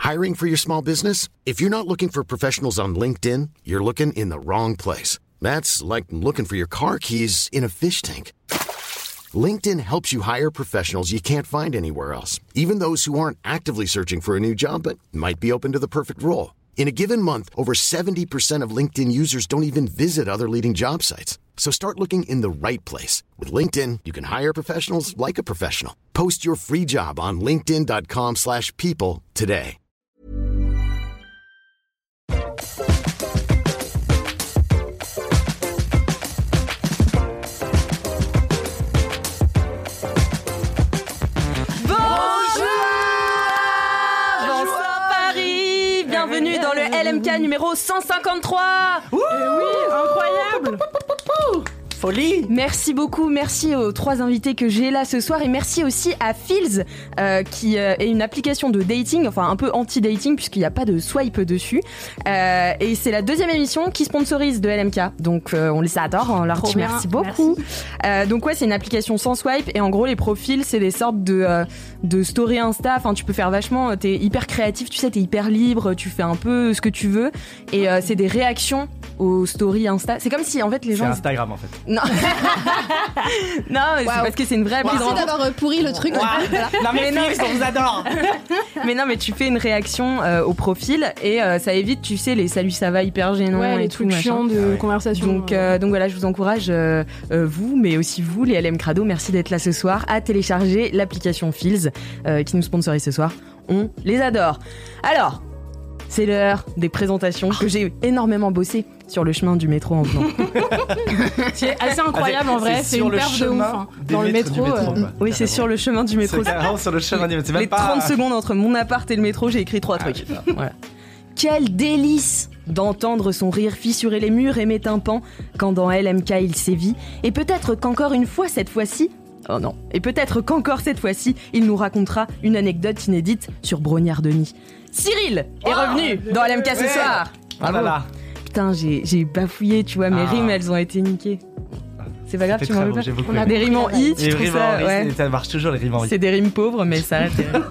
Hiring for your small business? If you're not looking for professionals on LinkedIn, you're looking in the wrong place. That's like looking for your car keys in a fish tank. LinkedIn helps you hire professionals you can't find anywhere else, even those who aren't actively searching for a new job but might be open to the perfect role. In a given month, over 70% of LinkedIn users don't even visit other leading job sites. So start looking in the right place. With LinkedIn, you can hire professionals like a professional. Post your free job on linkedin.com/people today. Bienvenue dans le LMK numéro 153. Oui, incroyable. Folie. Merci beaucoup, merci aux 3 invités que j'ai là ce soir et merci aussi à Feels qui est une application de dating, enfin un peu anti-dating puisqu'il n'y a pas de swipe dessus et c'est la 2e émission qui sponsorise de LMK, donc on les adore, on leur dit merci beaucoup. Donc ouais, c'est une application sans swipe et en gros les profils c'est des sortes de story Insta, enfin tu peux faire vachement, t'es hyper créatif, tu sais, t'es hyper libre, tu fais un peu ce que tu veux et c'est des réactions aux stories Insta. C'est comme si en fait les gens... C'est Instagram en fait. Non, non, mais c'est parce que c'est une vraie appli de rencontre. Merci d'avoir pourri le truc. Voilà. Non mais on vous adore. Mais non, mais tu fais une réaction au profil et ça évite, tu sais, les salut ça va hyper gênants et les tout, trucs chiants de conversation. Donc voilà, je vous encourage, vous, mais aussi vous, les LM Crado, merci d'être là ce soir, à télécharger l'application Feels qui nous sponsorise ce soir. On les adore. Alors, c'est l'heure des présentations que j'ai énormément bossé sur le chemin du métro en venant. C'est assez incroyable en vrai, c'est une perf de ouf. Hein. Dans le métro. Oui, c'est sur le chemin du métro. C'est carrément sur le chemin du métro. Les 30 secondes entre mon appart et le métro, j'ai écrit 3 trucs. Voilà. Quel délice d'entendre son rire fissurer les murs et mes tympans quand dans LMK il sévit. Et peut-être qu'encore une fois cette fois-ci... Oh non. Et peut-être qu'encore cette fois-ci, il nous racontera une anecdote inédite sur Brognard Denis. Cyril est revenu dans LMK ce soir. Ah là là. Putain, j'ai bafouillé, tu vois, mes rimes, elles ont été niquées. C'est pas grave, tu m'en veux pas. On a des rimes en i, tu trouves ça, ouais. Ça marche toujours les rimes en i. C'est des rimes pauvres, mais ça reste des rimes.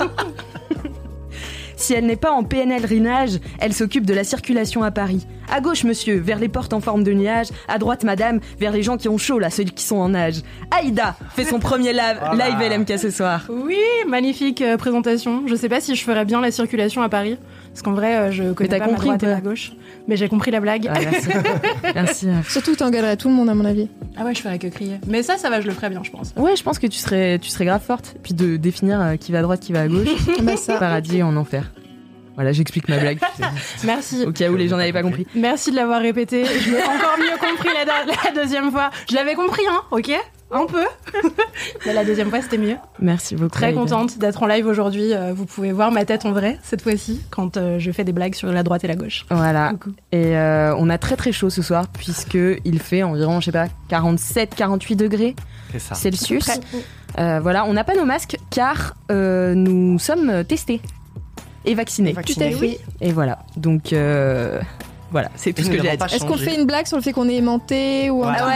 Si elle n'est pas en PNL Rinage, elle s'occupe de la circulation à Paris. À gauche, monsieur, vers les portes en forme de nuage. À droite, madame, vers les gens qui ont chaud, là, ceux qui sont en âge. Aïda fait son premier live LMK ce soir. Oui, magnifique présentation. Je sais pas si je ferais bien la circulation à Paris. Parce qu'en vrai, je connais pas ma droite et ma gauche. Mais j'ai compris la blague. Ah, merci. Merci. Surtout, t'engueulerais tout le monde, à mon avis. Ah ouais, je ferais que crier. Mais ça va, je le ferais bien, je pense. Ouais, je pense que tu serais grave forte. Puis de définir qui va à droite, qui va à gauche. Ça. Paradis en enfer. Voilà, j'explique ma blague. Merci. Au cas où les gens n'avaient pas compris. Merci de l'avoir répété. Je l'ai encore mieux compris la deuxième fois. Je l'avais compris, hein, ok ? Un peu. Mais la deuxième fois, c'était mieux. Merci beaucoup. Très contente d'être en live aujourd'hui. Vous pouvez voir ma tête en vrai, cette fois-ci, quand je fais des blagues sur la droite et la gauche. Voilà. Et on a très très chaud ce soir, puisqu'il fait environ, je sais pas, 47-48 degrés Celsius. Voilà, on n'a pas nos masques, car nous sommes testés. Et vaccinés. Tout à fait. Oui. Et voilà. Donc, voilà, c'est tout ce que j'ai à dire. Est-ce qu'on fait une blague sur le fait qu'on est aimanté ou ouais.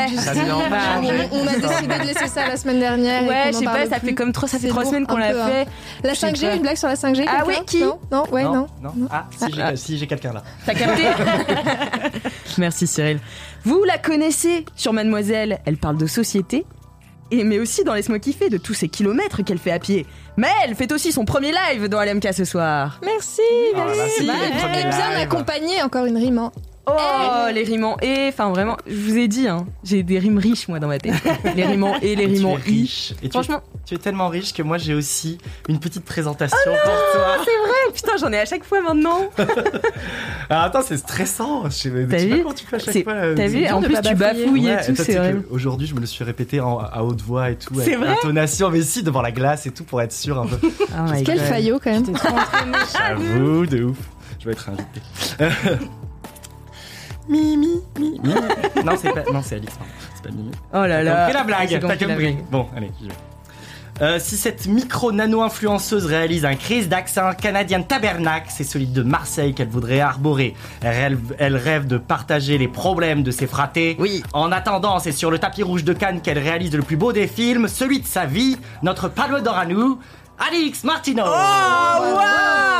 On a décidé de laisser ça la semaine dernière. Ouais, je sais pas, ça fait 3 semaines qu'on l'a fait. La 5G, une blague sur la 5G. Ah oui, qui ? Non. Ah, si j'ai quelqu'un là. T'as capté ? Merci Cyril. Vous la connaissez sur Mademoiselle, elle parle de société. Mais aussi dans Laisse-moi kiffer de tous ces kilomètres qu'elle fait à pied. Mais elle fait aussi son premier live dans LMK ce soir. Merci. Elle est bien accompagnée, encore une rime. Hein. Oh, les rimes en et, enfin vraiment, je vous ai dit, hein, j'ai des rimes riches moi dans ma tête. Les rimes en et, les rimes en i. Et franchement, tu es tellement riche que moi j'ai aussi une petite présentation pour toi. C'est vrai, putain, j'en ai à chaque fois maintenant. Alors attends, c'est stressant. Je sais pas comment tu fais à chaque fois. T'as vu, en plus tu bafouilles et tout, c'est vrai. Aujourd'hui, je me le suis répété à haute voix et tout, c'est avec vrai intonation, mais si devant la glace et tout pour être sûr un peu. Quel faillot quand même. J'avoue, de ouf. Je vais être invité. Mimi. Non, c'est Alix. C'est pas Mimi. Oh là là. T'as compris la blague. T'as compris. Bon, allez, j'y vais. Si cette micro-nano-influenceuse réalise un crise d'accent canadien tabernacle, c'est celui de Marseille qu'elle voudrait arborer. Elle rêve de partager les problèmes de ses fratés. Oui. En attendant, c'est sur le tapis rouge de Cannes qu'elle réalise le plus beau des films, celui de sa vie, notre Palme d'Or à nous, Alix Martineau. Oh, wow.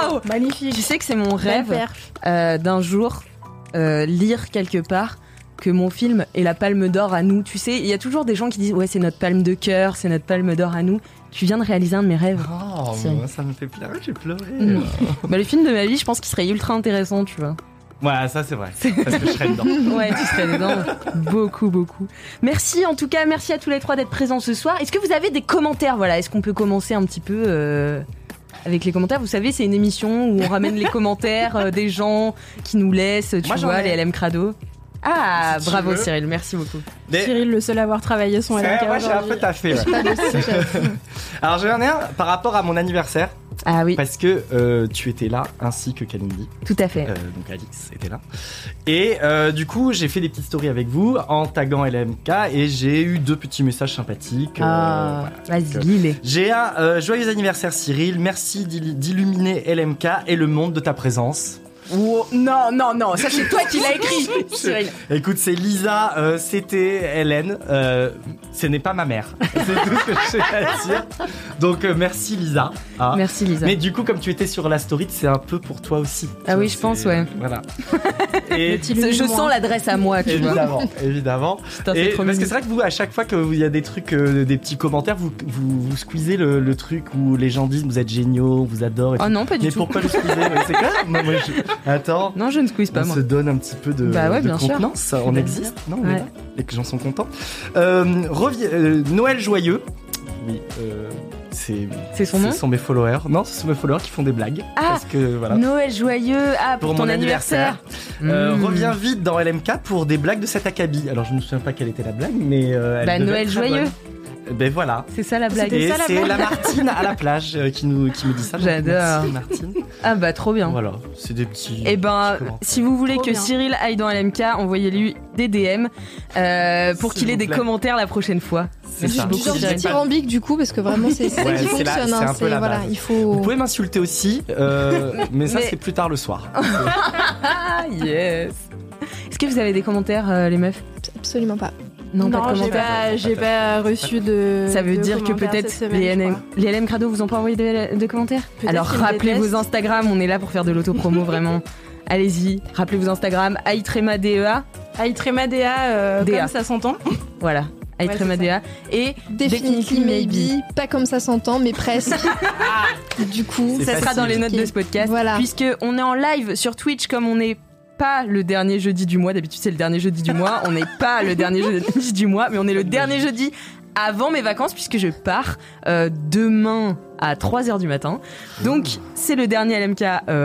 Waouh. Magnifique. Tu sais que c'est mon Belle rêve perf. d'un jour lire quelque part que mon film est la palme d'or à nous. Tu sais, il y a toujours des gens qui disent ouais, c'est notre palme de cœur, c'est notre palme d'or à nous. Tu viens de réaliser un de mes rêves. Oh, Cyril. ça me fait plaisir, j'ai pleuré. Bah, le film de ma vie, je pense qu'il serait ultra intéressant, tu vois. Voilà, ça c'est vrai. Parce que je serais dedans. Ouais, tu serais dedans. Beaucoup. Merci en tout cas, merci à tous les trois d'être présents ce soir. Est-ce que vous avez des commentaires ? Voilà, est-ce qu'on peut commencer un petit peu avec les commentaires ? Vous savez, c'est une émission où on ramène les commentaires des gens qui nous laissent, tu vois, les LM Crado. Ah, Si tu bravo veux. Cyril, merci beaucoup. Cyril, le seul à avoir travaillé son LMK. Moi j'ai un peu taffé. Ouais. Alors j'en ai un par rapport à mon anniversaire. Ah oui, Parce que tu étais là, ainsi que Kalindi. tout à fait. Donc Alix était là. Et du coup, j'ai fait des petites stories avec vous en taguant LMK et j'ai eu 2 petits messages sympathiques. Ah, voilà. vas-y, Donc, lis-les. j'ai un joyeux anniversaire Cyril, merci d'illuminer LMK et le monde de ta présence. Oh, non, ça c'est toi qui l'as écrit, Cyril. Écoute, c'est Lisa, c'était Hélène, ce n'est pas ma mère. C'est tout ce que j'ai à dire. Donc merci Lisa. Ah. Merci Lisa. Mais du coup, comme tu étais sur la story, c'est un peu pour toi aussi. Ah oui, je pense, ouais. Voilà. Et Je sens l'adresse à moi, tu vois. évidemment. Putain, c'est Et trop parce que mignon. c'est vrai que vous, à chaque fois qu'il y a des trucs, des petits commentaires, vous squeezez le truc où les gens disent vous êtes géniaux, vous adorent. Et Oh tout. non, pas du Mais tout. pourquoi le squeezer C'est clair. Non, moi, Attends. Non, je ne squeeze pas, On moi. se donne un petit peu de, Bah ouais, de bien sûr. contenance. On Bien existe. Non, on est Ouais. là. Et que les gens sont contents. Noël joyeux. Oui. C'est son nom Ce sont mes followers. Non, ce sont mes followers qui font des blagues. Ah, parce que voilà. Noël joyeux. Ah, pour ton mon anniversaire. Reviens vite dans LMK pour des blagues de cet acabit. Alors je me souviens pas quelle était la blague, mais elle Bah, devait Noël être très joyeux. bonne. Ben voilà. C'est ça la blague. C'était Et ça, la c'est blague. la Martine à la plage qui me dit ça. Donc, J'adore. merci, Martine. Ah bah trop bien. Voilà, c'est des petits. Et ben, petits commentaires. si vous voulez Trop que bien. Cyril aille dans LMK, envoyez-lui des DM pour S'il qu'il ait vous des plaît. commentaires la prochaine fois. C'est ça. beaucoup, Du genre Cyril. dithyrambique du coup parce que vraiment c'est ça Ouais, qui c'est fonctionne. un peu la voilà, base. il faut. Vous pouvez m'insulter aussi, mais ça Mais- c'est plus tard le soir. Ah yes. Est-ce que vous avez des commentaires, les meufs ? Absolument pas. Non, pas Non, de j'ai commentaires. pas, j'ai pas reçu de. Ça veut de dire que commentaires peut-être cette semaine, les je LM, crois. les LM Crado vous ont pas envoyé de commentaires. Peut-être Alors qu'ils me rappelez vos détestent. Instagram, on est là pour faire de l'autopromo vraiment. Allez-y, rappelez vos Instagram, Aitrema DEA, Aitrema DA, DA. comme ça s'entend. voilà, Aitrema c'est DEA. Et Definitely maybe, pas comme ça s'entend, mais presque. Du coup, C'est ça sera facile. dans les notes de ce podcast. Voilà. Puisque on est en live sur Twitch comme on n'est pas le dernier jeudi du mois. D'habitude, c'est le dernier jeudi du mois. On n'est pas le dernier jeudi du mois, mais on est le dernier jeudi avant mes vacances puisque je pars demain à 3h du matin. Donc, c'est le dernier LMK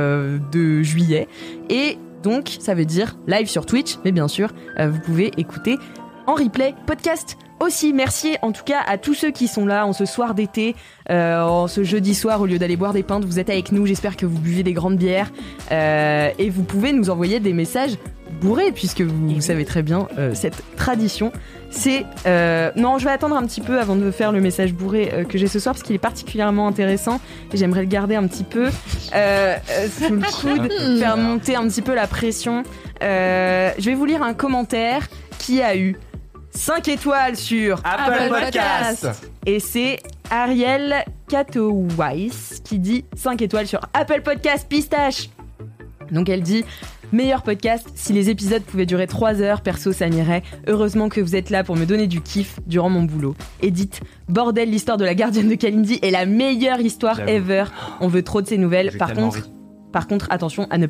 de juillet. Et donc, ça veut dire live sur Twitch. Mais bien sûr, vous pouvez écouter en replay podcast aussi. Merci en tout cas à tous ceux qui sont là en ce soir d'été, en ce jeudi soir, au lieu d'aller boire des pintes, vous êtes avec nous. J'espère que vous buvez des grandes bières et vous pouvez nous envoyer des messages bourrés puisque vous savez très bien cette tradition. C'est non, je vais attendre un petit peu avant de faire le message bourré que j'ai ce soir parce qu'il est particulièrement intéressant et j'aimerais le garder un petit peu sous le coude, faire monter un petit peu la pression. Je vais vous lire un commentaire qui a eu 5 étoiles sur Apple Podcast. Podcast. et c'est Ariel Katowais qui dit 5 étoiles sur Apple Podcast Pistache. Donc elle dit meilleur podcast, si les épisodes pouvaient durer 3 heures, perso ça m'irait. Heureusement que vous êtes là pour me donner du kiff durant mon boulot. Edith, bordel, l'histoire de la gardienne de Kalindi est la meilleure histoire J'avoue. ever. On veut trop de ses nouvelles. J'ai Par tellement contre, ri. attention à ne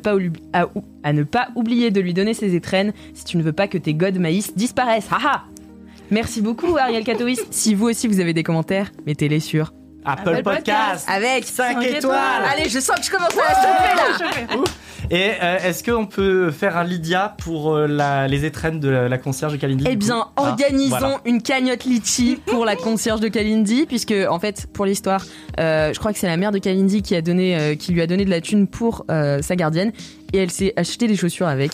pas oublier de lui donner ses étrennes si tu ne veux pas que tes godes maïs disparaissent. Haha. Merci beaucoup Ariel Katowis. Si vous aussi vous avez des commentaires, mettez-les sur Apple Podcast. avec 5 étoiles. étoiles. Allez, je sens que je commence à la chauffer là. Et est-ce qu'on peut faire un Lydia pour les étrennes de la concierge de Kalindi Eh du coup bien, Ah, organisons voilà. une cagnotte litchi pour la concierge de Kalindi, puisque en fait, pour l'histoire, je crois que c'est la mère de Kalindi qui lui a donné de la thune pour sa gardienne, et elle s'est acheté des chaussures avec.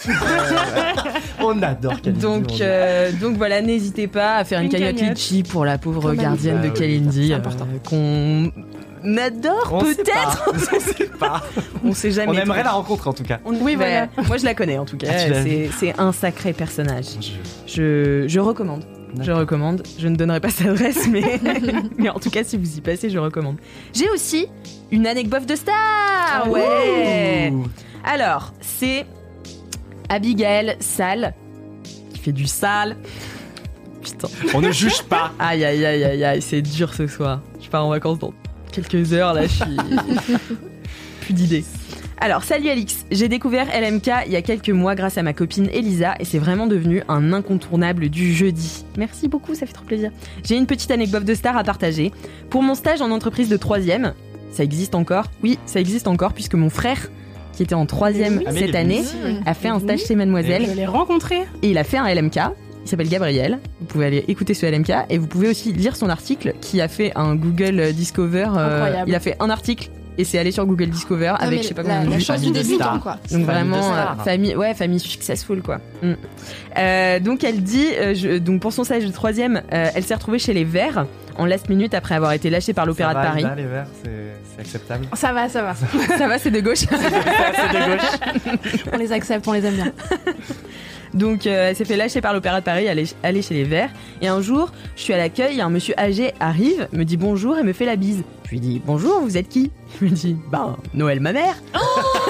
On adore Kalindi. Donc voilà, n'hésitez pas à faire une Une cagnotte cagnotte. litchi pour la pauvre Quand même. gardienne Bah de oui, Kalindi, c'est important. qu'on adore On sait peut-être. pas. On sait pas. On sait jamais. On aimerait trop. la rencontrer en tout cas. Oui, voilà. Moi, je la connais en tout cas. Ah, tu l'as C'est un sacré personnage. Je- Je recommande. Je recommande. Je ne donnerai pas cette adresse, mais en tout cas, si vous y passez, je recommande. J'ai aussi une anecdote de star. Ouais. Alors, c'est Abigail Sal qui fait du sale. Putain. On ne juge pas. Aïe, aïe, aïe, aïe, aïe, c'est dur ce soir. Je pars en vacances dans quelques heures, là, je suis... plus d'idées. Alors, salut Alix, j'ai découvert LMK il y a quelques mois grâce à ma copine Elisa et c'est vraiment devenu un incontournable du jeudi. Merci beaucoup, ça fait trop plaisir. J'ai une petite anecdote de star à partager. Pour mon stage en entreprise de 3e, ça existe encore ? Oui, ça existe encore puisque mon frère, qui était en 3e cette année, a fait un stage chez Mademoiselle. Je l'ai rencontré. Et il a fait un LMK. Il s'appelle Gabriel. Vous pouvez aller écouter ce LMK et vous pouvez aussi lire son article qui a fait un Google Discover. Incroyable. Il a fait un article et c'est allé sur Google Discover avec je sais pas combien de la vues. chance du débutant, quoi. Donc vraiment famille famille successful quoi. Donc elle dit donc pour son stage de 3e, elle s'est retrouvée chez les Verts en last minute après avoir été lâchée par l'Opéra de Paris. Là, les verts, c'est acceptable. Ça va. Ça va, c'est de gauche. C'est de gauche. On les accepte, on les aime bien. Donc elle s'est fait lâcher par l'Opéra de Paris, aller chez les Verts. Et un jour, je suis à l'accueil, il y a un monsieur âgé arrive, me dit bonjour et me fait la bise. Je lui dis bonjour, vous êtes qui ? Il me dit Noël ma mère. Elle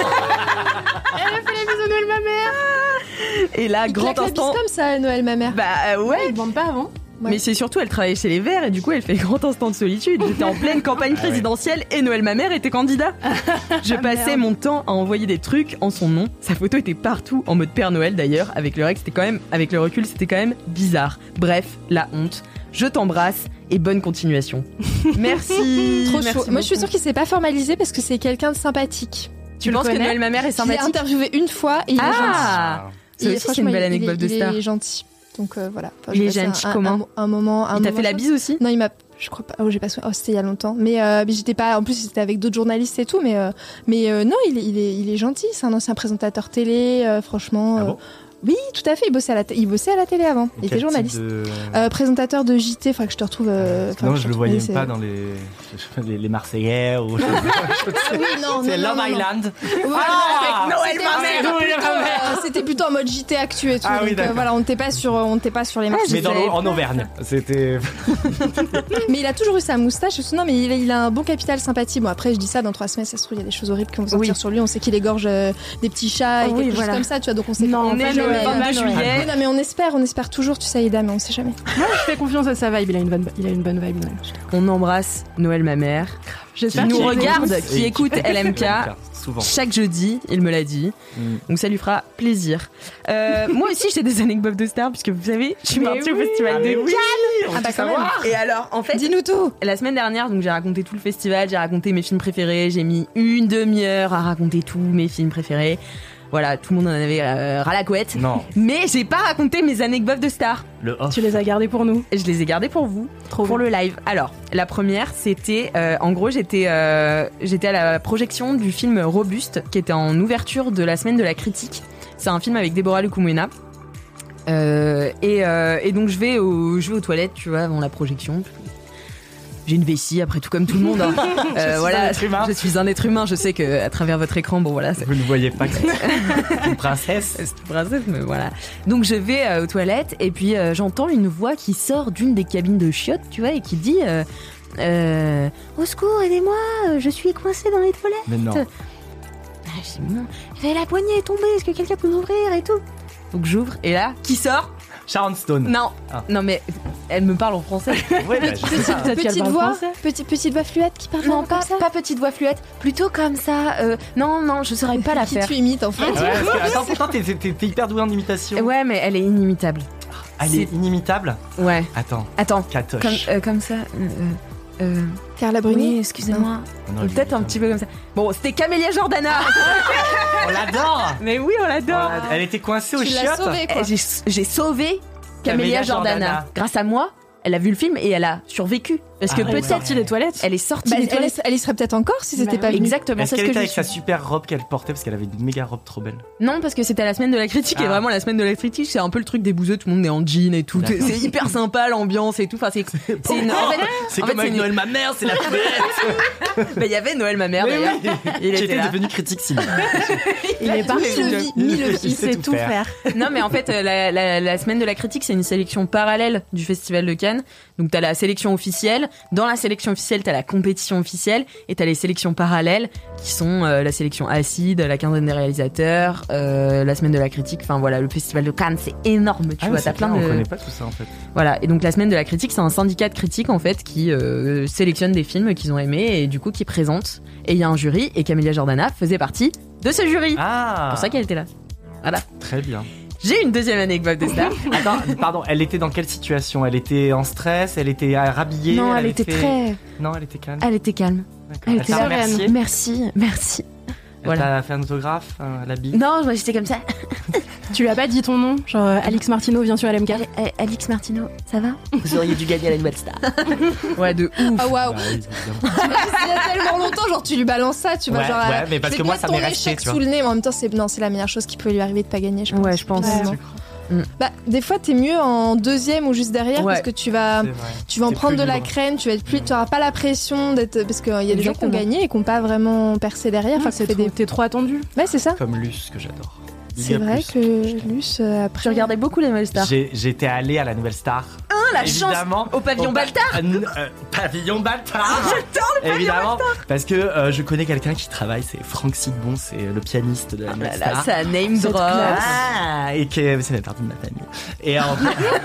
a fait la bise à Noël, ma mère. Et là, Il grand claque la bise instant. comme ça, Noël, ma mère. Ouais. Ils vendent pas avant. Ouais. Mais c'est surtout, elle travaillait chez les Verts et du coup, elle fait grand instant de solitude. J'étais en pleine campagne présidentielle et Noël ma mère était candidat. Je passais mon temps à envoyer des trucs en son nom. Sa photo était partout en mode Père Noël d'ailleurs. Avec le recul, c'était quand même bizarre. Bref, la honte. Je t'embrasse et bonne continuation. Merci. Trop Merci chaud. Moi, je suis beaucoup. sûre qu'il s'est pas formalisé parce que c'est quelqu'un de sympathique. Tu penses que Noël ma mère est Je l'ai sympathique? interviewé une fois et il est gentil. Ah, ça Et aussi, c'est franchement, une belle il- anecdote de star. Il est gentil. Donc voilà. Enfin, Il j'ai est passé gentil comment? un moment. Il t'a fait la bise aussi? Non, il m'a. Je crois pas. Oh, j'ai pas. Oh, c'était il y a longtemps. Mais j'étais pas. En plus, c'était avec d'autres journalistes et tout. Mais non, il est gentil. C'est un ancien présentateur télé. Franchement. Ah bon? Oui, tout à fait. Il bossait à la télé avant. Il était Quel journaliste. type de- Présentateur de JT. Faudrait que je te retrouve. Non, je le voyais même pas dans les Marseillais ou. C'est Love Island. Noël c'était plutôt en mode JT actu et tout. Ah oui, donc d'accord. voilà, on n'était pas sur les marchés. Mais en Auvergne. C'était. Mais il a toujours eu sa moustache. Non, mais il a un bon capital sympathie. Bon, après, je dis ça, dans 3 semaines, ça se trouve, il y a des choses horribles qui vont sortir sur lui. On sait qu'il égorge des petits chats et quelque chose comme ça, tu vois. Donc on sait Non, qu'on on est fait le Noël. 22 juillet. Oui, non, mais on espère toujours, tu sais, Ida, mais on sait jamais. Moi, je fais confiance à sa vibe. Il a une bonne vibe, Noël. On embrasse Noël ma mère. J'espère Qui nous qu'il regarde, écoute. qui écoute LMK. Souvent. Chaque jeudi, il me l'a dit. Donc ça lui fera plaisir. Moi aussi, j'ai des anecdotes de stars, puisque vous savez, je suis partie au festival de Cannes. Ah bah quand même. Et alors, en fait, Dis-nous tout. la semaine dernière, donc j'ai raconté tout le festival, j'ai raconté mes films préférés, j'ai mis une demi-heure à raconter tous mes films préférés. Voilà, tout le monde en avait ras la couette. Non, Mais j'ai pas raconté mes anecdotes de stars. le off. Tu les as gardés pour nous. Et je les ai gardées pour vous, pour le live. Alors, la première, c'était, en gros, j'étais à la projection du film Robuste, qui était en ouverture de la semaine de la critique. C'est un film avec Deborah Lukumwena. Et donc je vais aux toilettes, tu vois, avant la projection. J'ai une vessie, après tout comme tout le monde. Hein. Voilà, un être humain. je suis un être humain. Je sais que à travers votre écran, bon voilà, c'est Vous ne voyez pas que c'est une princesse. c'est une princesse, mais voilà. Donc je vais aux toilettes et puis j'entends une voix qui sort d'une des cabines de chiottes, tu vois, et qui dit au secours, aidez-moi, je suis coincée dans les toilettes. Mais non. Je dis non, la poignée est tombée, est-ce que quelqu'un peut m'ouvrir et tout. Donc j'ouvre et là, qui sort? Sharon Stone. Non, Ah. non mais elle me parle en français. Ouais, bah, je sais pas. Petite voix, petite voix fluette qui parle Non, comme ça. pas petite voix fluette, plutôt comme ça. Non, je saurais pas la Qui faire. tu imites en fait. Ouais, parce que, attends, pourtant, t'es hyper doué en imitation. Ouais, mais elle est inimitable. Elle est inimitable. Ouais. Attends, Attends, Katoche. comme ça. Carla Bruni. Oui, excusez-moi. Non, Peut-être un petit peu comme ça. Bon, c'était Camélia Jordana. On l'adore. Mais oui, on l'adore. Elle était coincée au Tu l'as chiottes. sauvé quoi. J'ai sauvé Camélia Camélia Jordana. Jordana. Grâce à moi, elle a vu le film et elle a survécu. Parce que Elle est sortie des toilettes. Elle est sortie des toilettes. Elle y serait peut-être encore si c'était pas venu. Exactement, Est-ce c'est ce qu'elle que était je avec sa suis. super robe qu'elle portait parce qu'elle avait une méga robe trop belle? Non, parce que c'était la semaine de la critique et vraiment la semaine de la critique, c'est un peu le truc des bouseux, tout le monde est en jean et tout. D'accord. C'est hyper sympa l'ambiance et tout. Enfin, c'est une. En fait, C'est en comme fait, avec c'est Noël ma mère, c'est la fête. bah, il y avait Noël ma mère Mais d'ailleurs. oui. Il Qui était était là. devenu critique cinéma. Il est parti. Il sait tout faire. Non, mais en fait, la semaine de la critique, c'est une sélection parallèle du Festival de Cannes. Donc, t'as la sélection officielle. Dans la sélection officielle, t'as la compétition officielle. Et t'as les sélections parallèles qui sont la sélection acide, la quinzaine des réalisateurs, la semaine de la critique. Enfin, voilà, le Festival de Cannes, c'est énorme. Tu vois, t'as plein de. On connaît pas tout ça en fait. Voilà. Et donc, la semaine de la critique, c'est un syndicat de critiques, en fait, qui sélectionne des films qu'ils ont aimés et du coup, qui présente. Et il y a un jury. Et Camélia Jordana faisait partie de ce jury. Ah. C'est pour ça qu'elle était là. Voilà. Très bien. J'ai une deuxième anecdote de star. Attends, pardon, elle était dans quelle situation? Elle était en stress? Elle était rhabillée? Non, elle était fait- très. Non, elle était calme. Elle était calme. D'accord. Elle Elle était t'a sereine. remercié? Merci. Elle Voilà. t'a fait un autographe, la bille? Non, moi j'étais comme ça. Tu lui as pas dit ton nom? Genre Alix Martineau vient sur LMK. Alix Martineau, ça va? Vous auriez dû gagner à la nouvelle star. Ouais, de ouf. Ah waouh. Bah oui, évidemment. Il y a tellement longtemps, genre tu lui balances ça, tu vas Ouais, genre. ouais, mais parce je que vais moi, te ça mettre m'est ton resté, échec tu vois. sous le nez, mais en même temps, c'est la meilleure chose qui peut lui arriver de pas gagner, je pense. Ouais, je pense. Finalement. Tu crois? Bah, des fois, t'es mieux en deuxième ou juste derrière Ouais. parce que tu vas C'est vrai. en T'es prendre plus de la libre. crème, tu auras pas la pression d'être parce qu'il y a des gens qui ont Exactement. gagné et qui ont pas vraiment percé derrière. Enfin, qui ont fait des. T'es trop attendu. Ouais, c'est ça. Comme Luce, que j'adore. Big C'est up, vrai Luce. que Luce après. Tu regardais beaucoup les nouvelles stars. J'étais allé à la Nouvelle Star. La Évidemment. chance au pavillon Baltard. Pavillon Baltard. J'adore le pavillon Évidemment, parce que je connais quelqu'un qui travaille, c'est Franck Sidbon, c'est le pianiste de la Nouvelle Là, Star. ça name Cette drop. classe. Ah, et que c'est une partie de ma famille. Et en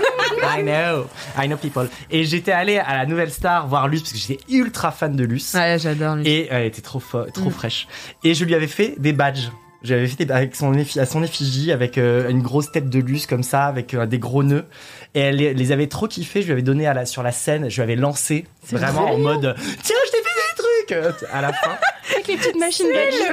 I know people. Et j'étais allé à la Nouvelle Star voir Luce parce que j'étais ultra fan de Luce. Ouais, j'adore lui. Et elle était trop fraîche. Et je lui avais fait des badges. Je lui avais fait avec à son effigie, avec une grosse tête de Luce comme ça, avec des gros nœuds. Et elle les avait trop kiffés. Je lui avais donné sur la scène, je lui avais lancé vraiment en mode tiens, je t'ai fait des trucs à la fin. Avec les petites machines gadgets.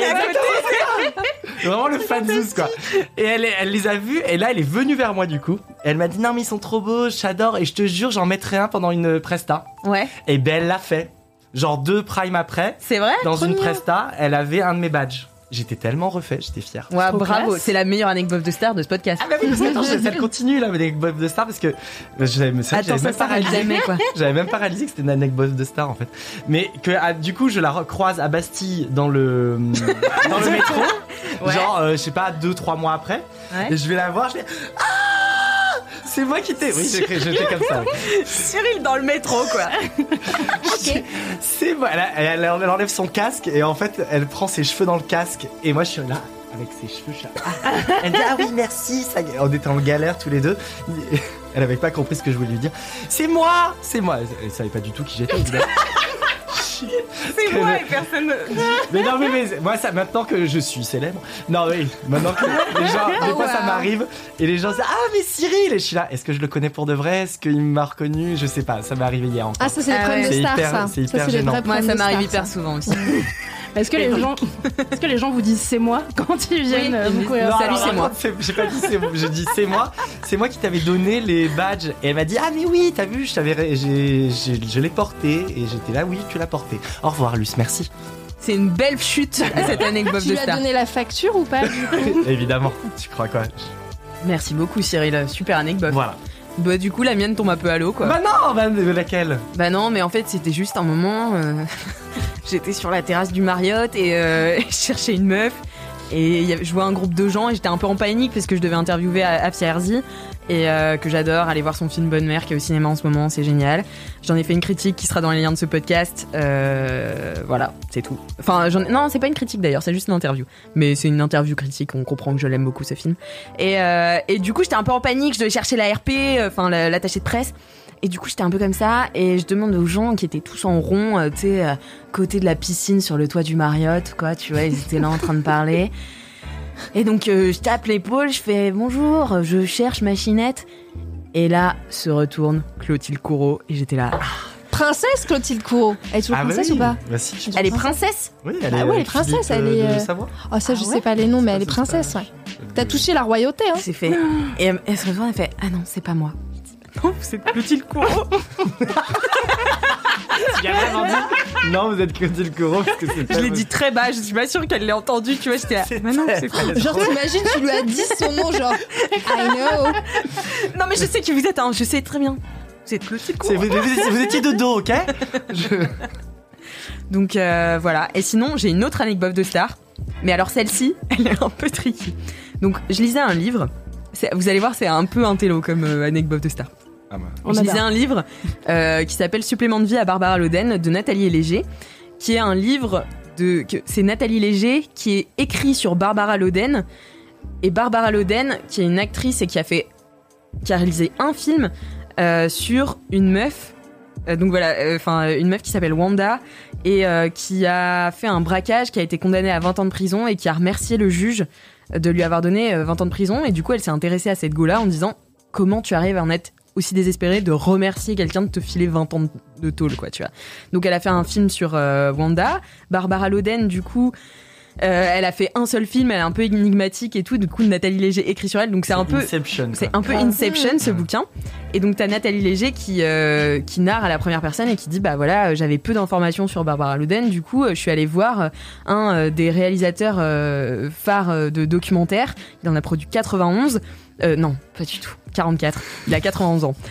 Vraiment le fanzouz quoi. Et elle les a vus et là elle est venue vers moi du coup. Elle m'a dit non mais ils sont trop beaux, j'adore et je te jure j'en mettrai un pendant une presta. Ouais. Et ben elle l'a fait. Genre 2 primes après, C'est vrai? dans Trop une mignon. presta, elle avait un de mes badges. J'étais tellement refait, j'étais fier. Ouais, Trop bravo. classe. C'est la meilleure anecdote de star de ce podcast. Ah bah oui, parce que attends, ça continue là, l'anecdote de star parce que j'avais Attends, même ça pas s'arrête réalisé. jamais quoi. J'avais même pas réalisé que c'était une anecdote de star en fait. Mais que du coup je la croise à Bastille dans le métro. Ouais. Genre je sais pas 2-3 mois après. Ouais. Et je vais la voir, je fais ah c'est moi qui t'ai. Oui, j'étais comme ça. Cyril dans le métro quoi. C'est moi. Elle enlève son casque et en fait elle prend ses cheveux dans le casque et moi je suis là avec ses cheveux. Je suis là, ah. Elle dit ah oui merci. Ça... On était en galère tous les deux. Elle avait pas compris ce que je voulais lui dire. C'est moi. Elle savait pas du tout qui j'étais évidemment. C'est moi et personne. Mais non mais moi ça maintenant que je suis célèbre. Non oui, maintenant que les gens des fois ça m'arrive et les gens disent ah mais Cyril et je suis là, est-ce que je le connais pour de vrai? Est-ce qu'il m'a reconnu? Je sais pas, ça m'est arrivé hier encore. Ah, ça, c'est les Ah problèmes ouais. de C'est stars, hyper- ça. c'est Ça, hyper les gênant. vrais Moi problèmes ça de m'arrive stars, hyper ça. souvent aussi. Est-ce que les gens vous disent c'est moi quand ils viennent Oui, ils vous disent courir? Non, Salut, alors, c'est par moi. contre, j'ai pas dit c'est moi, j'ai dit c'est moi. C'est moi qui t'avais donné les badges. Et elle m'a dit ah mais oui, t'as vu, je l'ai porté et j'étais là oui, tu l'as porté. Au revoir Luce, merci. C'est une belle chute à cette anecdote Tu de lui as star. donné la facture ou pas du coup? Évidemment, tu crois quoi? Merci beaucoup Cyril, super anecdote. Voilà. Bah du coup la mienne tombe un peu à l'eau quoi. Bah non, bah, de laquelle? Bah non, mais en fait, c'était juste un moment. J'étais sur la terrasse du Marriott et je cherchais une meuf. Et je vois un groupe de gens et j'étais un peu en panique parce que je devais interviewer Afia Herzi et que j'adore aller voir son film Bonne Mère qui est au cinéma en ce moment, c'est génial. J'en ai fait une critique qui sera dans les liens de ce podcast. Voilà, c'est tout. Enfin, non, c'est pas une critique d'ailleurs, c'est juste une interview. Mais c'est une interview critique, on comprend que je l'aime beaucoup ce film. Et du coup, j'étais un peu en panique, je devais chercher la RP, enfin l'attaché de presse. Et du coup, j'étais un peu comme ça, et je demande aux gens qui étaient tous en rond, tu sais, côté de la piscine sur le toit du Marriott, quoi, tu vois, ils étaient là en train de parler. Et donc, je tape l'épaule, je fais bonjour, je cherche Machinette. Et là, se retourne Clotilde Courreau, et j'étais là. Princesse Clotilde Courreau. Elle est toujours Ah bah princesse oui. ou pas? Bah si. Elle est princesse? Oui, Ah ouais, elle est princesse, elle est, de Savoie. Oh, ça, je Ah sais ouais pas les noms, mais elle est Ça, c'est princesse, pas- ouais. T'as touché la royauté, hein? C'est fait. Et elle se retourne, elle fait ah non, c'est pas moi. Je dis, non, c'est Clotilde Courreau. Tu as vraiment dit non, vous êtes Clotilde Corot parce que c'est. Je l'ai dit très bas, je suis pas sûre qu'elle l'ait entendu, tu vois, j'étais là. Mais non, c'est pas. Genre, t'imagines, tu lui as dit son nom, genre, I know. Non, mais je sais qui vous êtes, hein, je sais très bien. Vous êtes Clotilde Corot. Vous étiez de dos, ok? Donc voilà. Et sinon, j'ai une autre anecdote de star. Mais alors celle-ci, elle est un peu tricky. Donc je lisais un livre. Vous allez voir, c'est un peu un télo comme anecdote de star. Ah bah. Je lisais un livre qui s'appelle Supplément de vie à Barbara Loden de Nathalie Léger, qui est un livre c'est Nathalie Léger qui est écrit sur Barbara Loden. Et Barbara Loden, qui est une actrice et qui a réalisé un film sur une meuf. Donc voilà, une meuf qui s'appelle Wanda et qui a fait un braquage, qui a été condamnée à 20 ans de prison et qui a remercié le juge de lui avoir donné 20 ans de prison. Et du coup, elle s'est intéressée à cette go-là en disant comment tu arrives à en être aussi désespérée de remercier quelqu'un de te filer 20 ans de tôle, quoi, tu vois. Donc elle a fait un film sur Wanda. Barbara Loden, du coup, elle a fait un seul film, elle est un peu énigmatique et tout. Du coup, Nathalie Léger écrit sur elle, donc c'est un peu Inception. C'est un peu Inception ce bouquin. Et donc t'as Nathalie Léger qui narre à la première personne et qui dit bah voilà, j'avais peu d'informations sur Barbara Loden. Du coup, je suis allée voir un des réalisateurs phares de documentaires. Il en a produit 91. Non, pas du tout. 44. Il a 91 ans.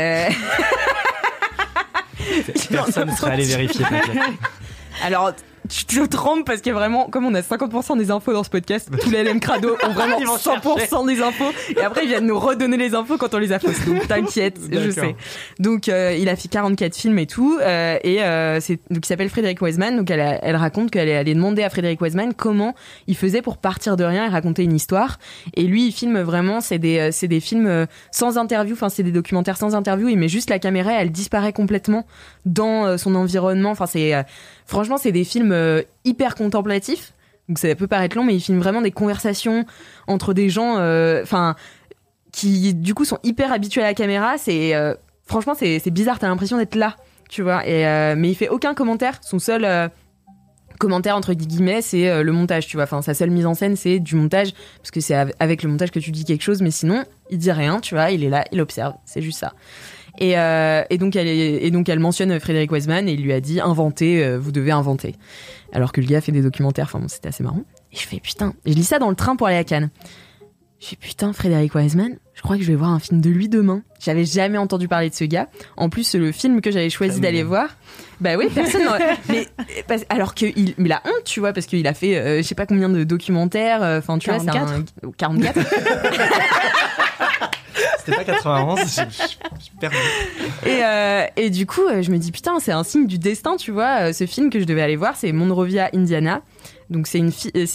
Personne ne serait allé vérifier. Alors, tu te trompes parce que vraiment, comme on a 50% des infos dans ce podcast, tous les LM Crado ont vraiment 100% des infos. Et après, ils viennent nous redonner les infos quand on les a fausses. Donc, t'inquiète, je sais. Donc, il a fait 44 films et tout. Donc, il s'appelle Frédéric Wiseman. Donc, elle raconte qu'elle est allée demander à Frédéric Wiseman comment il faisait pour partir de rien et raconter une histoire. Et lui, il filme vraiment, c'est des films sans interview. Enfin, c'est des documentaires sans interview. Il met juste la caméra, elle disparaît complètement dans son environnement. Enfin, franchement, c'est des films hyper contemplatifs. Donc ça peut paraître long, mais il filme vraiment des conversations entre des gens qui du coup sont hyper habitués à la caméra. Franchement, c'est bizarre, t'as l'impression d'être là, tu vois. Mais il fait aucun commentaire. Son seul commentaire entre guillemets, c'est le montage, tu vois. Enfin, sa seule mise en scène, c'est du montage, parce que c'est avec le montage que tu dis quelque chose, mais sinon, il dit rien, tu vois. Il est là, il observe, c'est juste ça. Et donc elle mentionne Frédéric Wiseman et il lui a dit inventez, vous devez inventer. Alors que le gars fait des documentaires, enfin bon, c'était assez marrant. Et je fais putain, et je lis ça dans le train pour aller à Cannes. Je fais putain, Frédéric Wiseman, je crois que je vais voir un film de lui demain. J'avais jamais entendu parler de ce gars. En plus, le film que j'avais choisi d'aller voir, bah oui, personne mais alors que il a honte, tu vois, parce qu'il a fait je sais pas combien de documentaires, enfin tu 44. vois, c'est un 44. C'était pas 91, je suis perdu. Et du coup, je me dis putain, c'est un signe du destin, tu vois. Ce film que je devais aller voir, c'est Monrovia, Indiana. Donc c'est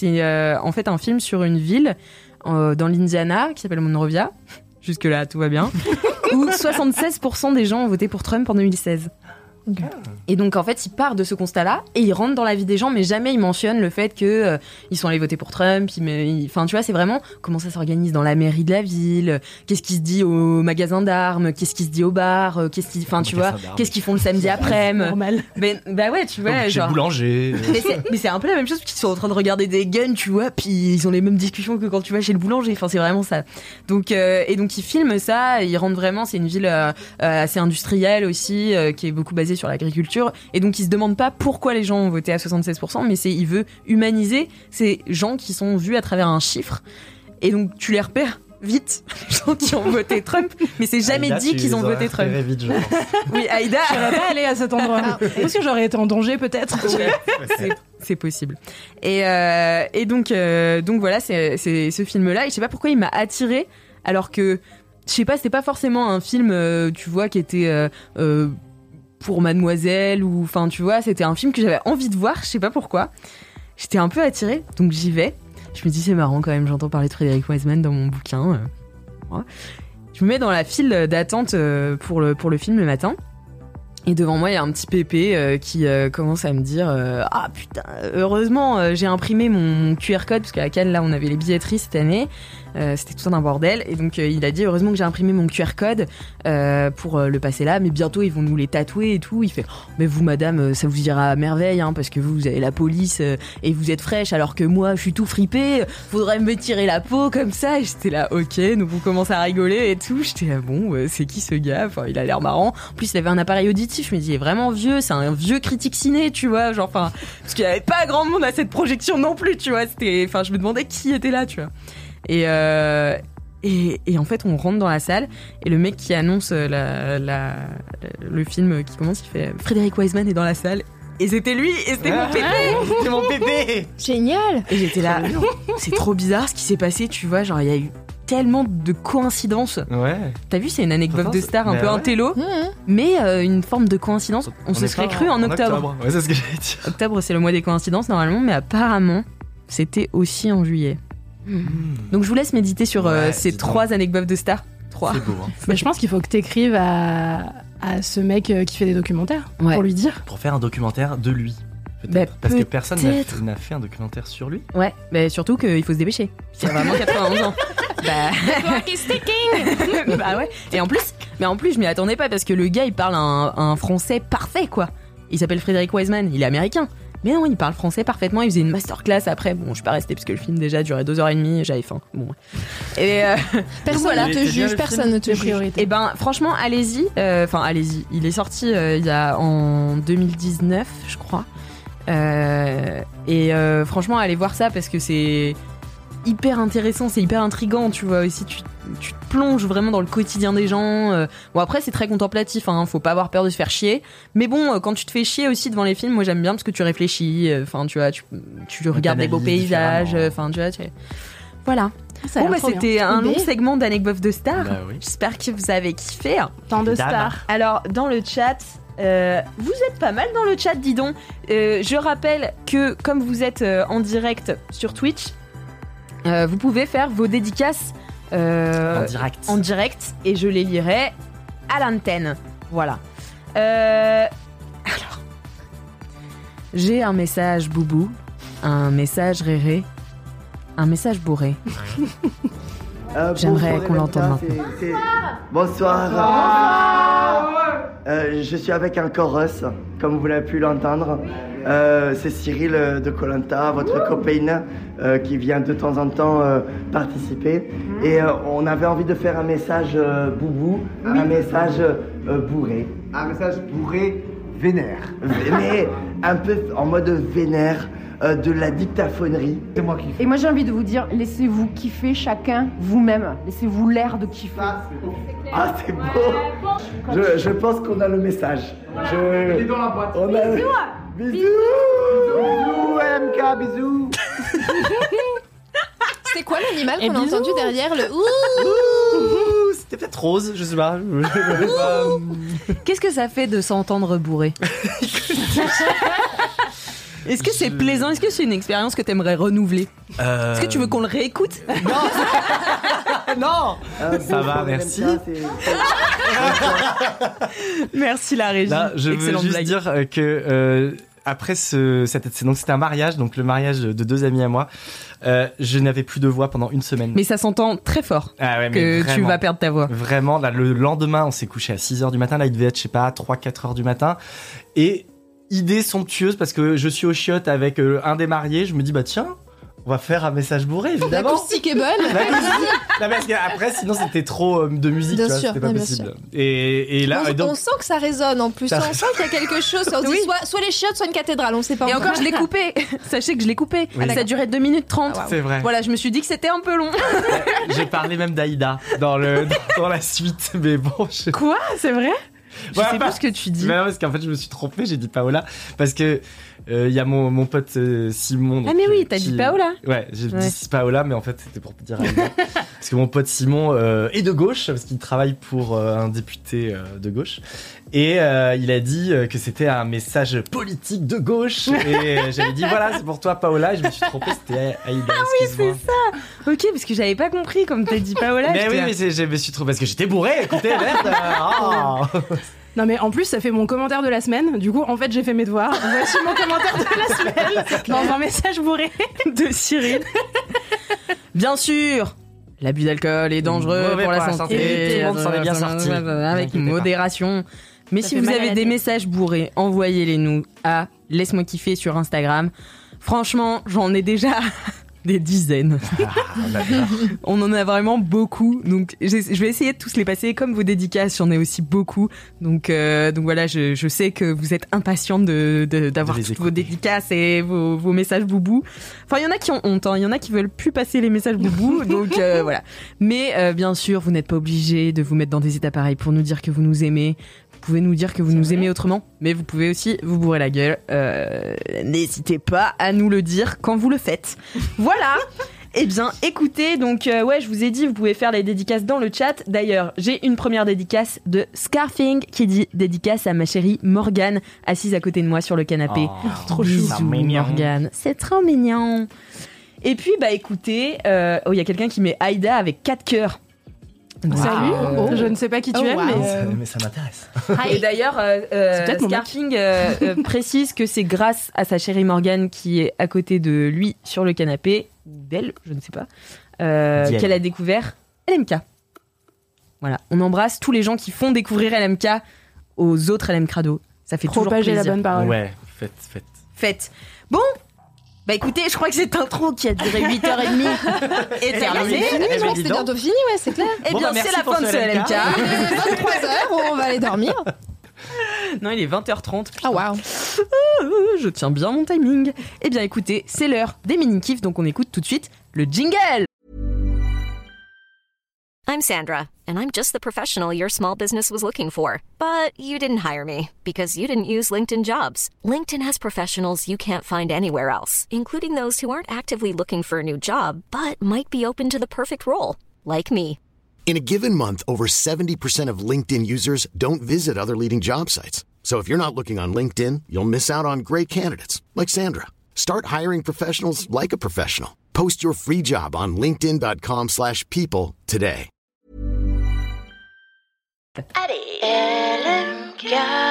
en fait un film sur une ville dans l'Indiana qui s'appelle Monrovia. Jusque là, tout va bien. Où 76% des gens ont voté pour Trump en 2016. Okay. Et donc en fait il part de ce constat-là et il rentre dans la vie des gens, mais jamais il mentionne le fait que ils sont allés voter pour Trump. Enfin tu vois, c'est vraiment comment ça s'organise dans la mairie de la ville, qu'est-ce qui se dit au magasin d'armes, qu'est-ce qui se dit au bar, qu'est-ce qu'ils font le samedi après. Normal. Mais bah ouais, tu vois, genre boulanger. Mais c'est un peu la même chose, parce qu'ils sont en train de regarder des guns, tu vois, puis ils ont les mêmes discussions que quand tu vas chez le boulanger. Enfin c'est vraiment ça. Donc ils filment ça, ils rentrent vraiment. C'est une ville assez industrielle aussi, qui est beaucoup basée sur l'agriculture, et donc il se demande pas pourquoi les gens ont voté à 76%, mais il veut humaniser ces gens qui sont vus à travers un chiffre, et donc tu les repères vite, les gens qui ont voté Trump, mais c'est jamais Aïda, dit qu'ils ont voté Trump. Vite, je oui, Aïda, j'aurais pas allé à cet endroit. Est-ce que j'aurais été en danger peut-être? C'est possible. Et donc voilà, c'est ce film-là, et je sais pas pourquoi il m'a attirée, alors que je sais pas, c'était pas forcément un film, tu vois, qui était pour Mademoiselle, ou enfin tu vois, c'était un film que j'avais envie de voir, je sais pas pourquoi. J'étais un peu attirée, donc j'y vais. Je me dis c'est marrant quand même, j'entends parler de Frédéric Wiseman dans mon bouquin. Ouais. Je me mets dans la file d'attente pour le film le matin. Et devant moi, il y a un petit pépé qui commence à me dire ah putain, heureusement j'ai imprimé mon QR code, parce qu'à la Cannes là on avait les billetteries cette année. C'était tout un bordel, et donc il a dit heureusement que j'ai imprimé mon QR code pour le passer là, mais bientôt ils vont nous les tatouer et tout. Il fait mais vous madame, ça vous ira à merveille, hein, parce que vous avez la police et vous êtes fraîche, alors que moi je suis tout fripé, faudrait me tirer la peau comme ça. Et j'étais là ok, donc on commence à rigoler et tout. J'étais là bon, c'est qui ce gars, enfin il a l'air marrant. En plus il avait un appareil auditif, je me dis, il est vraiment vieux, c'est un vieux critique ciné, tu vois, genre, enfin, parce qu'il y avait pas grand monde à cette projection non plus, tu vois, je me demandais qui était là, tu vois. Et en fait, on rentre dans la salle et le mec qui annonce le film qui commence, il fait Frédéric Wiseman est dans la salle. Et c'était lui, et c'était mon bébé. C'était mon bébé. Génial. Et j'étais là, c'est trop bizarre ce qui s'est passé, tu vois, genre il y a eu tellement de coïncidences. Ouais. T'as vu, c'est une anecdote de star un peu intello, mais une forme de coïncidence. On se serait cru en octobre. Ouais, c'est ce que j'allais dire. Octobre, c'est le mois des coïncidences normalement, mais apparemment, c'était aussi en juillet. Donc je vous laisse méditer sur ces 3 anecdotes de stars. 3. C'est beau, hein. Mais je pense qu'il faut que t'écrives à ce mec qui fait des documentaires pour lui dire. Pour faire un documentaire de lui. Peut-être. Parce que personne n'a fait un documentaire sur lui. Ouais, mais surtout qu'il faut se dépêcher. C'est vraiment 91 ans. Bah ouais. Et en plus, je m'y attendais pas parce que le gars il parle un français parfait quoi. Il s'appelle Frédéric Wiseman, il est américain. Mais non, il parle français parfaitement, il faisait une masterclass après. Bon, je suis pas restée parce que le film déjà durait 2h30, j'avais faim. Bon. Et personne ne te juge, personne ne te juge. Et ben franchement, allez-y. Allez-y. Il est sorti en 2019, je crois. Franchement, allez voir ça parce que c'est hyper intéressant, c'est hyper intriguant, tu vois. Aussi, tu te plonges vraiment dans le quotidien des gens. Bon, après, c'est très contemplatif, hein, faut pas avoir peur de se faire chier. Mais bon, quand tu te fais chier aussi devant les films, moi j'aime bien parce que tu réfléchis. Enfin, tu vois, tu regardes des beaux paysages. Enfin, tu vois, voilà. Bon, bah, c'était un long segment d'anecdotes de stars. Bah, oui. J'espère que vous avez kiffé. Tant de stars. Alors, dans le chat. Vous êtes pas mal dans le chat, dis donc. Je rappelle que comme vous êtes en direct sur Twitch, vous pouvez faire vos dédicaces en direct et je les lirai à l'antenne. Voilà. Alors, j'ai un message boubou, un message réré, un message bourré. J'aimerais qu'on l'entende maintenant. Bonsoir. Je suis avec un chorus, comme vous l'avez pu l'entendre. C'est Cyril de Koh-Lanta, votre copain, qui vient de temps en temps participer. Et on avait envie de faire un message boubou, un message bourré. Un message bourré vénère. Mais un peu en mode vénère. De la dictaphonerie. C'est moi qui fais. Et moi j'ai envie de vous dire, laissez-vous kiffer chacun vous-même. Laissez-vous l'air de kiffer. Ah, c'est beau. Je pense qu'on a le message. Il est dans la boîte. Bisous. Bisous, MK, bisous. C'est quoi l'animal qu'on a entendu derrière le ouh? C'était peut-être Rose, je sais pas. Qu'est-ce que ça fait de s'entendre bourré? Est-ce que c'est plaisant? Est-ce que c'est une expérience que t'aimerais renouveler? Est-ce que tu veux qu'on le réécoute? Non. Ça va, merci. Merci la régie. Là, je veux juste dire que après donc c'était un mariage, donc le mariage de 2 amis à moi. Je n'avais plus de voix pendant 1 semaine. Mais ça s'entend très fort que tu vas perdre ta voix. Vraiment, là, le lendemain, on s'est couché à 6h du matin. Là, il devait être, je sais pas, 3-4h du matin. Et idée somptueuse parce que je suis au chiottes avec un des mariés. Je me dis, bah tiens, on va faire un message bourré, évidemment. L'acoustique est bonne. Non, parce qu'après, sinon, c'était trop de musique, bien tu vois, sûr, c'était pas possible. Et là, on sent que ça résonne en plus. On sent qu'il y a quelque chose. On dit soit les chiottes, soit une cathédrale. On sait pas. Et encore, je l'ai coupé. Sachez que je l'ai coupé. Oui. Ça durait 2 minutes 30. C'est vrai. Voilà, je me suis dit que c'était un peu long. J'ai parlé même d'Aïda dans la suite, mais bon. Quoi? C'est vrai? Je sais pas plus ce que tu dis. Non, parce qu'en fait, je me suis trompé, j'ai dit Paola. Parce que il y a mon pote Simon. Ah, mais oui, t'as dit Paola. Ouais, j'ai dit Paola, mais en fait, c'était pour te dire Aïda. Parce que mon pote Simon est de gauche, parce qu'il travaille pour un député de gauche. Et il a dit que c'était un message politique de gauche. Et j'avais dit, voilà, c'est pour toi, Paola. Et je me suis trompé, c'était Aïda. Ah oui, c'est ça. Ok, parce que j'avais pas compris, comme t'as dit Paola. Mais oui, mais je me suis trompé, parce que j'étais bourré, écoutez, merde. Oh. Non mais en plus ça fait mon commentaire de la semaine. Du coup en fait j'ai fait mes devoirs. Voici mon commentaire de la semaine dans un message bourré de Cyril. Bien sûr, l'abus d'alcool est dangereux pour la santé. Tout le monde s'en est bien sorti. Avec modération. Mais si vous avez des messages bourrés, envoyez-les nous à Laisse-moi kiffer sur Instagram. Franchement, j'en ai déjà Des dizaines. On en a vraiment beaucoup. Donc, je vais essayer de tous les passer. Comme vos dédicaces, j'en ai aussi beaucoup. Donc voilà, je sais que vous êtes impatients d'avoir toutes vos dédicaces et vos messages boubou. Enfin, il y en a qui ont honte. Il y en a qui veulent plus passer les messages boubou. Donc voilà. Mais bien sûr, vous n'êtes pas obligés de vous mettre dans des états pareils pour nous dire que vous nous aimez. Vous pouvez nous dire que vous nous aimez autrement, mais vous pouvez aussi vous bourrer la gueule. N'hésitez pas à nous le dire quand vous le faites. Voilà. Eh bien, écoutez, donc je vous ai dit, vous pouvez faire les dédicaces dans le chat. D'ailleurs, j'ai une première dédicace de Scarfing qui dit dédicace à ma chérie Morgane, assise à côté de moi sur le canapé. Trop chou, Morgane. C'est trop mignon. Et puis, écoutez, il y a quelqu'un qui met Aïda avec 4 cœurs. Salut, je ne sais pas qui tu es, mais ça m'intéresse. Et d'ailleurs, Scarfing précise que c'est grâce à sa chérie Morgane qui est à côté de lui sur le canapé, d'elle, je ne sais pas, qu'elle a découvert LMK. Voilà, on embrasse tous les gens qui font découvrir LMK aux autres LM Crado. Ça fait toujours plaisir. Propager la bonne parole. Ouais, faites. Bon. Écoutez, je crois que cette intro qui a duré 8h30 est terminée. C'est bientôt fini, ouais, c'est clair. Eh bien, c'est la fin de ce LMK. Il est 23h, on va aller dormir. Non, il est 20h30. Ah, waouh. Je tiens bien mon timing. Eh bien, écoutez, c'est l'heure des mini-kifs, donc on écoute tout de suite le jingle. I'm Sandra, and I'm just the professional your small business was looking for. But you didn't hire me because you didn't use LinkedIn Jobs. LinkedIn has professionals you can't find anywhere else, including those who aren't actively looking for a new job, but might be open to the perfect role, like me. In a given month, over 70% of LinkedIn users don't visit other leading job sites. So if you're not looking on LinkedIn, you'll miss out on great candidates like Sandra. Start hiring professionals like a professional. Post your free job on linkedin.com/people today. Allez, LMK,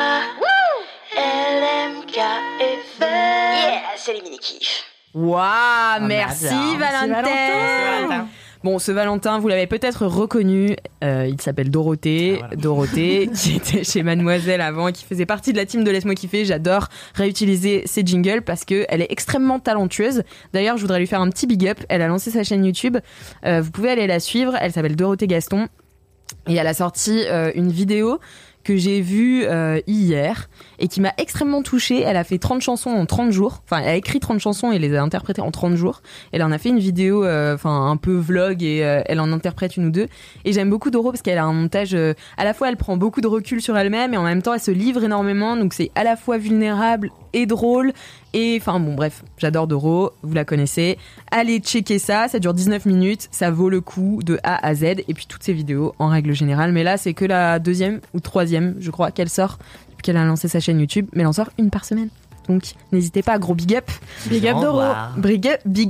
LMK FM. Yeah, c'est les mini-kifs. Waouh, merci Valentin. Bon, ce Valentin, vous l'avez peut-être reconnu, il s'appelle Dorothée. Ah, voilà. Dorothée, qui était chez Mademoiselle avant et qui faisait partie de la team de Laisse-moi kiffer. J'adore réutiliser ses jingles parce qu'elle est extrêmement talentueuse. D'ailleurs, je voudrais lui faire un petit big up. Elle a lancé sa chaîne YouTube. Vous pouvez aller la suivre. Elle s'appelle Dorothée Gaston. Et elle a sorti une vidéo que j'ai vue hier et qui m'a extrêmement touchée. Elle a fait 30 chansons en 30 jours. Enfin, elle a écrit 30 chansons et les a interprétées en 30 jours. Elle en a fait une vidéo un peu vlog et elle en interprète une ou deux. Et j'aime beaucoup Doro parce qu'elle a un montage... à la fois, elle prend beaucoup de recul sur elle-même et en même temps, elle se livre énormément. Donc, c'est à la fois vulnérable et drôle. Et enfin bon bref, j'adore Doro, vous la connaissez. Allez checker ça dure 19 minutes, ça vaut le coup de A à Z. Et puis toutes ces vidéos en règle générale. Mais là c'est que la 2e ou 3e je crois qu'elle sort, qu'elle a lancé sa chaîne YouTube. Mais elle en sort une par semaine. Donc n'hésitez pas, gros big up. Big up Doro. Big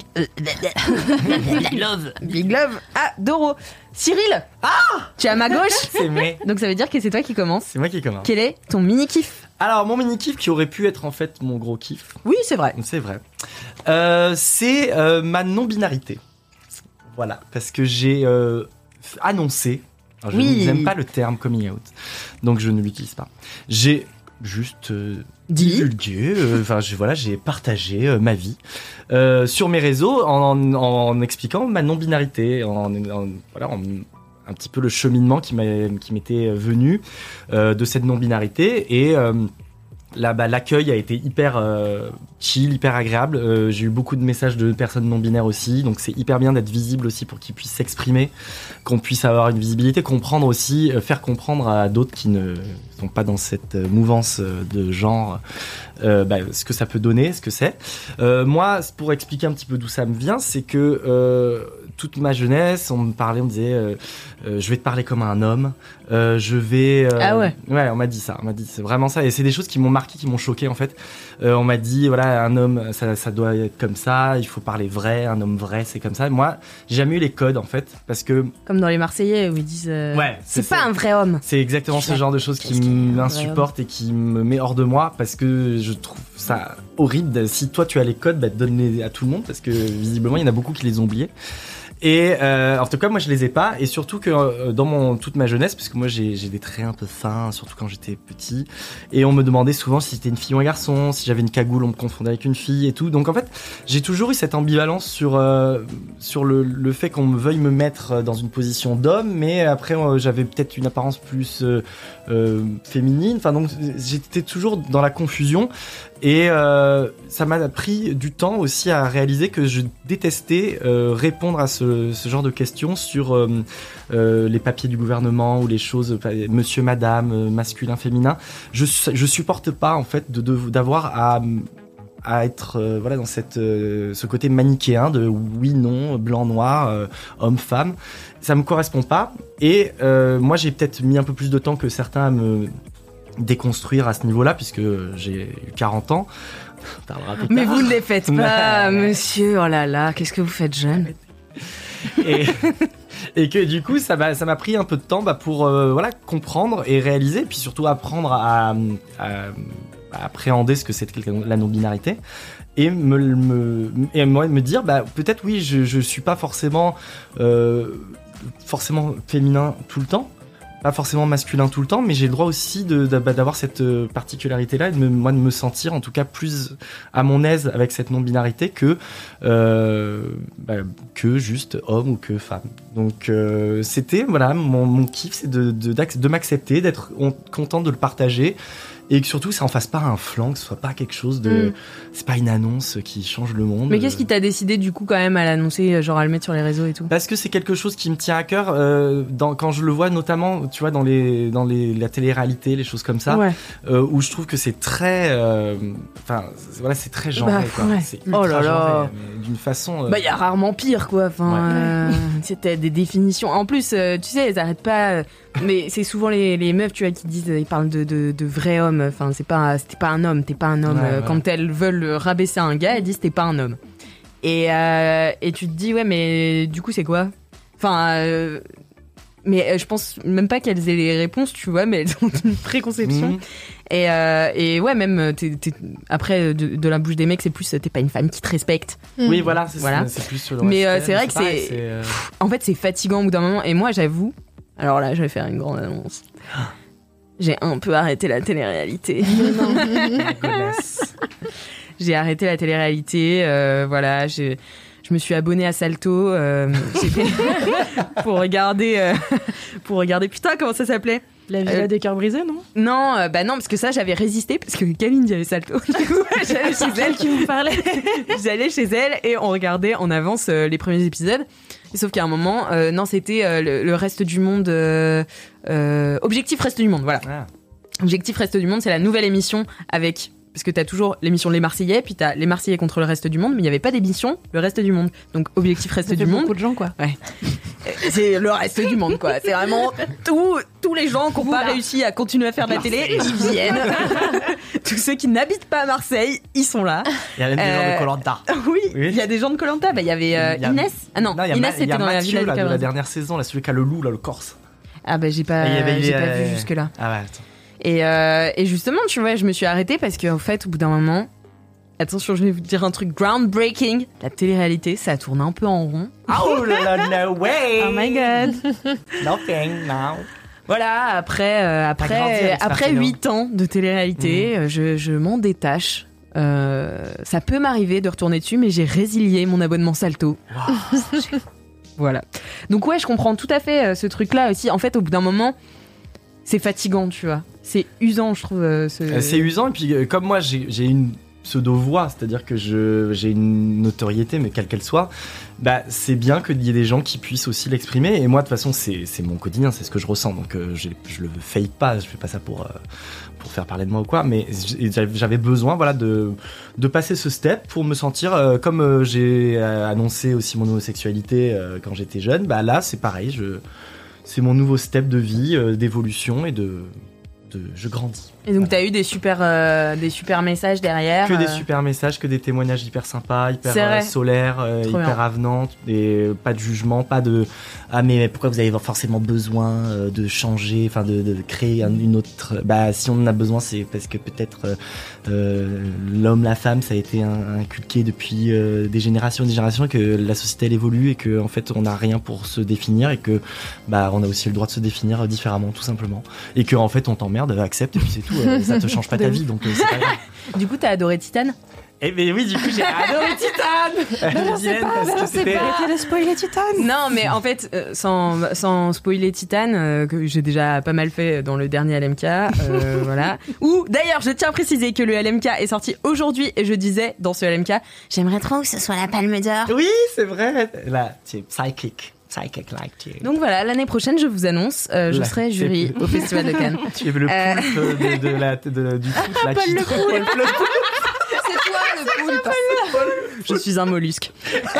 love. Big love à Doro. Cyril, tu es à ma gauche. C'est vrai. Donc ça veut dire que c'est toi qui commence. C'est moi qui commence. Quel est ton mini-kiff ? Alors, mon mini-kiff qui aurait pu être en fait mon gros kiff. Oui, c'est vrai. C'est vrai. C'est ma non-binarité. Voilà, parce que j'ai annoncé. Alors, je n'aime pas le terme coming out, donc je ne l'utilise pas. J'ai juste divulgué, j'ai partagé ma vie sur mes réseaux en expliquant ma non-binarité, en un petit peu le cheminement qui m'était venu de cette non-binarité et l'accueil a été hyper chill, hyper agréable. J'ai eu beaucoup de messages de personnes non-binaires aussi, donc c'est hyper bien d'être visible aussi pour qu'ils puissent s'exprimer, qu'on puisse avoir une visibilité, comprendre aussi, faire comprendre à d'autres qui ne sont pas dans cette mouvance de genre ce que ça peut donner, ce que c'est. Moi, pour expliquer un petit peu d'où ça me vient, c'est que toute ma jeunesse, on me disait je vais te parler comme un homme, je vais... Ah ouais. Ouais, on m'a dit ça, c'est vraiment ça, et c'est des choses qui m'ont marqué, qui m'ont choqué en fait. On m'a dit, voilà, un homme, ça doit être comme ça, il faut parler vrai, un homme vrai, c'est comme ça. Moi, j'ai jamais eu les codes en fait, parce que... Comme dans les Marseillais où ils disent ouais, c'est pas un vrai homme. C'est exactement ce genre de choses qui m'insupportent et qui me met hors de moi, parce que je trouve ça horrible. Si toi tu as les codes, donne-les à tout le monde, parce que visiblement il y en a beaucoup qui les ont oubliés. Et en tout cas, moi, je les ai pas. Et surtout que dans toute ma jeunesse, parce que moi, j'ai des traits un peu fins, surtout quand j'étais petit. Et on me demandait souvent si c'était une fille ou un garçon. Si j'avais une cagoule, on me confondait avec une fille et tout. Donc en fait, j'ai toujours eu cette ambivalence sur le fait qu'on veuille me mettre dans une position d'homme, mais après, j'avais peut-être une apparence plus féminine. Enfin, donc j'étais toujours dans la confusion. Et ça m'a pris du temps aussi à réaliser que je détestais répondre à ce genre de questions sur les papiers du gouvernement ou les choses monsieur, madame, masculin, féminin. Je supporte pas en fait d'avoir à être dans ce côté manichéen de oui, non, blanc, noir, homme, femme. Ça me correspond pas. Et moi, j'ai peut-être mis un peu plus de temps que certains à me déconstruire à ce niveau-là, puisque j'ai eu 40 ans. Mais vous ne les faites pas, monsieur. Oh là là, qu'est-ce que vous faites jeune. Et que du coup, ça m'a pris un peu de temps pour comprendre et réaliser, puis surtout apprendre à appréhender ce que c'est la non-binarité. Et me dire, peut-être oui, je suis pas forcément féminin tout le temps, pas forcément masculin tout le temps, mais j'ai le droit aussi d'avoir cette particularité-là et de me sentir en tout cas plus à mon aise avec cette non-binarité que juste homme ou que femme. Donc c'était mon kiff, c'est de m'accepter, d'être content de le partager. Et que surtout, ça en fasse pas un flanc, que ce soit pas quelque chose de... C'est pas une annonce qui change le monde. Mais qu'est-ce qui t'a décidé du coup quand même à l'annoncer, genre à le mettre sur les réseaux et tout ? Parce que c'est quelque chose qui me tient à cœur, quand je le vois notamment, tu vois, dans la télé-réalité, les choses comme ça, où je trouve que c'est très... c'est très genré, quoi. Ouais. C'est ultra genré, mais d'une façon... y a rarement pire, quoi. C'était des définitions. En plus, tu sais, elles arrêtent pas... Mais c'est souvent les meufs, tu vois, qui disent, ils parlent de vrais hommes. Enfin, c'était pas un homme, t'es pas un homme. Quand elles veulent rabaisser un gars, elles disent t'es pas un homme. Et tu te dis, ouais, mais du coup, c'est quoi ? Enfin, mais je pense même pas qu'elles aient les réponses, tu vois, mais elles ont une préconception. Et ouais, même après de la bouche des mecs, c'est plus t'es pas une femme qui te respecte. Oui, voilà, c'est plus sur le mais respect, c'est vrai que en fait, c'est fatigant au bout d'un moment. Et moi, j'avoue. Alors là, je vais faire une grande annonce. J'ai un peu arrêté la télé-réalité. J'ai arrêté la télé-réalité. Je me suis abonnée à Salto. Pour regarder. Putain, comment ça s'appelait ? La Villa des cœurs brisés, non ? Non, non, parce que ça, j'avais résisté parce que Camille avait Salto. Du coup, j'allais chez elle qui vous parlait. J'allais chez elle et on regardait en avance les premiers épisodes. Et sauf qu'à un moment, non, c'était le reste du monde. Objectif Reste du monde, voilà. Ah. Objectif Reste du monde, c'est la nouvelle émission avec. Parce que t'as toujours l'émission Les Marseillais, puis t'as Les Marseillais contre le reste du monde, mais il n'y avait pas d'émission Le Reste du monde. Donc Objectif Reste du monde. Beaucoup de gens, quoi. Ouais. C'est le reste du monde, quoi. C'est vraiment tous les gens qui n'ont pas réussi à continuer à faire de la télé, ils viennent. Tous ceux qui n'habitent pas à Marseille, ils sont là. Il y a même des gens de Koh-Lanta. Oui, il y a des gens de Koh-Lanta. Il y avait Inès. Ah non, Inès c'était dans la Villa des de la dernière saison, là, celui qui a le loup, là, le Corse. Ah j'ai pas vu jusque-là. Ah ouais, attends. Et justement, tu vois, je me suis arrêtée parce qu'en fait, au bout d'un moment, attention, je vais vous dire un truc groundbreaking. La télé-réalité, ça tourne un peu en rond. Oh là là, no way! Oh my god! Nothing now. Voilà, après 8 ans de télé-réalité, je m'en détache. Ça peut m'arriver de retourner dessus, mais j'ai résilié mon abonnement Salto. Wow. Voilà. Donc ouais, je comprends tout à fait ce truc-là aussi. En fait, au bout d'un moment, c'est fatigant, tu vois. C'est usant, je trouve. C'est usant, et puis comme moi, j'ai une pseudo-voix, c'est-à-dire que j'ai une notoriété, mais quelle qu'elle soit, c'est bien qu'il y ait des gens qui puissent aussi l'exprimer. Et moi, de toute façon, c'est mon quotidien, c'est ce que je ressens. Donc, je le fake pas, je fais pas ça pour faire parler de moi ou quoi. Mais j'avais besoin, de passer ce step pour me sentir comme j'ai annoncé aussi mon homosexualité quand j'étais jeune. Là, c'est pareil. C'est mon nouveau step de vie, d'évolution et je grandis. Et donc t'as eu des super messages derrière. Que des super messages, que des témoignages hyper sympas, hyper solaires, hyper avenants, et pas de jugement, pas de ah mais pourquoi vous avez forcément besoin de changer, enfin de créer une autre. Bah si on en a besoin, c'est parce que peut-être l'homme, la femme, ça a été inculqué depuis des générations, que la société elle évolue et que en fait on n'a rien pour se définir et que bah on a aussi le droit de se définir différemment, tout simplement, et que en fait on t'emmerde, accepte et puis c'est tout. Ça te change pas ta vie, donc c'est pas grave. Du coup, t'as adoré Titane ? Eh ben oui, du coup, j'ai adoré Titane. Je sais pas. Arrêtez de spoiler Titane. Non, mais en fait, sans spoiler Titane, que j'ai déjà pas mal fait dans le dernier LMK, voilà. Ou d'ailleurs, je tiens à préciser que le LMK est sorti aujourd'hui et je disais dans ce LMK, j'aimerais trop que ce soit la Palme d'Or. Oui, c'est vrai. Là, c'est psychic. Donc voilà, l'année prochaine, je vous annonce, je serai jury au Festival de Cannes. Tu es le poulpe du foot, là, qui trompe le poulpe. C'est toi le poulpe. Je suis un mollusque.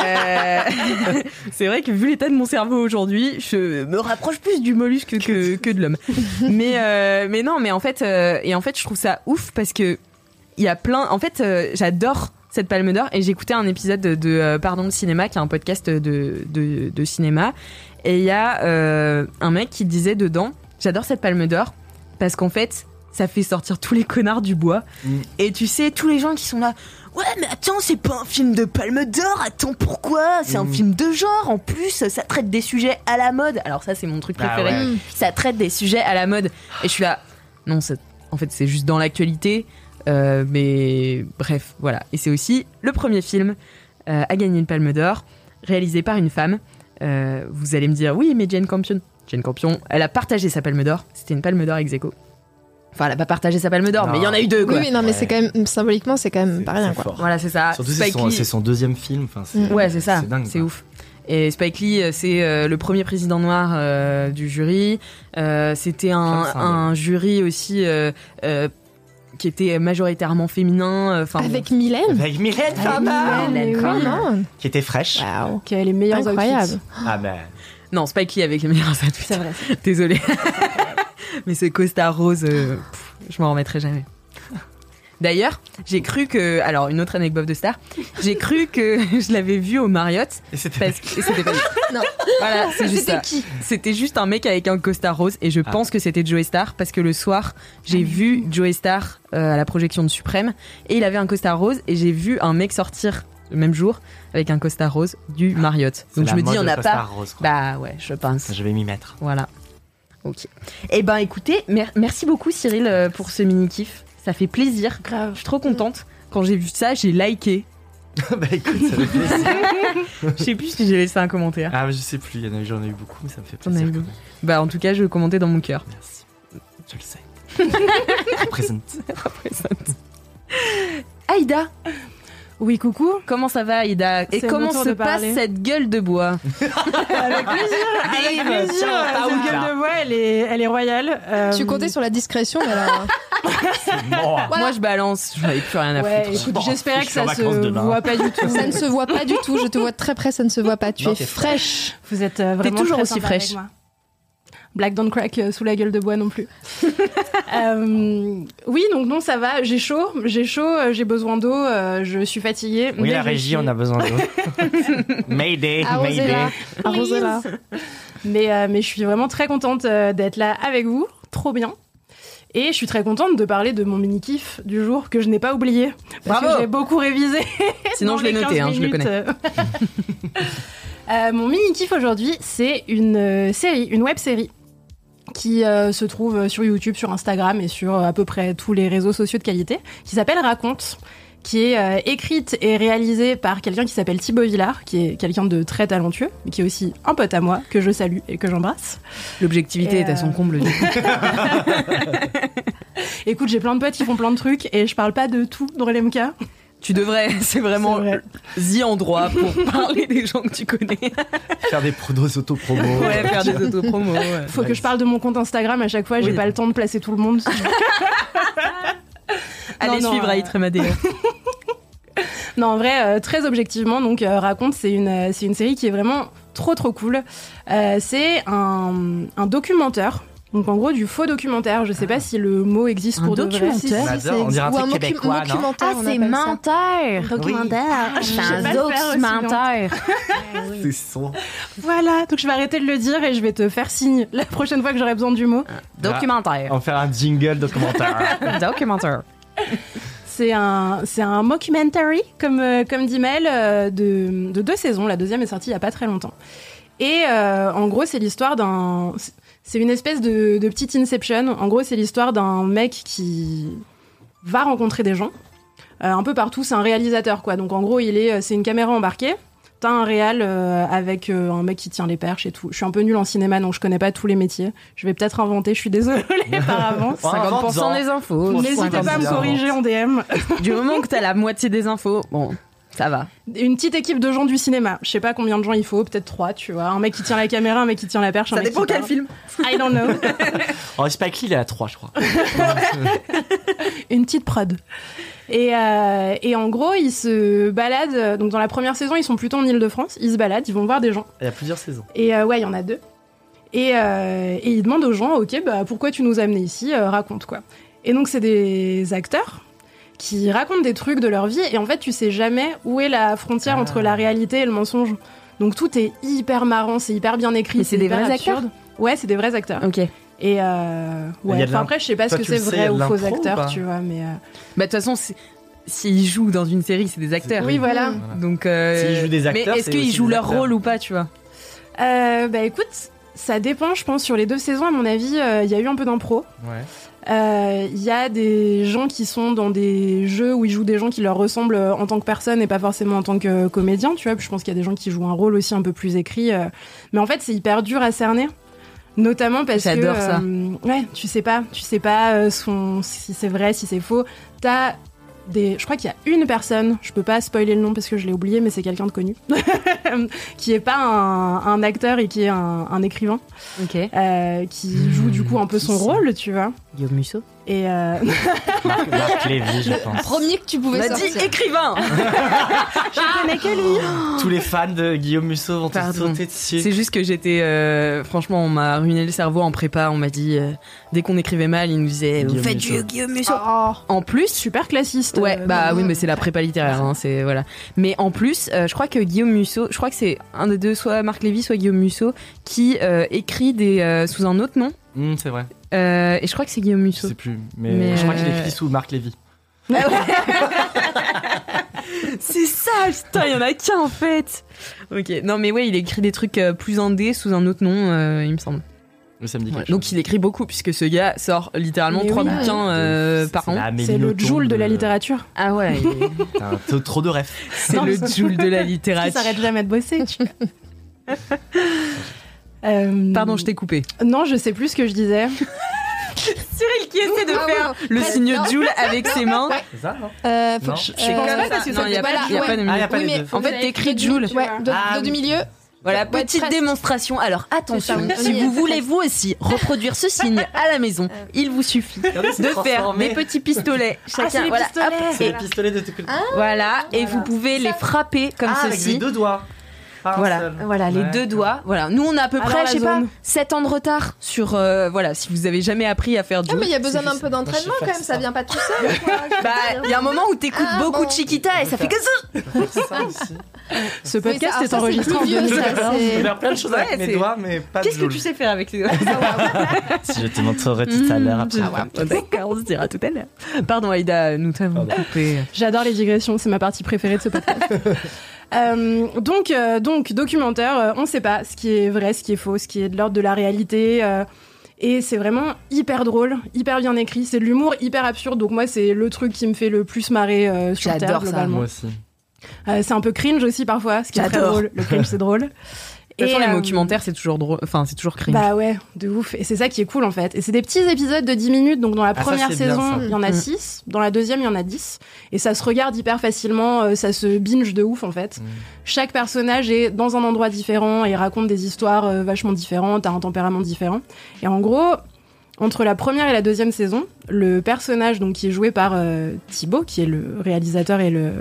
C'est vrai que vu l'état de mon cerveau aujourd'hui, je me rapproche plus du mollusque que de l'homme. Mais non, mais en fait, je trouve ça ouf parce que il y a plein. En fait, j'adore cette Palme d'Or et j'écoutais un épisode de Pardon le cinéma, qui est un podcast de cinéma, et il y a un mec qui disait dedans, j'adore cette Palme d'Or parce qu'en fait ça fait sortir tous les connards du bois. Et tu sais, tous les gens qui sont là, ouais mais attends, c'est pas un film de Palme d'Or, attends, pourquoi, c'est un film de genre, en plus ça traite des sujets à la mode. Alors ça c'est mon truc préféré, ça traite des sujets à la mode, et je suis là, non, en fait c'est juste dans l'actualité. Mais bref, voilà. Et c'est aussi le premier film à gagner une Palme d'Or, réalisé par une femme. Vous allez me dire, oui, mais Jane Campion, elle a partagé sa Palme d'Or. C'était une Palme d'Or ex aequo. Enfin, elle a pas partagé sa Palme d'Or, mais il y en a eu deux, quoi. Oui, non, mais c'est quand même, symboliquement, c'est quand même pas rien, quoi. Fort. Voilà, c'est ça. Surtout c'est son deuxième film. Enfin, c'est ça. C'est dingue. C'est ouf. Et Spike Lee, c'est le premier président noir du jury. C'était un jury aussi qui était majoritairement féminin. Avec Mylène Farmer, qui était fraîche, qui avait les meilleurs outfits. Ah ben non, Spike Lee avec les meilleurs outfits. C'est vrai. Désolée. Mais ce costard rose, je m'en remettrai jamais. D'ailleurs, j'ai cru que... Alors, une autre anecdote de star. J'ai cru que je l'avais vu au Marriott. Et c'était pas lui. Non. Voilà, c'est juste ça. Qui ? C'était juste un mec avec un costard rose. Et je pense que c'était Joey Starr. Parce que le soir, j'ai vu Joey Starr à la projection de Suprême. Et il avait un costard rose. Et j'ai vu un mec sortir le même jour avec un costard rose du Marriott. Donc je me dis, on n'a pas... Rose, bah ouais, je pense. Je vais m'y mettre. Voilà. Ok. Eh ben écoutez, merci beaucoup Cyril pour ce mini-kiff. Ça fait plaisir. Grave. Je suis trop contente. Quand j'ai vu ça, j'ai liké. Bah écoute, ça fait plaisir. Je sais plus si j'ai laissé un commentaire. Ah, je sais plus, j'en ai eu beaucoup, mais ça me fait plaisir. Bah en tout cas, je le commentais dans mon cœur. Merci. Je le sais. Représente. Aïda. Oui, coucou. Comment ça va, Aïda? Et comment se passe cette gueule de bois? Avec plaisir. Cette gueule de bois, elle est royale. Tu comptais sur la discrétion, mais alors... Voilà. Moi, je balance. Je n'avais plus rien à foutre. Écoute, j'espérais que ça se voit pas du tout. Ça ne se voit pas du tout. Je te vois de très près, ça ne se voit pas. Tu es fraîche. Vous êtes vraiment T'es toujours très aussi sympa fraîche. avec moi. Black don't crack sous la gueule de bois non plus. Oui, donc non, ça va. J'ai chaud, j'ai besoin d'eau, je suis fatiguée. Oui, la régie, on a besoin d'eau. Mayday. Arrosez-la. Mais je suis vraiment très contente d'être là avec vous. Trop bien. Et je suis très contente de parler de mon mini-kiff du jour que je n'ai pas oublié. Parce que j'ai beaucoup révisé. Sinon, je l'ai noté, je le connais. Mon mini-kiff aujourd'hui, c'est une web-série qui se trouve sur YouTube, sur Instagram et sur à peu près tous les réseaux sociaux de qualité, qui s'appelle Raconte, qui est écrite et réalisée par quelqu'un qui s'appelle Thibaut Villard, qui est quelqu'un de très talentueux, mais qui est aussi un pote à moi, que je salue et que j'embrasse. L'objectivité est à son comble. Du coup. Écoute, j'ai plein de potes qui font plein de trucs et je parle pas de tout dans l'MK. Tu devrais, c'est vraiment the endroit pour parler des gens que tu connais. Faire des auto-promos. Ouais, faire des auto-promos. Ouais. Faut que je parle de mon compte Instagram à chaque fois, j'ai pas le temps de placer tout le monde. Allez suivre Aït Remadé. Non, en vrai, très objectivement, donc Raconte, c'est une série qui est vraiment trop cool. C'est un documentaire Donc en gros du faux documentaire, je sais pas si le mot existe pour de vrai. On dirait un truc québécois, non? Ah, c'est menteur. Documentaire. C'est un documentaire. C'est son. Voilà, donc je vais arrêter de le dire et je vais te faire signe la prochaine fois que j'aurai besoin du mot. Documentaire. On va faire un jingle documentaire. Documentaire. C'est un mockumentary, comme dit Mel, de 2 saisons. La deuxième est sortie il y a pas très longtemps. Et en gros, c'est l'histoire d'un... C'est une espèce de petite Inception. En gros, c'est l'histoire d'un mec qui va rencontrer des gens un peu partout. C'est un réalisateur, quoi. Donc en gros, c'est une caméra embarquée. T'as un réal avec un mec qui tient les perches et tout. Je suis un peu nulle en cinéma, donc je connais pas tous les métiers. Je vais peut-être inventer, je suis désolée par avance. 50% des infos. N'hésitez pas à me corriger en DM. Du moment que t'as la moitié des infos, bon, ça va. Une petite équipe de gens du cinéma. Je sais pas combien de gens il faut, peut-être 3, tu vois. Un mec qui tient la caméra, un mec qui tient la perche. Ça dépend quel film. I don't know. Oh, Spike Lee, il est à 3, je crois. Une petite prod. Et en gros, ils se baladent. Donc dans la première saison, ils sont plutôt en Île-de-France. Ils se baladent, ils vont voir des gens. Il y a plusieurs saisons. Et ouais, il y en a 2. Et ils demandent aux gens, ok, bah pourquoi tu nous as amenés ici, raconte quoi. Et donc c'est des acteurs qui racontent des trucs de leur vie. Et en fait, tu sais jamais où est la frontière entre la réalité et le mensonge. Donc tout est hyper marrant, c'est hyper bien écrit. Mais c'est des vrais acteurs. Ouais, c'est des vrais acteurs. Ok. Et ouais, enfin après je sais pas ce que c'est vrai ou faux acteurs, tu vois, mais bah de toute façon s'ils jouent dans une série, c'est des acteurs. Oui, voilà. Donc s'ils jouent des acteurs, mais est-ce qu'ils jouent leur rôle ou pas, tu vois? Bah écoute, ça dépend, je pense. Sur les 2 saisons, à mon avis, il y a eu un peu d'impro. Ouais. Il y a des gens qui sont dans des jeux où ils jouent des gens qui leur ressemblent en tant que personne et pas forcément en tant que comédien, tu vois. Puis je pense qu'il y a des gens qui jouent un rôle aussi un peu plus écrit. Mais en fait, c'est hyper dur à cerner. Notamment parce que... J'adore ça. Ouais, tu sais pas si c'est vrai, si c'est faux. Je crois qu'il y a une personne, je peux pas spoiler le nom parce que je l'ai oublié, mais c'est quelqu'un de connu, qui est pas un acteur et qui est un écrivain, qui joue du coup un peu son rôle, tu vois. Guillaume Musso. Et Marc Lévy, je pense. Premier que tu pouvais sortir. Dit écrivain. Je connais que lui. Tous les fans de Guillaume Musso vont te sauter dessus. C'est juste que j'étais... franchement, on m'a ruiné le cerveau en prépa. On m'a dit, dès qu'on écrivait mal, ils nous disaient « Vous faites du Guillaume Musso ». En plus... Super classiste. Ouais, bah oui, mais c'est la prépa littéraire. Hein, c'est, voilà. Mais en plus, je crois que Guillaume Musso... Je crois que c'est un des deux, soit Marc Lévy, soit Guillaume Musso, qui écrit sous un autre nom. C'est vrai. Et je crois que c'est Guillaume Musso. Je sais plus, mais je crois qu'il écrit sous Marc Lévy. C'est ça, putain, il y en a qu'un en fait. Ok, non mais ouais, il écrit des trucs plus indés sous un autre nom, il me semble. Ça me dit quelque donc il écrit beaucoup puisque ce gars sort littéralement 3 bouquins par an. C'est le Joule de la littérature. Ah ouais. T'as trop de rêves. C'est le Joule de la littérature. Qui s'arrête jamais de bosser. Pardon, je t'ai coupé. Non, je sais plus ce que je disais. Cyril qui essaie de faire le signe Joule avec ses mains. C'est ça, non? Je pense pas parce que il y a pas de milieu. En fait, t'écris Joule. Ouais, du milieu. Voilà, petite démonstration. Alors attention, si vous voulez vous aussi reproduire ce signe à la maison, il vous suffit de faire des petits pistolets. Chacun, voilà, c'est les pistolets de voilà, et vous pouvez les frapper comme ceci. Avec les 2 doigts. Voilà, les 2 doigts. Voilà, nous on a à peu près, je sais pas, 7 ans de retard sur voilà, si vous avez jamais appris à faire du. Ah mais il y a besoin d'un peu d'entraînement quand même, ça vient pas tout seul. Bah, il y a un moment où t'écoutes beaucoup de Chiquita et ça fait que ça. Ce podcast est enregistré en 2014. Je peux faire plein de choses avec mes doigts, mais pas de Qu'est-ce que tu sais faire avec les doigts? Si je te montrerai tout à l'heure après. D'accord, on se dira tout à l'heure. Pardon Aïda, nous t'avons coupé. J'adore les digressions, c'est ma partie préférée de ce podcast. Donc documentaire, on sait pas ce qui est vrai, ce qui est faux, ce qui est de l'ordre de la réalité. Et c'est vraiment hyper drôle, hyper bien écrit. C'est de l'humour hyper absurde. Donc moi, c'est le truc qui me fait le plus marrer sur Terre, globalement. Moi aussi. C'est un peu cringe aussi parfois, ce qui est très drôle. Le cringe, c'est drôle. De toute façon, les documentaires, c'est toujours drôle. Enfin, c'est toujours cringe. Bah ouais, de ouf. Et c'est ça qui est cool, en fait. Et c'est des petits épisodes de 10 minutes. Donc, dans la première saison, il y en a 6. Dans la deuxième, il y en a 10. Et ça se regarde hyper facilement. Ça se binge de ouf, en fait. Chaque personnage est dans un endroit différent et raconte des histoires vachement différentes, a un tempérament différent. Et en gros, entre la première et la deuxième saison, le personnage donc, qui est joué par Thibaut, qui est le réalisateur et le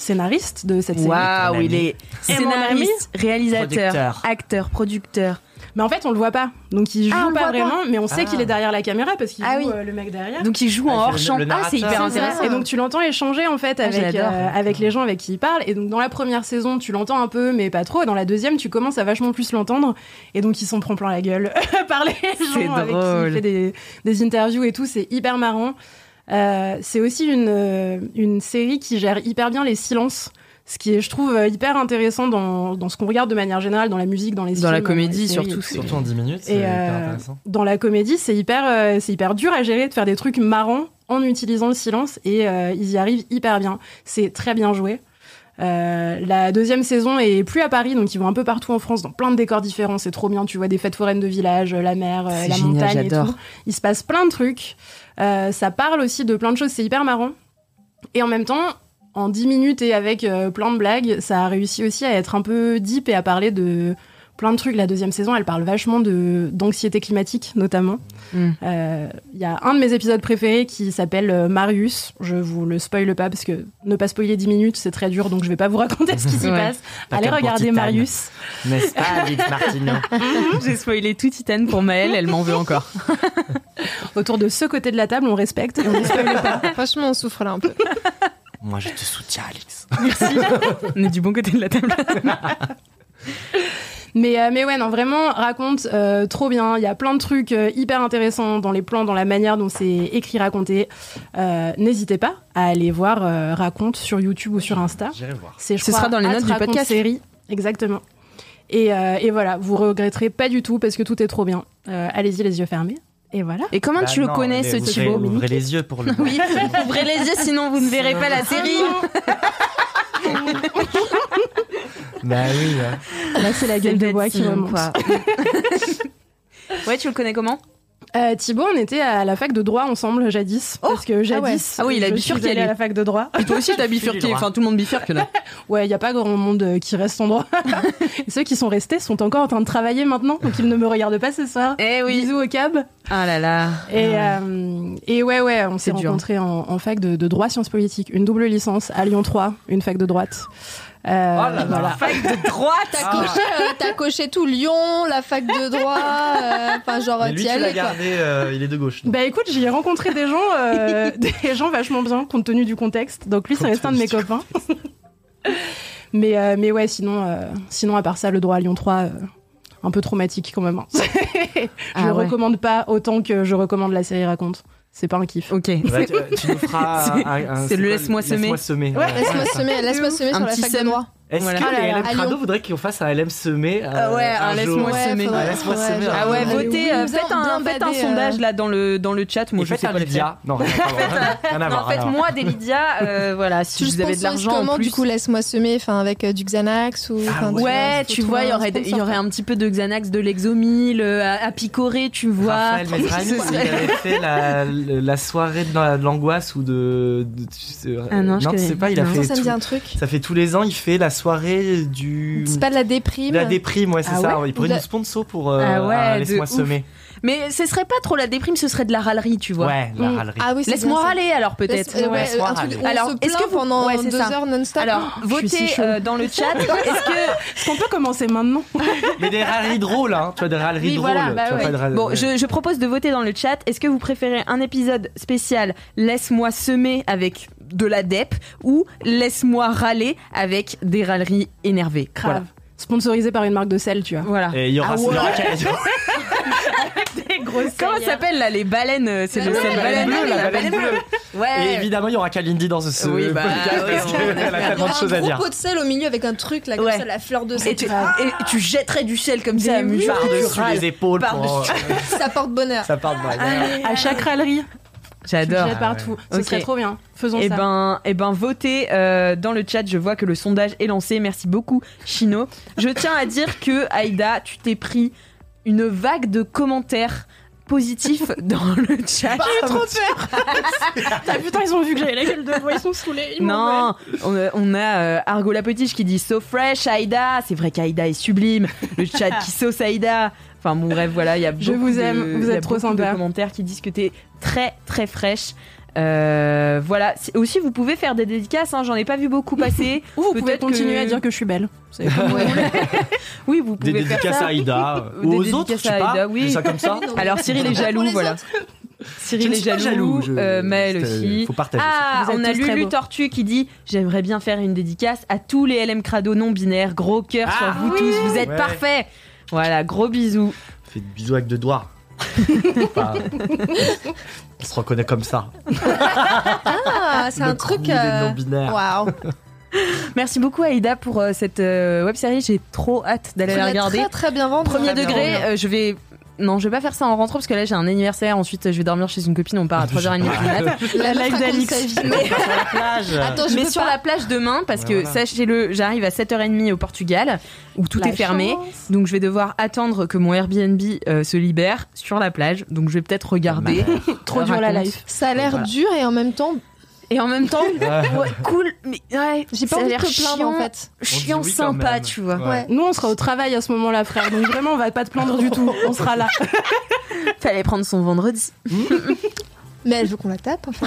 scénariste de cette série. Waouh, il est scénariste, réalisateur, acteur, producteur. Mais en fait, on le voit pas. Donc il joue pas vraiment, mais on sait Ah. qu'il est derrière la caméra parce qu'il joue oui. le mec derrière. Donc il joue en hors champ. le C'est hyper narrateur. intéressant. Et donc tu l'entends échanger en fait avec les gens avec qui il parle. Et donc dans la première saison, tu l'entends un peu, mais pas trop. Et dans la deuxième, tu commences à vachement plus l'entendre. Et donc ils s'en prend plein la gueule par les gens avec qui il fait des interviews et tout. C'est hyper marrant. C'est aussi une série qui gère hyper bien les silences. Ce qui est, je trouve, hyper intéressant dans ce qu'on regarde de manière générale, dans la musique, dans les films. Dans la comédie, dans les séries. surtout. Surtout en 10 minutes, c'est Et hyper intéressant. dans la comédie, c'est hyper dur à gérer, de faire des trucs marrants en utilisant le silence, et ils y arrivent hyper bien. C'est très bien joué. La deuxième saison est plus à Paris, donc ils vont un peu partout en France, dans plein de décors différents. C'est trop bien, tu vois des fêtes foraines de village, la mer, la génial, montagne j'adore. et tout. Il se passe plein de trucs. Ça parle aussi de plein de choses, c'est hyper marrant. Et en même temps, en 10 minutes et avec plein de blagues, ça a réussi aussi à être un peu deep et à parler de plein de trucs. La deuxième saison, elle parle vachement d'anxiété climatique, notamment. Il y a un de mes épisodes préférés qui s'appelle Marius. Je vous le spoile pas parce que ne pas spoiler 10 minutes, c'est très dur, donc je vais pas vous raconter ce qui s'y passe. Allez regarder Marius. N'est-ce pas, Alix Martineau? J'ai spoilé tout Titane pour Maëlle, elle m'en veut encore. Autour de ce côté de la table, on respecte et on ne spoile pas. Franchement, on souffre là un peu. Moi, je te soutiens, Alix. Merci. On est du bon côté de la table. Mais ouais, non, vraiment, raconte trop bien. Il y a plein de trucs hyper intéressants dans les plans, dans la manière dont c'est écrit, raconté. N'hésitez pas à aller voir Raconte sur YouTube ou sur Insta. J'irai voir. Ce sera dans les notes du podcast. Série, exactement. Et voilà, vous regretterez pas du tout parce que tout est trop bien. Allez-y, les yeux fermés. Et voilà. Et comment tu le connais, ce Thibaut? Ouvrez les yeux pour le. Oui, ouvrez les yeux, sinon vous ne verrez pas la série. Bah oui. Là, c'est la gueule de bois qui remonte. Ouais, tu le connais comment? Thibaut, on était à la fac de droit ensemble jadis. Parce que jadis, Ah oui, il a je bifurqué, suis allée lui. à la fac de droit. Et toi aussi, t'as bifurqué. Enfin, tout le monde bifurque là. Ouais, il n'y a pas grand monde qui reste en droit. Et ceux qui sont restés sont encore en train de travailler maintenant, donc ils ne me regardent pas ce soir. Eh oui. Bisous au cab. Ah là là. Et ouais, on s'est C'est dur. rencontrés en fac de droit sciences politiques. Une double licence à Lyon 3, une fac de droite. là. Voilà. Fac de droite. T'as coché tout Lyon, la fac de droit. Enfin, genre, Mais lui, t'y tu l'as allais, quoi. gardé, il est de gauche. Bah écoute, j'y ai rencontré des gens vachement bien, compte tenu du contexte. Donc lui, c'est resté un de mes copains. mais ouais, sinon, à part ça, le droit à Lyon 3, un peu traumatique quand même. Hein. Je le recommande pas autant que je recommande la série Raconte. C'est pas un kiff. Ok. Bah, tu nous feras c'est le laisse-moi semer. Ouais, laisse-moi semer sur la fac de droit. Est-ce Voilà. que Ah là les là, LM à Crado Lyon. voudraient qu'on fasse un LM semé Ouais, un laisse-moi jour. semer. faudrait- Laisse-moi faudrait- semer. Ah ouais, Allez, votez, oui, faites un bader, sondage là dans le chat. Moi, Et je faites sais un pas le faire. Lydia. Non, rien à Non, voir. faites-moi des Lydia. Voilà, si Tu vous avez de sponsorises l'argent en comment, plus. du coup, laisse-moi semer, enfin, avec du Xanax ou. enfin, Ouais, tu vois, il y aurait un petit peu de Xanax, de Lexomil, à picorer, tu vois. Raphaël Mesrani, Ce il serait- avait fait la soirée de l'angoisse ou de Ah non, je tu connais- sais pas, il a non. fait Ça me dit tout- un truc. ça fait tous les ans, il fait la soirée du C'est pas de la déprime. la déprime, ouais, c'est Ah ça. ouais Il pourrait De la- nous sponsor pour Ah ouais, un de laisse-moi ouf. semer. Mais ce serait pas trop la déprime, ce serait de la râlerie, tu vois. Ouais, la râlerie. Ah oui, c'est Laisse-moi bien ça. râler alors peut-être. Ouais, Laisse-moi un truc râler. où on Alors, se est-ce plaint que vous- pendant ouais, c'est 2 ça. heures non-stop. Alors, je suis si votez chaud. dans le chat. Est-ce qu'on peut commencer maintenant? Mais des râleries drôles, hein. Tu vois, des râleries Oui, drôles. voilà, tu bah vois, ouais. pas de râleries- Bon, je propose de voter dans le chat. Est-ce que vous préférez un épisode spécial Laisse-moi semer avec de la dep ou Laisse-moi râler avec des râleries énervées? Grave. Sponsorisé par une marque de sel, tu vois. Voilà. Et il y aura Ah ouais. il y aura- Des grosses Comment ça s'appelle là les baleines? C'est le Ouais, sel la baleine bleue, la baleine bleue. Ouais. Et évidemment, il y aura Kalindi dans ce Oui, bah, podcast oui, parce on qu'elle a espère. Il y tellement de aura choses à un gros dire. pot de sel au milieu avec un truc là, comme Ouais. ça, la fleur de sel. Et tu jetterais du sel comme ça à oui, mesure. Par-dessus les épaules pour Par-dessus. Ça porte bonheur. ça part de moi. À chaque râlerie, tu J'adore. le jettes partout. Ce Ok. serait trop bien. Faisons Eh ça. ben, votez dans le chat. Je vois que le sondage est lancé. Merci beaucoup, Chino. Je tiens à dire que Aïda, tu t'es pris une vague de commentaires positifs dans le chat. J'ai trop peur. Ah, putain, ils ont vu que j'avais la gueule de bois, ils sont saoulés. Ils Non, on a Argo la Petite qui dit So fresh, Aïda. C'est vrai qu'Aïda est sublime. Le chat qui sauce Aïda. Enfin bon, bref, voilà, il y a beaucoup Je vous aime, de- vous il y a êtes trop beaucoup de sympa. commentaires qui disent que t'es très très fraîche. Voilà. Aussi, vous pouvez faire des dédicaces. J'en ai pas vu beaucoup passer. Ou vous pouvez continuer à dire que je suis belle. C'est comme vous voulez. Oui, vous pouvez des faire dédicaces ça. à Aïda Ou ou des aux autres, je dédicaces sais à pas. Aïda, oui. C'est ça comme ça. Alors Cyril est jaloux, voilà. Cyril est jaloux, Maël aussi. Faut partager. Ah, Vous êtes on a tous très Lulu beaux. Tortue qui dit « J'aimerais bien faire une dédicace à tous les LM Crado non-binaires. Gros cœur sur vous tous, vous êtes parfaits. » Voilà, gros bisous. Fais des bisous avec 2 doigts. Enfin, on se reconnaît comme ça. Ah, c'est Le un truc. crew des non-binaires. Waouh. Merci beaucoup Aïda pour cette web-série. J'ai trop hâte d'aller la regarder. Très très bien vendu. Premier Très bien degré, vendu. je vais... Non, je vais pas faire ça en rentrant parce que là j'ai un anniversaire. Ensuite, je vais dormir chez une copine. On part à 3h30 du mat. La live meuf raconte d'Alix. sa vie. Sur la plage. Attends, je Mais peux sur pas. la plage demain, parce Ouais, que voilà. sachez-le, j'arrive à 7h30 au Portugal, où tout La est fermé. chance. Donc je vais devoir attendre que mon Airbnb se libère sur la plage. Donc je vais peut-être regarder. Trop dur la Raconte. life. Ça a l'air Voilà. dur et en même temps, Et en même temps, ouais, cool. Mais ouais, j'ai pas ça a envie de l'air te plaindre en fait. Chiant, On dit oui quand sympa, même. tu vois. Ouais. Nous, on sera au travail à ce moment-là, frère. Donc vraiment, on va pas te plaindre du tout. On sera là. Fallait prendre son vendredi. Mais elle veut qu'on la tape en fait.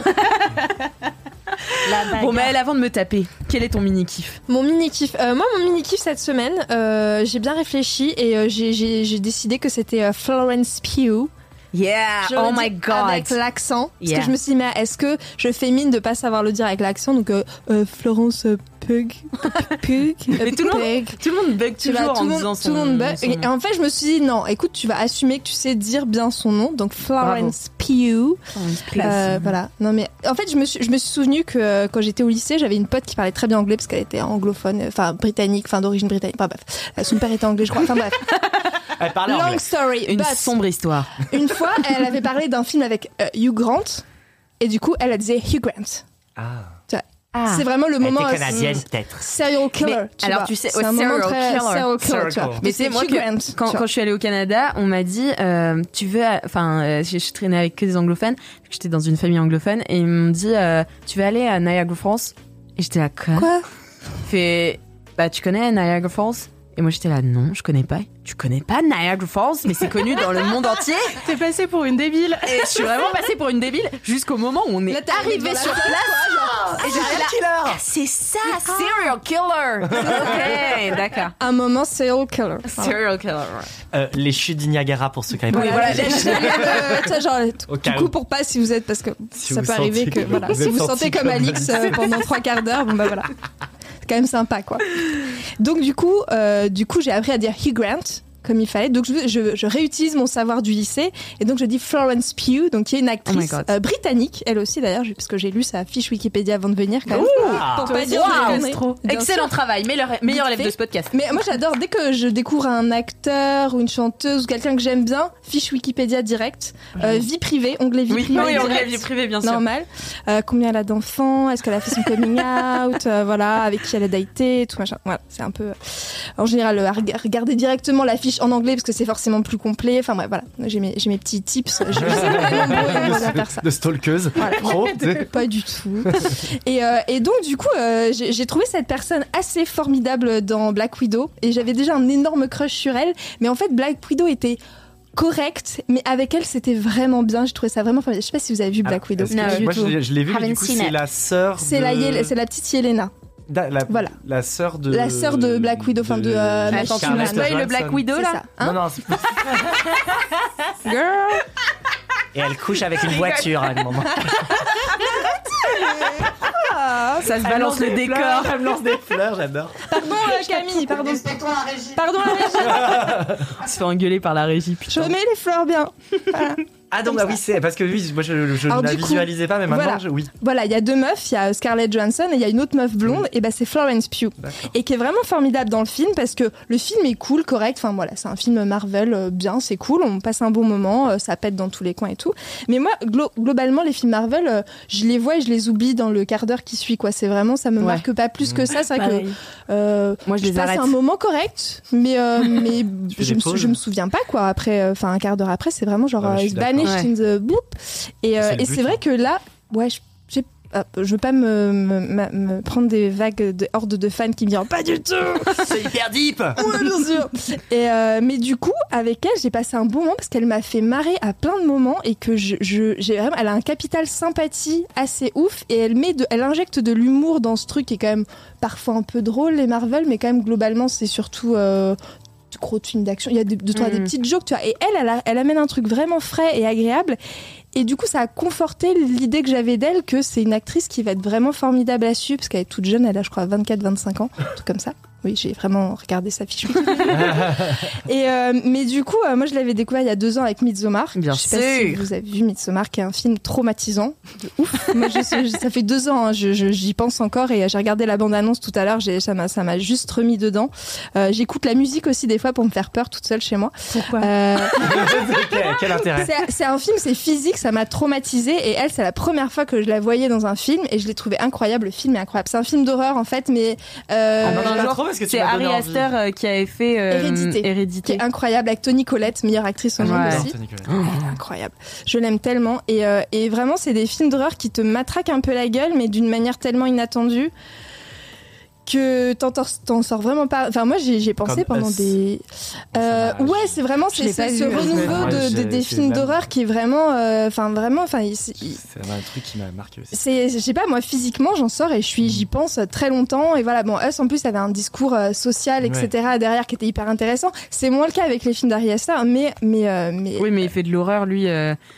Bon, Maëlle, avant de me taper, quel est ton mini-kiff? Mon mini-kiff. Moi, mon mini-kiff cette semaine, j'ai bien réfléchi et j'ai décidé que c'était Florence Pugh. Yeah, Je oh le my dis god. Avec l'accent. Parce Yeah. que je me suis dit, mais est-ce que je fais mine de pas savoir le dire avec l'accent? Donc, Florence Pugh. Pugh. Mais tout le monde bug Tu vois, toujours tout en le monde- disant tout le monde bug. son Et nom. en fait, je me suis dit, non, écoute, tu vas assumer que tu sais dire bien son nom. Donc, Florence Pugh. Voilà. Non, mais en fait, je me suis souvenu que quand j'étais au lycée, j'avais une pote qui parlait très bien anglais parce qu'elle était anglophone, enfin britannique, enfin d'origine britannique. Enfin bref, son père était anglais, je crois. Enfin bref. Elle parlait Long anglais. story. Une but sombre histoire. une fois, elle avait parlé d'un film avec Hugh Grant. Et du coup, elle disait Hugh Grant. Ah. Tu vois, c'est vraiment le moment peut-être. serial killer. Mais, alors, vois. tu sais, c'est ouais, un moment serial très killer. serial killer, tu vois. Mais c'est moi Hugh que Grant, quand tu vois. je suis allée au Canada, on m'a dit tu veux enfin je traînais avec que des anglophones, j'étais dans une famille anglophone et ils m'ont dit tu veux aller à Niagara Falls et j'étais là quoi fait bah tu connais Niagara Falls et moi j'étais là non je connais pas. Tu connais pas Niagara Falls mais c'est connu dans le monde entier. T'es passé pour une débile. Et je suis vraiment passée pour une débile jusqu'au moment où on est Là, t'es arrivé dans sur la place et j'étais là ah, c'est ça serial killer. Ok d'accord. Un moment serial killer. Serial killer. Les chutes du Niagara pour ceux qui n'avaient Oui, pas. voilà, Tu sais, genre, Au du cas coup, où. pour pas si vous êtes, parce que Si ça vous peut arriver sentez que, que voilà, vous si êtes vous senti sentez comme comme Alix Alix. pendant 3/4 d'heure, bon bah voilà. C'est quand même sympa, quoi. Donc, du coup, j'ai appris à dire Hugh Grant, comme il fallait. Donc, je réutilise mon savoir du lycée. Et donc, je dis Florence Pugh, donc qui est une actrice Oh my God. britannique, elle aussi d'ailleurs, parce que j'ai lu sa fiche Wikipédia avant de venir, quand même. Pour pas dire Wow. des conneries. Bien Excellent sûr. travail, meilleur Vite élève fait. de ce podcast. Mais moi j'adore, dès que je découvre un acteur ou une chanteuse ou quelqu'un que j'aime bien, fiche Wikipédia direct, vie privée, onglet vie privée. oui, direct. onglet vie privée, bien sûr. Normal. Combien elle a d'enfants, est-ce qu'elle a fait son coming out, voilà, avec qui elle a daté, tout machin. Voilà, c'est un peu. En général, regarder directement la fiche en anglais parce que c'est forcément plus complet. Enfin bref, voilà, j'ai mes petits tips. Je sais que les nombreux ils vont bien faire ça. De stalkeuse. Voilà. Pro, tu sais. Pas du tout. Et donc, du coup, j'ai trouvé cette personne assez formidable dans Black Widow. Et j'avais déjà un énorme crush sur elle. Mais en fait, Black Widow était correcte, mais avec elle, c'était vraiment bien. J'ai trouvé ça vraiment formidable. Je sais pas si vous avez vu Black Widow. Est-ce que- moi, je l'ai vu, mais du coup, c'est la sœur. C'est la petite Yelena. Voilà. La sœur de. La sœur de Black Widow, enfin de Attends, tu m'as Scarlett spoil le Black Johansson. Widow C'est là ça. Hein Non, non, c'est pas. Girl. Et elle couche avec une voiture à un moment. Ça se balance le décor. Elle me lance des fleurs, j'adore. Pardon, Camille, pardon. la régie. Pardon, la régie. On se fait engueuler par la régie, Je putain. mets les fleurs bien. Voilà. Ah donc oui c'est parce que oui moi je Alors, ne la du coup, visualisais pas mais maintenant voilà. oui. Voilà, il y a deux meufs, il y a Scarlett Johansson et il y a une autre meuf blonde, et ben c'est Florence Pugh. D'accord. Et qui est vraiment formidable dans le film parce que le film est cool, correct, enfin voilà, c'est un film Marvel, bien, c'est cool, on passe un bon moment, ça pète dans tous les coins et tout. Mais moi, globalement, les films Marvel, je les vois et je les oublie dans le quart d'heure qui suit, quoi. C'est vraiment, ça me Ouais. marque pas plus que ça, c'est vrai Pareil. que Moi, je les passe arrête. un moment correct, mais fais des pauses. je me souviens pas, quoi. Après, enfin un quart d'heure après, c'est vraiment genre Ah, je suis it's vanished d'accord. in the boop. Et C'est le et but, c'est vrai hein. que là, ouais, je veux pas me prendre des vagues de hordes de fans qui me disent pas du tout. C'est hyper deep. Ouais, bien sûr. Et mais du coup, avec elle, j'ai passé un bon moment parce qu'elle m'a fait marrer à plein de moments et que j'ai vraiment, elle a un capital sympathie assez ouf et elle injecte de l'humour dans ce truc qui est quand même parfois un peu drôle les Marvel, mais quand même globalement c'est surtout gros film d'action. Il y a des petites jokes, tu vois. Et elle amène un truc vraiment frais et agréable. Et du coup, ça a conforté l'idée que j'avais d'elle que c'est une actrice qui va être vraiment formidable à suivre parce qu'elle est toute jeune, elle a je crois 24-25 ans, un truc comme ça. Oui, j'ai vraiment regardé sa fiche. Et mais du coup, moi je l'avais découvert il y a 2 ans avec Midsommar. Bien je sais pas si vous avez vu Midsommar, qui est un film traumatisant, de ouf. Moi, ça fait 2 ans, hein, j'y pense encore et j'ai regardé la bande-annonce tout à l'heure. Ça m'a juste remis dedans. J'écoute la musique aussi des fois pour me faire peur toute seule chez moi. Pourquoi Quel intérêt? C'est un film, c'est physique, ça m'a traumatisée et elle, c'est la première fois que je la voyais dans un film et je l'ai trouvé incroyable. Le film est incroyable. C'est un film d'horreur en fait, mais c'est Ari Aster qui avait fait Hérédité, qui est incroyable avec Toni Collette, meilleure actrice au monde aussi. Elle est incroyable. Je l'aime tellement et vraiment c'est des films d'horreur qui te matraquent un peu la gueule, mais d'une manière tellement inattendue que t'en sors vraiment pas. Enfin moi j'ai pensé comme pendant des ouais, c'est vraiment c'est ce renouveau des films d'horreur qui est vraiment c'est un truc qui m'a marqué aussi. Je sais pas, moi physiquement j'en sors et j'y pense très longtemps et voilà. Bon, Us en plus avait un discours social etc. derrière qui était hyper intéressant. C'est moins le cas avec les films d'Ari Aster, mais oui, mais il fait de l'horreur lui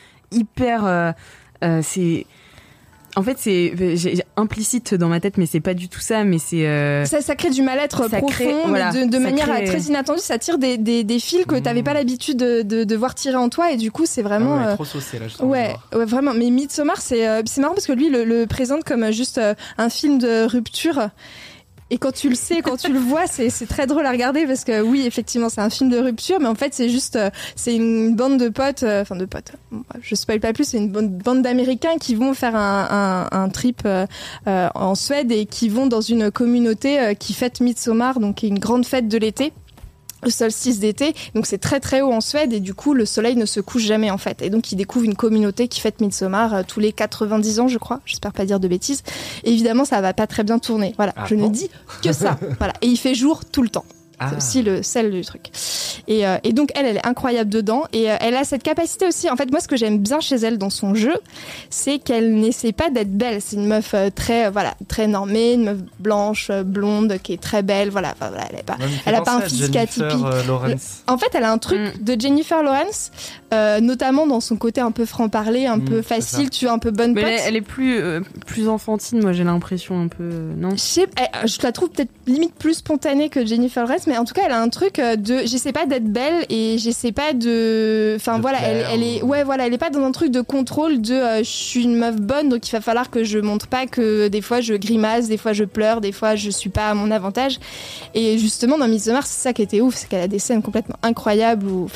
hyper c'est en fait, j'ai implicite dans ma tête, mais c'est pas du tout ça. Mais c'est ça crée du mal-être profond, mais de manière très inattendue. Ça tire des fils que t'avais pas l'habitude de voir tirer en toi, et du coup, c'est vraiment trop saucé là. Ouais, vraiment. Mais Midsommar, c'est marrant parce que lui le présente comme juste un film de rupture. Et quand tu le sais, quand tu le vois, c'est très drôle à regarder parce que oui, effectivement, c'est un film de rupture, mais en fait, c'est juste, c'est une bande de potes, je spoil pas plus, c'est une bande d'Américains qui vont faire un trip en Suède et qui vont dans une communauté qui fête Midsommar, donc qui est une grande fête de l'été. Le solstice d'été, donc c'est très très haut en Suède et du coup le soleil ne se couche jamais en fait, et donc ils découvrent une communauté qui fête Midsommar tous les 90 ans je crois, j'espère pas dire de bêtises. Et évidemment ça va pas très bien tourner, voilà, ne dis que ça, voilà, et il fait jour tout le temps. C'est aussi le sel du truc. Et donc elle est incroyable dedans et elle a cette capacité aussi. En fait, moi, ce que j'aime bien chez elle dans son jeu, c'est qu'elle n'essaie pas d'être belle. C'est une meuf très normée, une meuf blanche, blonde, qui est très belle. Voilà, elle a pas un physique atypique. En fait, elle a un truc de Jennifer Lawrence, notamment dans son côté un peu franc-parler, un peu facile, tu vois, un peu bonne pote. Mais elle est plus enfantine, moi j'ai l'impression un peu, non ? Je la trouve peut-être limite plus spontanée que Jennifer Lawrence. Mais en tout cas, elle a un truc de j'essaie pas d'être belle et j'essaie pas de elle est pas dans un truc de contrôle de je suis une meuf bonne, donc il va falloir que je montre pas que des fois je grimace, des fois je pleure, des fois je suis pas à mon avantage. Et justement dans Midsommar, c'est ça qui était ouf, c'est qu'elle a des scènes complètement incroyables où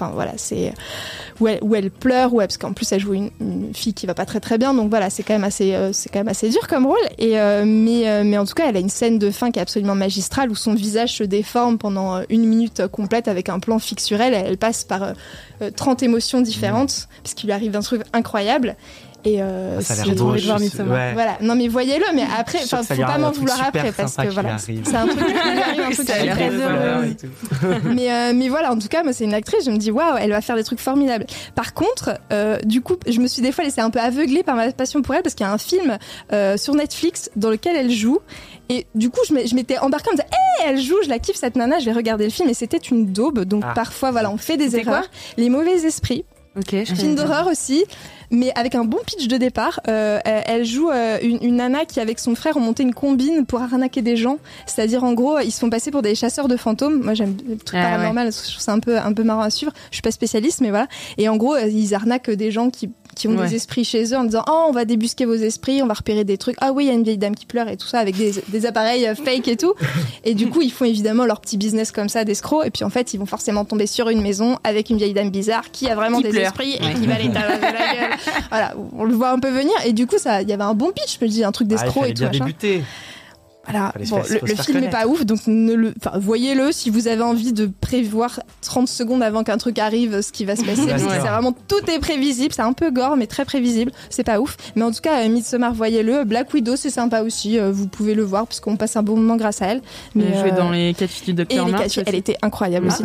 où elle pleure, parce qu'en plus elle joue une fille qui va pas très très bien, donc voilà, c'est quand même assez dur comme rôle. Et mais en tout cas, elle a une scène de fin qui est absolument magistrale où son visage se déforme pendant 1 minute complète avec un plan fixe sur elle. Elle passe par 30 émotions différentes parce qu'il lui arrive un truc incroyable. Et ça a l'air beau, voilà. Non mais voyez-le, mais après, faut pas m'en vouloir après parce que voilà, c'est un truc qui lui arrive, un truc super heureux. Mais voilà, en tout cas, moi c'est une actrice, je me dis waouh, elle va faire des trucs formidables. Par contre, du coup, je me suis des fois laissée un peu aveuglée par ma passion pour elle parce qu'il y a un film sur Netflix dans lequel elle joue. Et du coup, je m'étais embarquée en me disant elle joue, je la kiffe cette nana, je vais regarder le film. Et c'était une daube, donc parfois voilà, on fait des erreurs. Les mauvais esprits. Film d'horreur aussi, mais avec un bon pitch de départ. Elle joue une nana qui, avec son frère, ont monté une combine pour arnaquer des gens. C'est-à-dire, en gros, ils se font passer pour des chasseurs de fantômes. Moi, j'aime le truc paranormal, je trouve ça un peu marrant à suivre. Je suis pas spécialiste, mais voilà. Et en gros, ils arnaquent des gens qui ont des esprits chez eux en disant on va débusquer vos esprits, on va repérer des trucs, il y a une vieille dame qui pleure et tout ça, avec des appareils fake et tout. Et du coup ils font évidemment leur petit business comme ça d'escrocs, et puis en fait ils vont forcément tomber sur une maison avec une vieille dame bizarre qui a vraiment des esprits et qui va les tabasser la gueule. Voilà, on le voit un peu venir, et du coup il y avait un bon pitch, je me dis, un truc d'escroc et tout machin. Voilà, bon, le film n'est pas ouf, donc voyez-le si vous avez envie de prévoir 30 secondes avant qu'un truc arrive ce qui va se passer. Parce que c'est vraiment, tout est prévisible, c'est un peu gore, mais très prévisible, c'est pas ouf. Mais en tout cas, Midsommar, voyez-le. Black Widow, c'est sympa aussi, vous pouvez le voir, parce qu'on passe un bon moment grâce à elle. Mais elle jouait dans les 4 filles du Dr. March. Elle était incroyable aussi.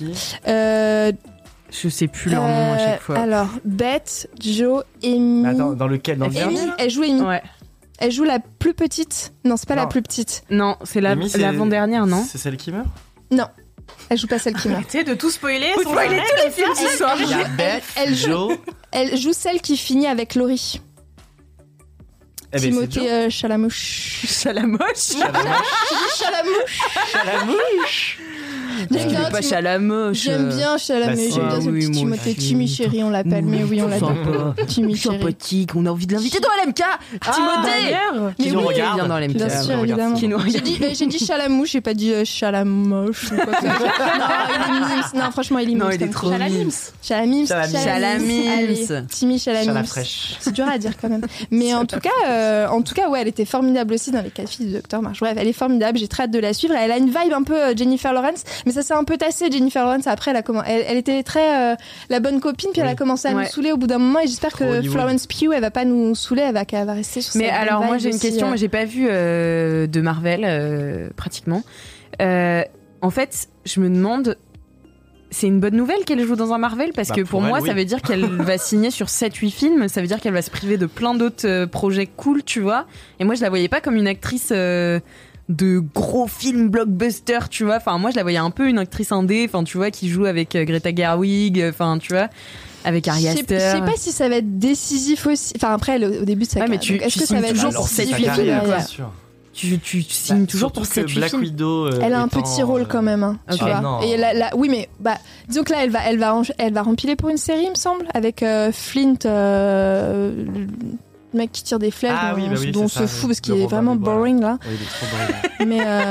Je sais plus leur nom à chaque fois. Alors, Beth, Jo, Amy. Attends, dans lequel? Dans le Amy, elle joue Amy. Ouais. Elle joue la plus petite. Non, c'est pas la plus petite. Non, c'est l'avant-dernière, non? C'est celle qui meurt? Non. Elle joue pas celle qui meurt. Arrêtez de tout spoiler. Vous spoilez tous les films ce soir. Elle joue celle qui finit avec Laurie. Timothée Chalamouche. Chalamouche. J'aime bien pas Chalamoche. J'aime bien Chalamoche. J'aime bien ce petit Timothée. Timmy Chéri, on l'appelle. Mais oui, on l'appelle. Timmy Chéri. Sympathique. On a envie de l'inviter dans LMK. Timothée. Qui nous regarde. Vient dans LMK. Bien sûr, évidemment. J'ai dit Chalamouche, j'ai pas dit Chalamoche. Non, il est mimes. Non, franchement, il est mimes. Non, il est trop mimes. Chalamis. Timmy Chalamis. Chalamfraîche. C'est dur à dire quand même. Mais en tout cas, ouais, elle était formidable aussi dans les 4 filles du Dr. March. Bref, elle est formidable. J'ai très hâte de la suivre. Elle a une vibe un peu Jennifer Lawrence, mais ça s'est un peu tassé. Jennifer Lawrence après, elle était très la bonne copine, puis elle a commencé à nous saouler au bout d'un moment. Et j'espère que Florence Pugh, elle va pas nous saouler, elle va rester sur. Mais alors, moi, j'ai une question. Moi, j'ai pas vu de Marvel pratiquement. En fait, je me demande. C'est une bonne nouvelle qu'elle joue dans un Marvel parce que pour moi, ça veut dire qu'elle va signer sur 7-8 films. Ça veut dire qu'elle va se priver de plein d'autres projets cool, tu vois. Et moi, je la voyais pas comme une actrice de gros films blockbuster, tu vois. Enfin, moi, je la voyais un peu une actrice indé, enfin, tu vois, qui joue avec Greta Gerwig, enfin, tu vois, avec Ari Aster. Je sais pas si ça va être décisif aussi. Enfin, après, au début de sa carrière. Mais est-ce que ça va être toujours pour 7-8 films? Tu signes toujours pour cette Black Widow. Elle a un petit rôle quand même, hein, tu vois. Et oui, mais disons que là, elle va rempiler pour une série, il me semble, avec Flint, le mec qui tire des flèches, dont on se fout parce qu'il est vraiment boring là. Oui, il est trop boring.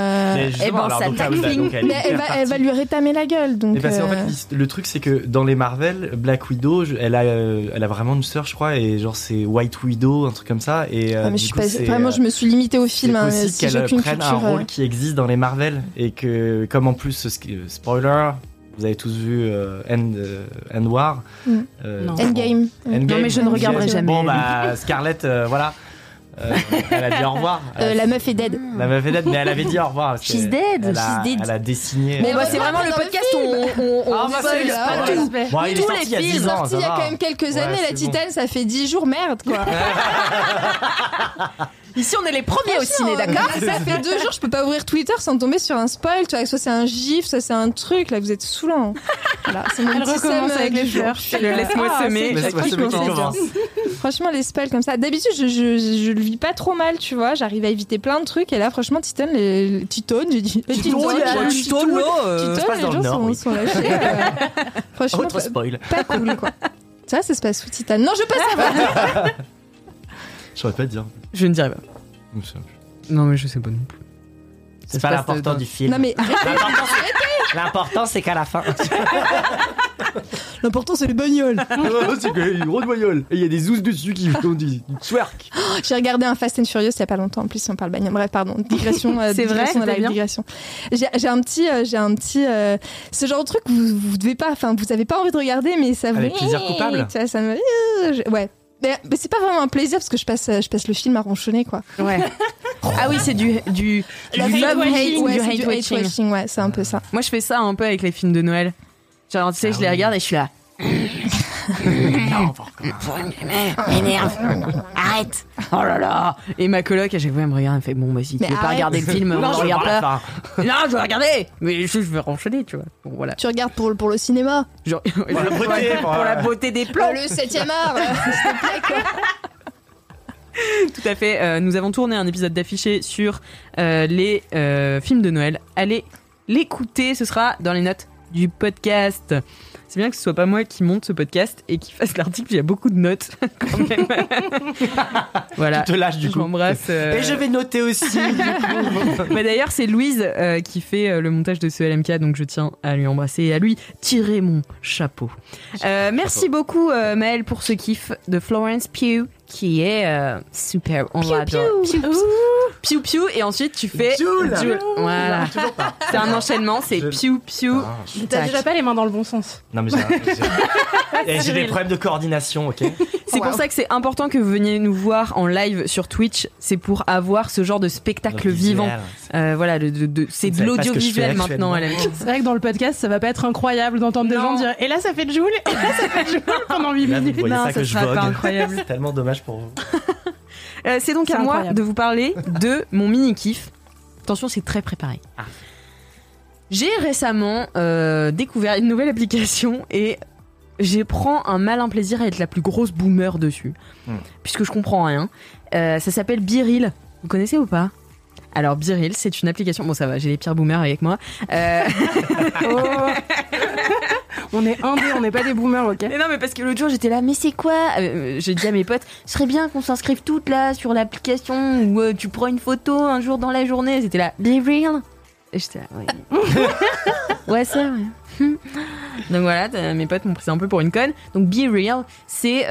Mais elle va lui rétamer la gueule. Donc, parce qu'en fait, le truc c'est que dans les Marvel, Black Widow, elle a vraiment une sœur, je crois, et genre c'est White Widow, un truc comme ça. Et mais je me suis limitée au film. C'est possible qu'elle prenne un rôle qui existe dans les Marvel et que comme en plus spoiler. Vous avez tous vu End War. Endgame. Non, mais je ne regarderai jamais. Bon, Scarlett, voilà. Elle a dit au revoir. La meuf est dead. La meuf est dead, mais elle avait dit au revoir. She's dead. Elle a dessiné. Bon, c'est vraiment le podcast où on spoil pas tout. Bon, il est sorti il y a 10 ans. Il y a quand même quelques années, la Titane, ça fait 10 jours, merde, quoi. Ici, on est les premiers au ciné, d'accord? Ça fait 2 jours, je peux pas ouvrir Twitter sans tomber sur un spoil. Tu vois, soit c'est un gif, soit c'est un truc. Là, vous êtes saoulant. Voilà, c'est mon petit recommence avec les fleurs. Laisse-moi semer. Franchement, les spoils comme ça. D'habitude, je le vis pas trop mal, tu vois. J'arrive à éviter plein de trucs. Et là, franchement, Titane, j'ai dit. Titone, les gens sont lâchés. Franchement, pas cool, quoi. Ça se passe sous Titane. Non, je peux savoir. Je saurais pas te dire. Je ne dirais pas. Non, mais je sais pas non plus. C'est pas l'important du film. Non, mais l'important, c'est qu'à la fin. L'important, c'est les bagnoles. C'est qu'il y a une grosse bagnole. Et il y a des zouzes dessus qui font du twerk. J'ai regardé un Fast and Furious il y a pas longtemps. En plus, si on parle bagnole. Bref, pardon. Digression. C'est vrai, digression. J'ai un petit. Ce genre de truc où vous devez pas. Enfin, vous avez pas envie de regarder, mais ça vous. Avec plaisir coupable. Tu vois, ça me. Ouais. Mais c'est pas vraiment un plaisir parce que je passe le film à ronchonner, quoi. Ouais. Ah oui, c'est du hate-watching. Ouais, c'est un peu ça. Moi, je fais ça un peu avec les films de Noël. Genre, tu sais, je les regarde et je suis là. Non, m'énerve. Arrête. Oh là là. Et ma coloc, à chaque fois, elle me regarde, elle me fait bon, bah si tu veux pas regarder le film, on regarde pas. Non, je vais regarder. Mais je vais ronchonner, tu vois. Bon, voilà. Tu regardes pour le cinéma. Genre, pour la beauté des plans. Le 7e art, s'il te plaît, quoi. Tout à fait. Nous avons tourné un épisode d'affiché sur les films de Noël. Allez l'écouter, ce sera dans les notes du podcast. C'est bien que ce soit pas moi qui monte ce podcast et qui fasse l'article, il y a beaucoup de notes quand même. Voilà. Tu te lâches du coup. J'embrasse. Et je vais noter aussi. Mais d'ailleurs, c'est Louise qui fait le montage de ce LMK, donc je tiens à lui embrasser et à lui tirer mon chapeau. Merci beaucoup Maëlle pour ce kiff de Florence Pugh qui est super. On l'adore. piou piou et ensuite tu fais Joule. Voilà. C'est un enchaînement, c'est piou piou. T'as déjà pas les mains dans le bon sens. Non mais j'ai des problèmes de coordination, ok. C'est pour ça que c'est important que vous veniez nous voir en live sur Twitch. C'est pour avoir ce genre de spectacle vivant. Voilà, c'est de l'audiovisuel maintenant. C'est vrai que dans le podcast, ça va pas être incroyable d'entendre des gens dire et là ça fait Joule, et là ça fait Joule pendant 8 minutes. Non, ça sera pas incroyable. C'est tellement dommage pour vous. C'est donc à moi de vous parler de mon mini-kiff. Attention, c'est très préparé. J'ai récemment découvert une nouvelle application et je prends un malin plaisir à être la plus grosse boomer dessus. Puisque je comprends rien. Ça s'appelle BeReal. Vous connaissez ou pas ? Alors BeReal, c'est une application... Bon, ça va, j'ai les pires boomers avec moi. On est indés, on n'est pas des boomers, ok ? Mais non, mais parce que l'autre jour, j'étais là, mais c'est quoi ? J'ai dit à mes potes, ce serait bien qu'on s'inscrive toutes là sur l'application où tu prends une photo un jour dans la journée. Ils étaient là, BeReal ? Et j'étais là, ouais. Ouais, ça, ouais. Donc voilà, mes potes m'ont pris un peu pour une conne. Donc BeReal, c'est,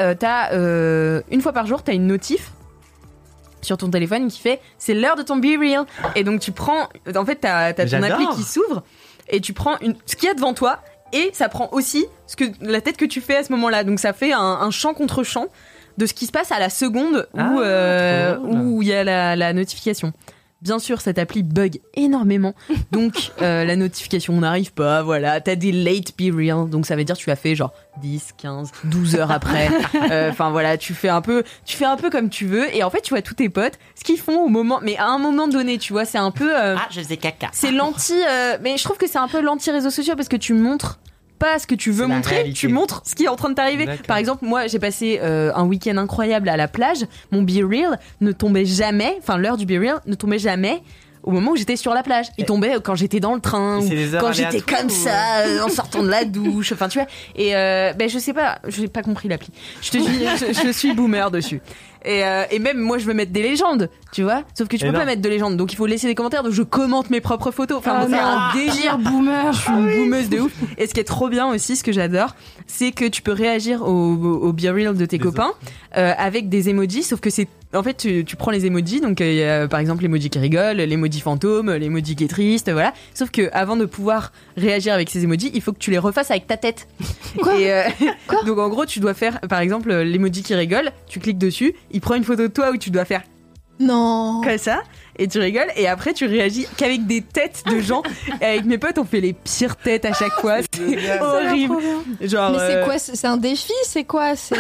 une fois par jour, t'as une notif sur ton téléphone qui fait c'est l'heure de ton BeReal. Et donc tu prends, en fait t'as ton appli qui s'ouvre et tu prends ce qu'il y a devant toi et ça prend aussi la tête que tu fais à ce moment-là. Donc ça fait un champ contre champ de ce qui se passe à la seconde où il y a la notification. Bien sûr, cette appli bug énormément, donc la notification n'arrive pas, voilà, t'as des late BeReal, donc ça veut dire que tu l'as fait genre 10, 15, 12 heures après, enfin voilà, tu fais un peu comme tu veux, et en fait tu vois tous tes potes, ce qu'ils font au moment, mais à un moment donné, tu vois, c'est un peu... je faisais caca. C'est mais je trouve que c'est un peu l'anti-réseaux sociaux, parce que tu montres pas ce que tu veux montrer, tu montres ce qui est en train de t'arriver. D'accord. Par exemple, moi j'ai passé un week-end incroyable à la plage, mon BeReal ne tombait jamais, enfin l'heure du BeReal ne tombait jamais au moment où j'étais sur la plage. Il tombait quand j'étais dans le train, ou quand j'étais comme ça, en sortant de la douche, enfin tu vois. Et je sais pas, j'ai pas compris l'appli. Je te dis, je suis boomer dessus. Et même moi je veux mettre des légendes, tu vois, sauf que tu peux pas mettre de légendes, donc il faut laisser des commentaires, donc je commente mes propres photos, enfin c'est un délire boomer. Je suis une boomeuse de ouf. Et ce qui est trop bien aussi, ce que j'adore, c'est que tu peux réagir au BeReal de tes copains avec des emojis, sauf que c'est en fait tu prends les emojis, donc il y a par exemple l'emoji qui rigole, l'emoji fantôme, l'emoji qui est triste, voilà, sauf que avant de pouvoir réagir avec ces emojis, il faut que tu les refasses avec ta tête. Quoi ? Quoi ? Donc en gros tu dois faire par exemple l'emoji qui rigole, tu cliques dessus, il prend une photo de toi où tu dois faire non comme ça et tu rigoles et après tu réagis qu'avec des têtes de gens. Et avec mes potes on fait les pires têtes à chaque fois, c'est horrible. Genre, mais c'est quoi, c'est un défi, c'est quoi, c'est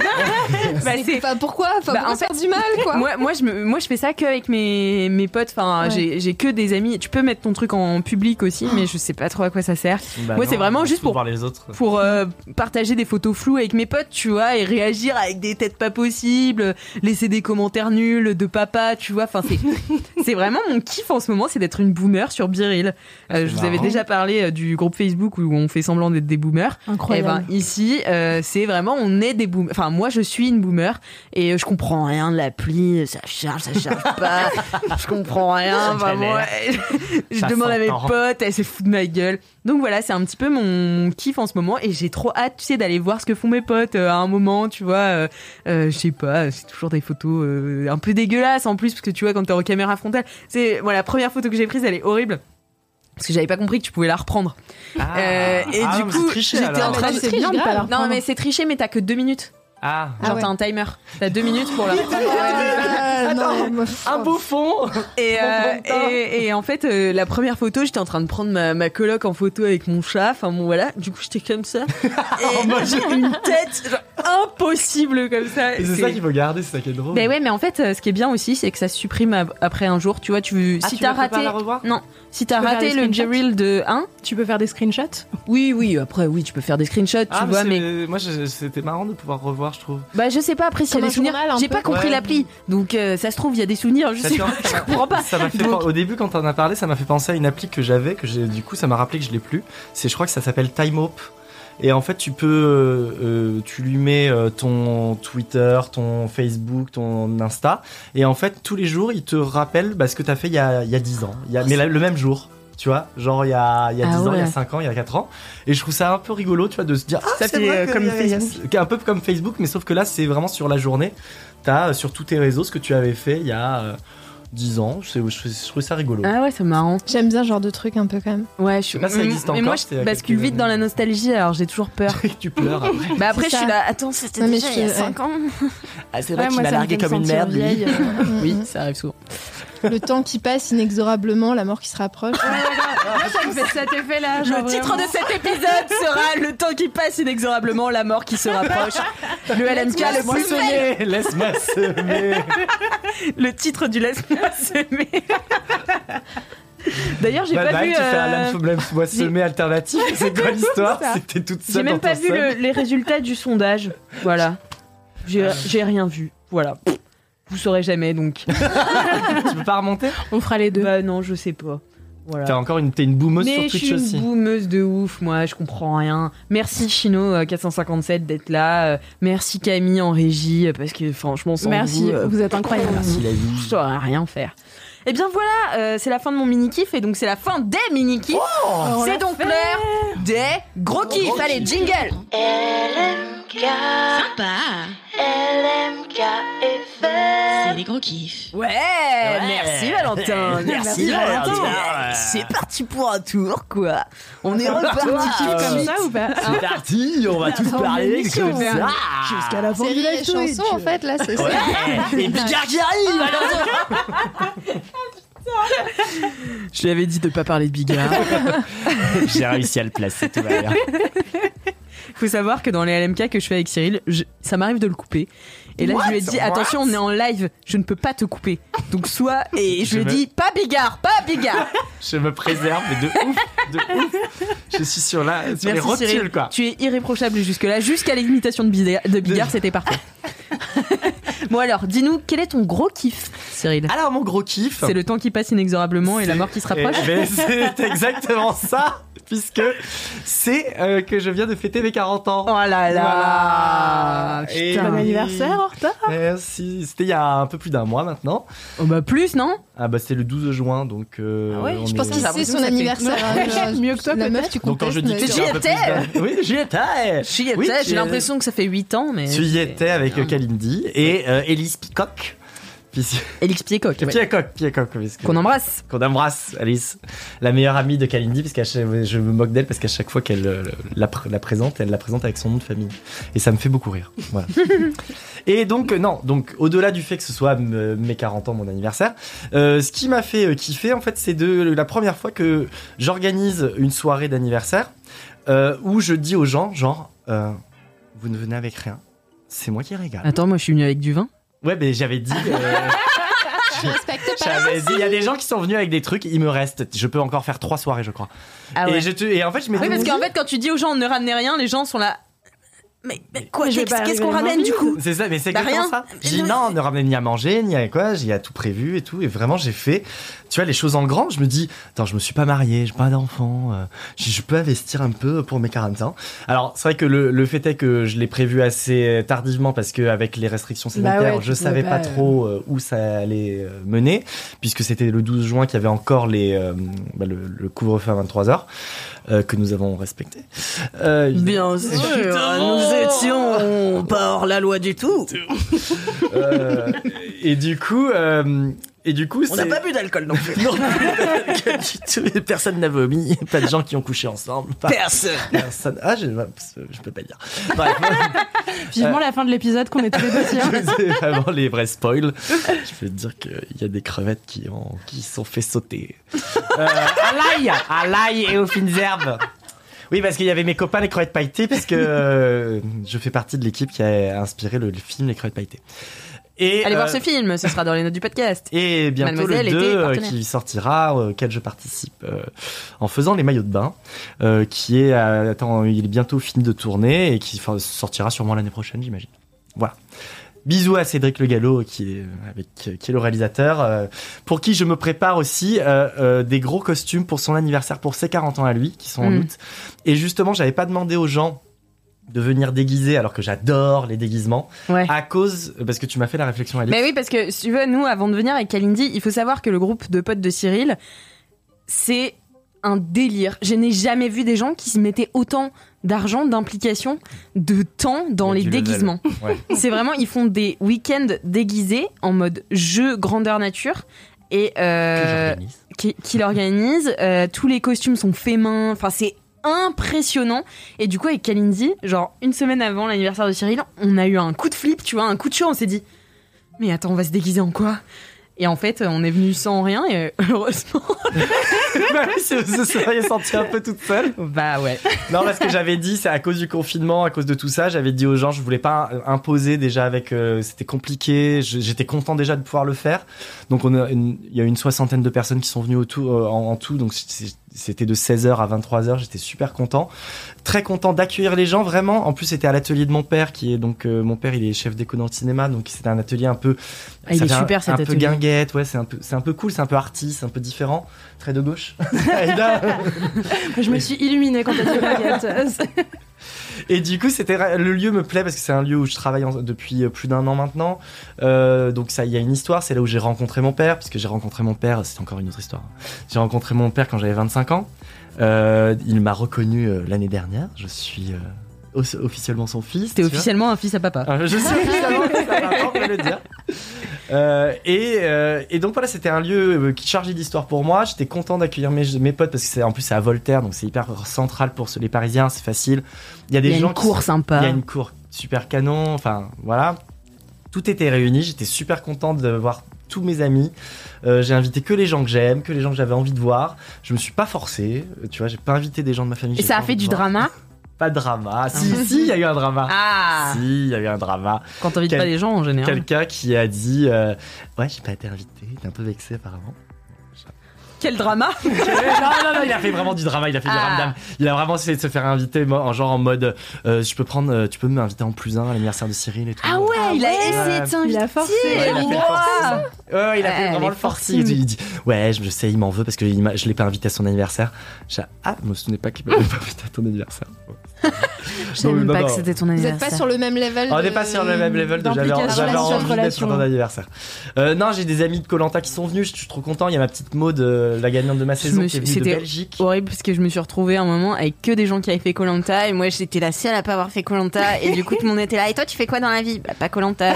pourquoi, en fait du mal quoi. moi je fais ça qu'avec mes potes, enfin j'ai que des amis. Tu peux mettre ton truc en public aussi, mais je sais pas trop à quoi ça sert. Moi c'est vraiment juste pour voir les autres, pour partager des photos floues avec mes potes, tu vois, et réagir avec des têtes pas possibles, laisser des commentaires nuls de papa, tu vois, enfin c'est vraiment mon kiff en ce moment, c'est d'être une boomer sur BeReal. Je vous avais déjà parlé du groupe Facebook où on fait semblant d'être des boomers. Incroyable. Et ici, c'est vraiment, on est des boomers. Enfin, moi, je suis une boomer et je comprends rien de l'appli. Ça charge pas. Je comprends rien. Vraiment. Je demande à mes potes, elles se foutent de ma gueule. Donc voilà, c'est un petit peu mon kiff en ce moment et j'ai trop hâte, tu sais, d'aller voir ce que font mes potes à un moment, tu vois. Je sais pas, c'est toujours des photos un peu dégueulasses en plus, parce que tu vois, quand t'es en caméra frontale, la première photo que j'ai prise, elle est horrible. Parce que j'avais pas compris que tu pouvais la reprendre. Du coup, j'étais en train de... C'est bien de pas la reprendre. Non, mais c'est triché, mais t'as que 2 minutes. T'as un timer. T'as 2 minutes pour la reprendre. Un beau fond. Et en fait, la première photo, j'étais en train de prendre ma coloc en photo avec mon chat. Enfin bon, voilà. Du coup, j'étais comme ça. Et j'ai une tête impossible comme ça. Et c'est ça qu'il faut garder, c'est ça qui est drôle. Mais ouais, mais en fait, ce qui est bien aussi, c'est que ça se supprime après un jour. Tu vois, si t'as raté, non, si t'as raté le BeReal de 1, tu peux faire des screenshots. Oui, après, oui, tu peux faire des screenshots, tu vois, mais moi, c'était marrant de pouvoir revoir, je trouve. Bah, je sais pas, après, s'il y a des souvenirs, j'ai pas compris l'appli, donc ça se trouve, il y a des souvenirs, je comprends pas. Ça m'a fait au début, quand t'en as parlé, ça m'a fait penser à une appli que j'avais, du coup, ça m'a rappelé que je l'ai plus. Je crois que ça s'appelle Timehope. Et en fait, tu lui mets ton Twitter, ton Facebook, ton Insta, et en fait, tous les jours, il te rappelle ce que t'as fait il y a 10 ans. Mais le même jour. Tu vois, genre il y a 10 ans, il y a 5 ans, il y a 4 ans. Et je trouve ça un peu rigolo, tu vois, de se dire, ça c'est vrai comme Facebook. Un peu comme Facebook, mais sauf que là, c'est vraiment sur la journée. T'as sur tous tes réseaux ce que tu avais fait il y a 10 ans. Je trouvais ça rigolo. Ah ouais, c'est marrant. J'aime bien ce genre de truc un peu quand même. Ouais, sais pas si ça existe mais moi, encore, je bascule vite dans la nostalgie, alors j'ai toujours peur. Tu pleures après. Bah après, C'est je suis ça. là, attends, c'était Non, mais déjà il y a 5 ans. Ah, c'est Ouais, vrai qu'il moi, m'a ça me largué fait me comme une sentir merde, lui. vieille. Oui, ça arrive souvent. Le temps qui passe inexorablement, la mort qui se rapproche. Ça me fait cet effet-là. genre Le titre vraiment. de cet épisode sera Le temps qui passe inexorablement, la mort qui se rapproche. Le LMK le plus fait. Laisse-moi semer. Le titre du Laisse-moi semer. D'ailleurs, j'ai pas vu. Tu fais un laisse-moi semer alternatif. C'est quoi l'histoire? ça. C'était toute seule J'ai même dans pas ton vu seum. les résultats du sondage. Voilà. J'ai rien vu. Voilà. Vous saurez jamais donc. Tu peux pas remonter? On fera les deux. Bah non, je sais pas. Voilà. T'es une boumeuse Mais sur je Twitch suis aussi. une boumeuse de ouf, moi, je comprends rien. Merci Chino 457 d'être là. Merci Camille en régie, parce que franchement, sans Merci, vous, vous êtes incroyable. Merci la je vie. saurais rien faire. Et bien voilà, c'est la fin de mon mini-kiff, et donc c'est la fin des mini-kiffs. C'est donc l'heure des gros kiffs. Allez, jingle. LMK. Sympa. LMK FM. C'est les gros kiffs. Ouais, merci Valentin. Merci Valentin. Valentin. C'est parti pour un tour, quoi. On est reparti Comme ça ou pas C'est parti, on va tous parler comme ça. jusqu'à la fin C'est du les live Twitch. chansons en fait là, c'est ça. Et Bigard qui arrive. Je lui avais dit de pas parler de Bigard. J'ai réussi à le placer, tout va bien. Faut savoir que dans les LMK que je fais avec Cyril, ça m'arrive de le couper. Et là, je lui ai dit, attention, on est en live, je ne peux pas te couper. Donc, soit, et je lui ai dit, pas Bigard, pas Bigard. Je me préserve, mais de ouf. Je suis sur les Merci rotules, Cyril, quoi. tu es irréprochable jusque-là, jusqu'à l'imitation de Bigard, c'était parfait. Bon alors, dis-nous, quel est ton gros kiff, Cyril? Alors, mon gros kiff. C'est le temps qui passe inexorablement et la mort qui se rapproche. C'est exactement ça, puisque c'est que je viens de fêter mes 40 ans. Oh là là. Voilà. Et Putain. Bon oui. anniversaire en retard. Merci. C'était il y a un peu plus d'un mois maintenant. Oh bah plus, non? Ah bah c'était le 12 juin, donc Ah ouais, on Je pense est- qu'il J'ai sait l'impression son que ça fait- anniversaire. hein, genre, Mieux que toi, la meuf, peut-être. tu Donc quand je contestes, dis que mais- j'ai un peu plus d'un- Oui, j'y étais. J'y étais, Oui, j'ai l'impression que ça fait 8 ans, mais... Tu y étais avec Kalindi et Élise Picoc. Élix Piécoc, Piécoc, qu'on embrasse. qu'on embrasse, Alice, la meilleure amie de Kalindi, parce que je me moque d'elle parce qu'à chaque fois qu'elle la présente, elle la présente avec son nom de famille. Et ça me fait beaucoup rire. Voilà. Et donc, donc au-delà du fait que ce soit mes 40 ans, mon anniversaire, ce qui m'a fait kiffer, en fait, c'est la première fois que j'organise une soirée d'anniversaire où je dis aux gens, genre, vous ne venez avec rien, c'est moi qui régale. Attends, moi je suis venu avec du vin. Ouais, mais j'avais dit... Je respecte pas. J'avais dit, il y a des gens qui sont venus avec des trucs, il me reste, je peux encore faire 3 soirées, je crois. Ah ouais. Et en fait, je m'étais Oui, parce dit- qu'en fait, quand tu dis aux gens ne ramenez rien, les gens sont là. Mais quoi, Mais je vais pas qu'est-ce arriver qu'on les mains ramène du coup? C'est ça, mais c'est Bah, exactement rien. ça. J'ai dit non, ne ramenez ni à manger, ni à quoi, j'ai tout prévu et tout. Et vraiment, j'ai fait, tu vois, les choses en grand. Je me dis, attends, je me suis pas marié, j'ai pas d'enfant, je peux investir un peu pour mes 40 ans. Alors, c'est vrai que le fait est que je l'ai prévu assez tardivement parce qu'avec les restrictions sanitaires, ouais, je tu savais pouvais pas pas, trop où ça allait mener, puisque c'était le 12 juin qu'il y avait encore le couvre-feu à 23h. Que nous avons respecté. Bien sûr, nous étions pas hors la loi du tout. Et du coup, On n'a pas bu d'alcool non plus. Non, personne n'a vomi, pas de gens qui ont couché ensemble. Personne. Ah, je peux pas dire. Bref. Vivement la fin de l'épisode qu'on est tous les deux sur. C'est vraiment les vrais spoils. Je vais te dire qu'il y a des crevettes qui sont fait sauter. À l'ail et aux fines herbes. Oui, parce qu'il y avait mes copains les crevettes pailletées, puisque je fais partie de l'équipe qui a inspiré le film Les crevettes pailletées. Et, Allez voir ce film, ce sera dans les notes du podcast. Et bientôt Mademoiselle le était 2 partenaire. qui sortira, auquel je participe en faisant les maillots de bain, qui est, il est bientôt fini de tourner et qui sortira sûrement l'année prochaine, j'imagine. Voilà. Bisous à Cédric Le Gallo qui est le réalisateur, pour qui je me prépare aussi des gros costumes pour son anniversaire, pour ses 40 ans à lui, qui sont en août. Et justement, j'avais pas demandé aux gens de venir déguiser, alors que j'adore les déguisements, Ouais. à cause, parce que tu m'as fait la réflexion, Alice. Mais oui, parce que si tu veux, nous, avant de venir avec Kalindi, il faut savoir que le groupe de potes de Cyril, c'est un délire. Je n'ai jamais vu des gens qui se mettaient autant d'argent, d'implication, de temps dans les Du level. déguisements. Ouais. C'est vraiment, ils font des week-ends déguisés en mode jeu grandeur nature. et qui l'organise. Tous les costumes sont faits main. Enfin, c'est impressionnant. Et du coup, avec Kalindi, genre une semaine avant l'anniversaire de Cyril, on a eu un coup de flip, tu vois, un coup de chaud. On s'est dit, mais attends, on va se déguiser en quoi ? Et en fait, on est venu sans rien et heureusement. Bah oui, vous seriez senti un peu toute seule. Bah ouais. Non, parce que j'avais dit, c'est à cause du confinement, à cause de tout ça, j'avais dit aux gens, je voulais pas imposer déjà avec, c'était compliqué, j'étais content déjà de pouvoir le faire. Donc il y a une 60aine de personnes qui sont venues en tout, donc c'était de 16h à 23h, j'étais super content. Très content d'accueillir les gens, vraiment. En plus, c'était à l'atelier de mon père, qui est donc, mon père, il est chef déco dans le cinéma, donc c'était un atelier un peu, il est super cet un atelier. peu guinguette, ouais, c'est un peu cool, c'est un peu artiste, un peu différent, très de gauche. Je me suis illuminée quand t'as dit baguette. Et du coup, le lieu me plaît parce que c'est un lieu où je travaille depuis plus d'1 an maintenant. Donc ça, il y a une histoire. C'est là où j'ai rencontré mon père, puisque j'ai rencontré mon père. C'est encore une autre histoire. J'ai rencontré mon père quand j'avais 25 ans. Il m'a reconnu l'année dernière. Je suis officiellement son fils. T'es officiellement un fils à papa. Je suis officiellement un fils à papa, on peut le dire. Et donc voilà, c'était un lieu qui chargeait d'histoire pour moi. J'étais content d'accueillir mes potes parce que en plus c'est à Voltaire, donc c'est hyper central pour les Parisiens, c'est facile. Il y a une cour sympa. Il y a une cour super canon. Enfin voilà, tout était réuni. J'étais super content de voir tous mes amis. J'ai invité que les gens que j'aime, que les gens que j'avais envie de voir. Je me suis pas forcé. Tu vois, j'ai pas invité des gens de ma famille. Et ça a fait du drama. Pas de drama. Si, il y a eu un drama. Ah. Si, il y a eu un drama. Quand t'invites pas les gens, en général. Quelqu'un qui a dit ouais, j'ai pas été invité. Il est un peu vexé, apparemment. Quel drama. Non, il a fait vraiment du drama. Il a fait du ramdam. Il a vraiment essayé de se faire inviter en mode tu peux m'inviter en +1 à l'anniversaire de Cyril et tout. Ah ouais, il a essayé de s'inviter. Il a forcé. Ouais, il a fait vraiment le forcing. Il dit ouais, je sais, il m'en veut parce que je l'ai pas invité à son anniversaire. Je me souvenais pas qu'il m'avait pas invité à ton anniversaire. Je savais même pas que c'était ton Vous anniversaire. êtes pas sur le même level. On n'est pas sur le même level de j'avais envie d'être dans l'anniversaire. Non, j'ai des amis de Koh-Lanta qui sont venus, je suis trop content. Il y a ma petite Maud, la gagnante de ma saison, qui est venue de Belgique. C'était horrible parce que je me suis retrouvée à un moment avec que des gens qui avaient fait Koh-Lanta et moi j'étais la seule à pas avoir fait Koh-Lanta et du coup tout le monde était là. Et toi tu fais quoi dans la vie ? Bah pas Koh-Lanta.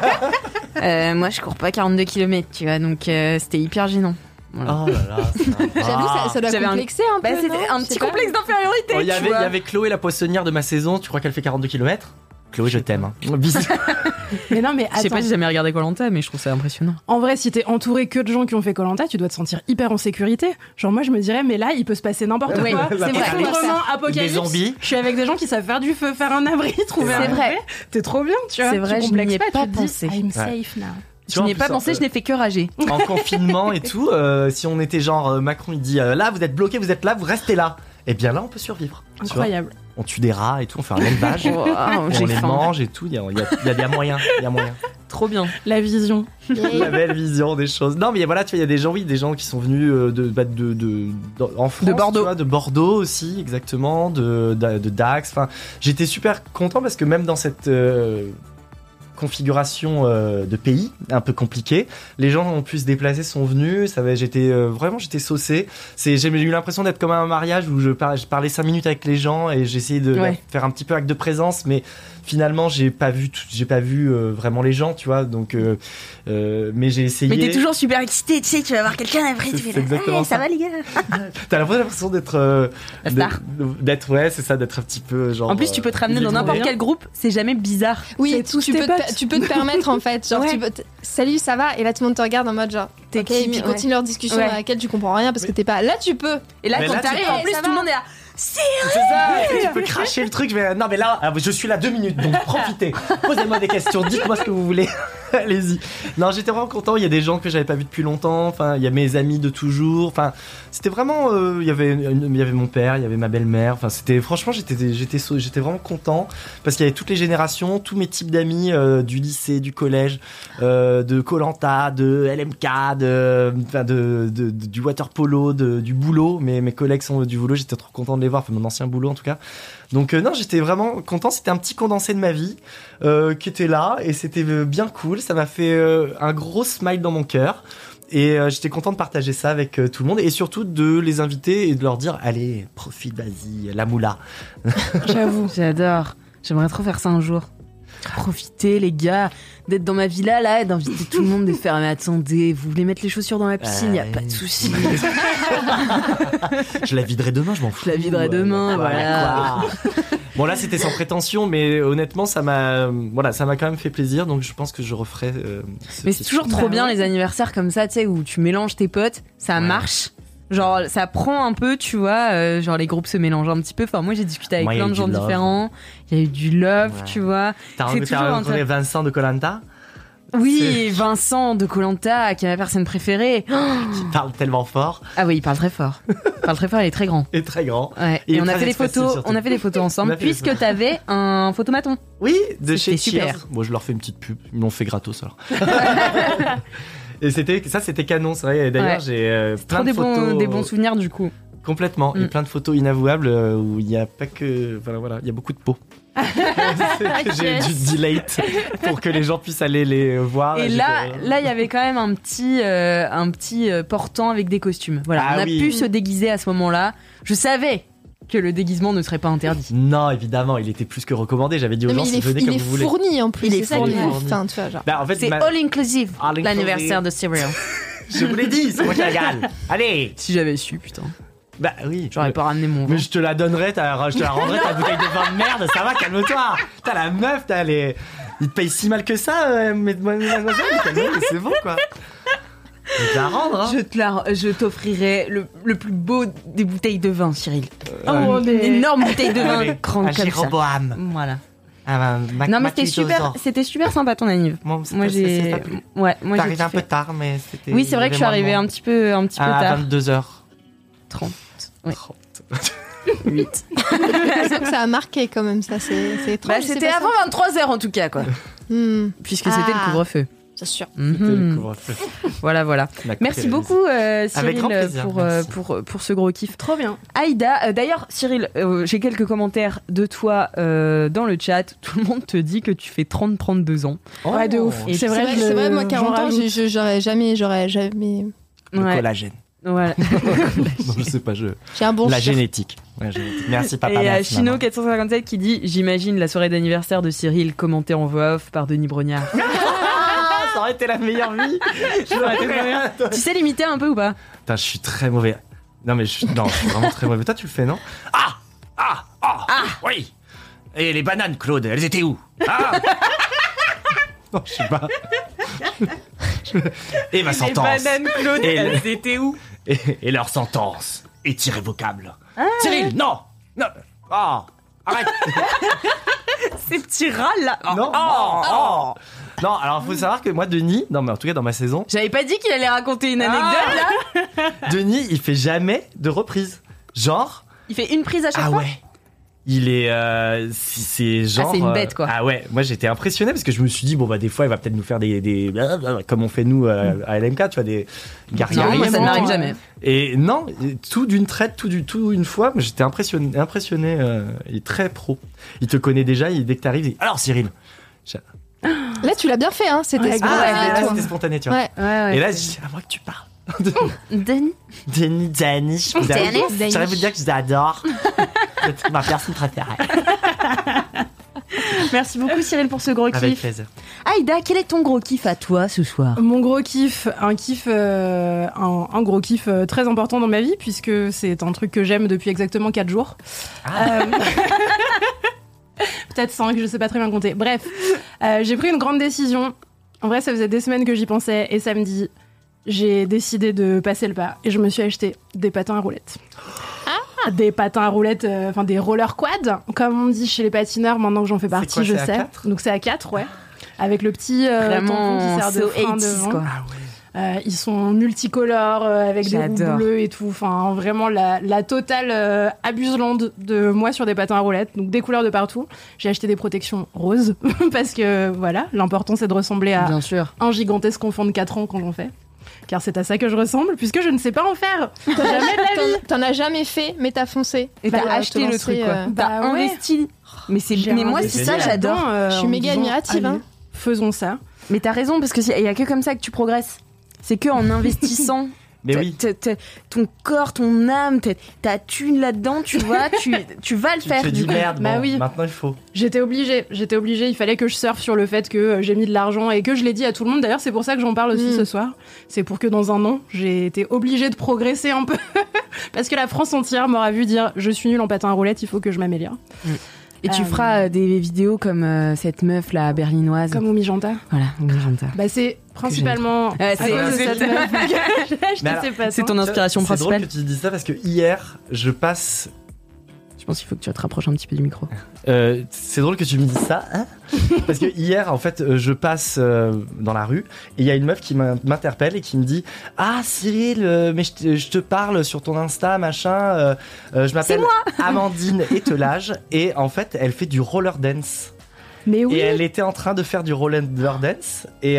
Moi je cours pas 42 km, tu vois, donc c'était hyper gênant. Voilà. Oh là là, J'avoue, ça doit complexer un peu. C'était un petit complexe d'infériorité. Il y avait Chloé, la poissonnière de ma saison. Tu crois qu'elle fait 42 km ? Chloé, je t'aime. Hein. Bisous. Mais non, mais attends. Je sais pas, j'ai jamais regardé Koh-Lanta, mais je trouve ça impressionnant. En vrai, si t'es entouré que de gens qui ont fait Koh-Lanta, tu dois te sentir hyper en sécurité. Genre moi, je me dirais, mais là, il peut se passer n'importe quoi. C'est vrai. Effondrement, apocalypse. Des zombies. Je suis avec des gens qui savent faire du feu, faire un abri, trouver un vrai. abri. T'es trop bien, tu vois. C'est vrai, tu je n'y ai complexes pas tu te pensé. Dis, I'm safe now. Je n'y ai pas pensé, je n'ai fait que rager. En confinement et tout, si on était genre Macron, il dit là, vous êtes bloqué, vous êtes là, vous restez là. Et bien là, on peut survivre. Incroyable. On tue des rats et tout, on fait un élevage, on les mange et tout. Il y a moyen, il y a moyen. Trop bien. La vision. La belle vision des choses. Non, mais voilà, tu vois, il y a des gens qui sont venus en France, de Bordeaux, tu vois, de Bordeaux aussi, exactement, de Dax. Enfin, j'étais super content parce que même dans cette configuration de pays un peu compliquée, les gens ont pu se déplacer, sont venus, j'étais saucé. J'ai eu l'impression d'être comme à un mariage où je parlais 5 minutes avec les gens et j'essayais de faire un petit peu acte de présence, mais finalement j'ai pas vu vraiment les gens, tu vois, donc mais j'ai essayé. Mais t'es toujours super excité, tu sais, tu vas voir quelqu'un après, tu fais là, ça va les gars. T'as l'impression d'être la star. d'être un petit peu genre. En plus tu peux te ramener dans n'importe quel groupe, c'est jamais bizarre. Oui, tu peux te permettre en fait, genre salut, ça va, et là tout le monde te regarde en mode genre et puis continue leur discussion dans laquelle tu comprends rien parce que t'es pas là, tu peux. Et là quand t'arrives en plus tout le monde est là. C'est ça, tu peux cracher le truc. Non mais là, je suis là 2 minutes, donc profitez. Posez-moi des questions, dites-moi ce que vous voulez. Allez-y. Non, j'étais vraiment content. Il y a des gens que j'avais pas vus depuis longtemps. Enfin, il y a mes amis de toujours. Enfin, c'était vraiment. Il y avait mon père, il y avait ma belle-mère. Enfin, franchement, j'étais vraiment content parce qu'il y avait toutes les générations, tous mes types d'amis du lycée, du collège, de Koh-Lanta, de LMK, du water polo, du boulot. Mes collègues sont du boulot. J'étais trop content de les voir. Enfin, mon ancien boulot en tout cas. Donc non, j'étais vraiment content. C'était un petit condensé de ma vie qui était là et c'était bien cool. Ça m'a fait un gros smile dans mon cœur et j'étais content de partager ça avec tout le monde et surtout de les inviter et de leur dire allez, profite, vas-y, la moula. J'avoue, j'adore. J'aimerais trop faire ça un jour. Profitez, les gars, d'être dans ma villa, là, d'inviter tout le monde, de faire, mais attendez, vous voulez mettre les chaussures dans la piscine, y a pas de souci. Je la viderai demain, je m'en fous. Je la viderai demain, voilà. Bon, là, c'était sans prétention, mais honnêtement, ça m'a quand même fait plaisir, donc je pense que je referai. Mais c'est toujours trop bien les anniversaires comme ça, tu sais, où tu mélanges tes potes, ça marche. Genre, ça prend un peu, tu vois, genre les groupes se mélangent un petit peu. Enfin, moi, j'ai discuté avec plein de gens différents. Il y a eu du love, tu vois. T'as rencontré Vincent de Koh-Lanta ? Oui, Vincent de Koh-Lanta, qui est ma personne préférée. Qui parle tellement fort. Ah oui, il parle très fort. Il est très grand. Et très grand. Ouais. Et on a fait des photos. On a fait des photos ensemble, puisque t'avais un photomaton. Oui, de chez super. Cheers. Moi, je leur fais une petite pub. Ils m'ont fait gratos alors. Et c'était canon, c'est vrai. Et d'ailleurs, j'ai plein de photos. Des bons souvenirs du coup. Complètement. Et plein de photos inavouables où il n'y a pas que. Voilà, il y a beaucoup de peau. J'ai dû delete pour que les gens puissent aller les voir. Et là, il y avait quand même un petit portant avec des costumes. Voilà, on a pu se déguiser à ce moment-là. Je savais que le déguisement ne serait pas interdit. Non, évidemment, il était plus que recommandé. J'avais dit aux gens, venez comme vous voulez. Il est fourni en plus. Il est fourni. Enfin, tu vois, genre. Bah, en fait, c'est all inclusive, l'anniversaire de Cyril. Je vous l'ai dit, c'est moi qui la gagne. Allez. Si j'avais su, putain. Bah oui. J'aurais pas ramené mon vin. Mais je te la donnerai, je te la rendrai ta bouteille de vin de merde, ça va, calme-toi. T'as la meuf, il te paye si mal que ça, mademoiselle, c'est bon quoi. Je vais te la rendre, hein. Je t'offrirai le plus beau des bouteilles de vin, Cyril. Une énorme bouteille de vin grande comme ça. Voilà. Non mais c'était super sympa ton anniv. Moi j'ai t'arrives un peu tard mais c'était. Oui, c'est vrai que je suis arrivée un petit peu tard. À 22h30. 8. C'est que ça a marqué quand même, ça c'est étrange. Bah, c'était avant 23h en tout cas quoi. Puisque c'était le couvre-feu. C'est sûr. C'était le couvre-feu. Voilà. Merci beaucoup Cyril pour ce gros kiff. Trop bien. Aïda, d'ailleurs Cyril, j'ai quelques commentaires de toi dans le chat. Tout le monde te dit que tu fais 30-32 ans. Ouais, de ouf. Et c'est vrai, moi 40 ans, j'aurais jamais. Le collagène. Voilà. Non, je sais pas, j'ai un bon la génétique. Ouais, merci papa. Et Chino 457 qui dit j'imagine la soirée d'anniversaire de Cyril commentée en voix off par Denis Brognard. Ça aurait été la meilleure vie. Tu sais l'imiter un peu ou pas? Putain, je suis très mauvais. Non, je suis vraiment très mauvais. Toi, tu le fais, non? Oui. Et les bananes, Claude, elles étaient où? Non, je sais pas. Et ma sentence. Les bananes, Claude, elles étaient où? Et leur sentence est irrévocable. Cyril, non. Arrête. Ces petits râles là. Non, alors faut savoir que moi, Denis, en tout cas dans ma saison, j'avais pas dit qu'il allait raconter une anecdote là. Denis, il fait jamais de reprise. Genre, il fait une prise à chaque fois. Ah ouais. Il est, c'est genre. c'est une bête quoi. Ah ouais, moi j'étais impressionné parce que je me suis dit des fois il va peut-être nous faire des comme on fait nous à LMK, tu vois, des guerriers. Non, moi ça ne m'arrive jamais. Et non, tout d'une traite, tout une fois, mais j'étais impressionné. Il est très pro. Il te connaît déjà. Dès que t'arrives, il dit alors Cyril. Là tu l'as bien fait, hein. C'était spontané, tu vois. Ouais. Et là, je dis c'est à moi que tu parles. Denis, j'aurais vous dire que je l'adore. C'est ma personne préférée. Merci beaucoup Cyril pour ce gros kiff. Avec plaisir. Aïda, quel est ton gros kiff à toi ce soir? Mon gros kiff, un gros kiff très important dans ma vie puisque c'est un truc que j'aime depuis exactement 4 jours. Peut-être 5, je sais pas très bien compter. Bref, j'ai pris une grande décision. En vrai, ça faisait des semaines que j'y pensais et samedi, j'ai décidé de passer le pas et je me suis acheté des patins à roulettes. Des patins à roulettes, des roller quad, comme on dit chez les patineurs, maintenant que j'en fais partie, je sais. Donc c'est à 4, ouais. Avec le petit tampon qui sert de frein devant. Quoi. Ils sont multicolores, avec des roues bleues et tout. Enfin, vraiment la totale abuselande de moi sur des patins à roulettes. Donc des couleurs de partout. J'ai acheté des protections roses, parce que voilà, l'important c'est de ressembler à un gigantesque enfant de 4 ans quand j'en fais. Car c'est à ça que je ressemble, puisque je ne sais pas en faire. Jamais de la vie. T'en as jamais fait, mais t'as foncé. Et t'as acheté le truc, quoi. T'as investi. Mais moi, c'est ça, j'adore. Je suis méga admirative. Allez, faisons ça. Mais t'as raison, parce qu'il y a que comme ça que tu progresses. C'est que en investissant Mais oui. Ton corps, ton âme, ta thune là-dedans, tu vois, tu vas le faire. Tu te dis merde, Bah bon, oui. maintenant il faut. J'étais obligée, il fallait que je surfe sur le fait que j'ai mis de l'argent et que je l'ai dit à tout le monde. D'ailleurs, c'est pour ça que j'en parle aussi ce soir. C'est pour que dans un an, j'ai été obligée de progresser un peu. Parce que la France entière m'aura vu dire « Je suis nulle en patin à roulettes, il faut que je m'améliore ». Et tu feras des vidéos comme cette meuf là berlinoise. Comme Oumi Janta. Voilà, Oumi Janta. Bah c'est principalement à cause de cette meuf que j'ai acheté ces patins. C'est ton inspiration principale. C'est drôle que tu dis ça parce que hier, je passe... Je pense qu'il faut que tu te rapproches un petit peu du micro. C'est drôle que tu me dises ça, hein parce que hier, en fait, je passe dans la rue et il y a une meuf qui m'interpelle et qui me dit « Ah Cyril, mais je te parle sur ton Insta, machin, je m'appelle Amandine Etelage et en fait, elle fait du roller dance. » Mais oui. Et elle était en train de faire du roller dance et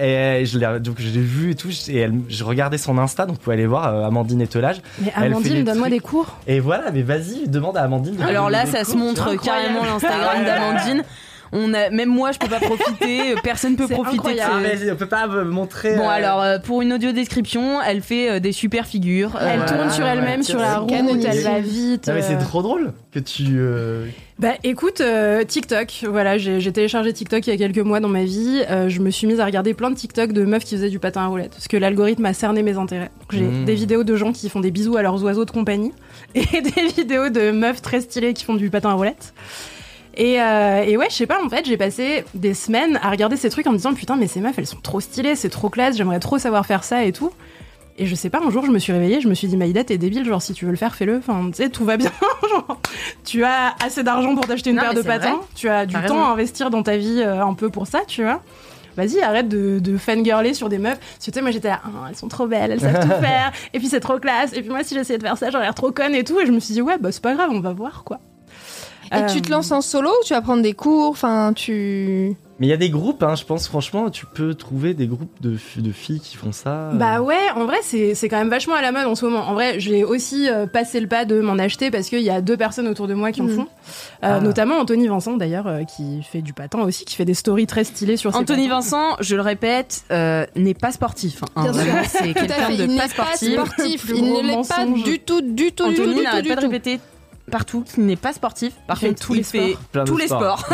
donc je l'ai vu et tout et je regardais son Insta, donc vous pouvez aller voir Amandine Etelage. Mais Amandine, donne-moi des cours. Et voilà, mais vas-y, demande à Amandine. Alors là, ça se montre carrément l'Instagram d'Amandine. Même moi, je peux pas profiter. Personne peut profiter. On peut pas montrer. Bon, alors pour une audio description, elle fait des super figures. Elle tourne sur elle-même sur la route. Elle va vite. Non, mais c'est trop drôle que tu. Bah écoute, TikTok. Voilà, j'ai téléchargé TikTok il y a quelques mois dans ma vie. Je me suis mise à regarder plein de TikTok de meufs qui faisaient du patin à roulettes parce que l'algorithme a cerné mes intérêts. Donc, j'ai des vidéos de gens qui font des bisous à leurs oiseaux de compagnie et des vidéos de meufs très stylées qui font du patin à roulettes. Et ouais, je sais pas, en fait, j'ai passé des semaines à regarder ces trucs en me disant putain, mais ces meufs, elles sont trop stylées, c'est trop classe, j'aimerais trop savoir faire ça et tout. Et je sais pas, un jour, je me suis réveillée, je me suis dit, Maïda, t'es débile, genre, si tu veux le faire, fais-le. Enfin, tu sais, tout va bien. Genre, tu as assez d'argent pour t'acheter une paire de patins, tu as du temps à investir dans ta vie un peu pour ça, tu vois. Vas-y, arrête de fangirler sur des meufs. Parce que tu sais, moi j'étais là, elles sont trop belles, elles savent tout faire. Et puis c'est trop classe. Et puis moi, si j'essayais de faire ça, j'aurais l'air trop conne et tout. Et je me suis dit, ouais, bah c'est pas grave, on va voir quoi. Et tu te lances en solo ou tu vas prendre des cours? Enfin, Mais il y a des groupes, hein, je pense, franchement, tu peux trouver des groupes de filles qui font ça. Bah ouais, en vrai, c'est quand même vachement à la mode en ce moment. En vrai, j'ai aussi passé le pas de m'en acheter parce qu'il y a 2 personnes autour de moi qui en font. Notamment Anthony Vincent, d'ailleurs, qui fait du patin aussi, qui fait des stories très stylées sur ses Anthony patins. Vincent, je le répète, n'est pas sportif. Hein. Vraiment, c'est quelqu'un de pas sportif. Il ne l'est pas du tout. Anthony n'arrête pas de répéter partout qu'il n'est pas sportif. Par contre, il fait tous les sports.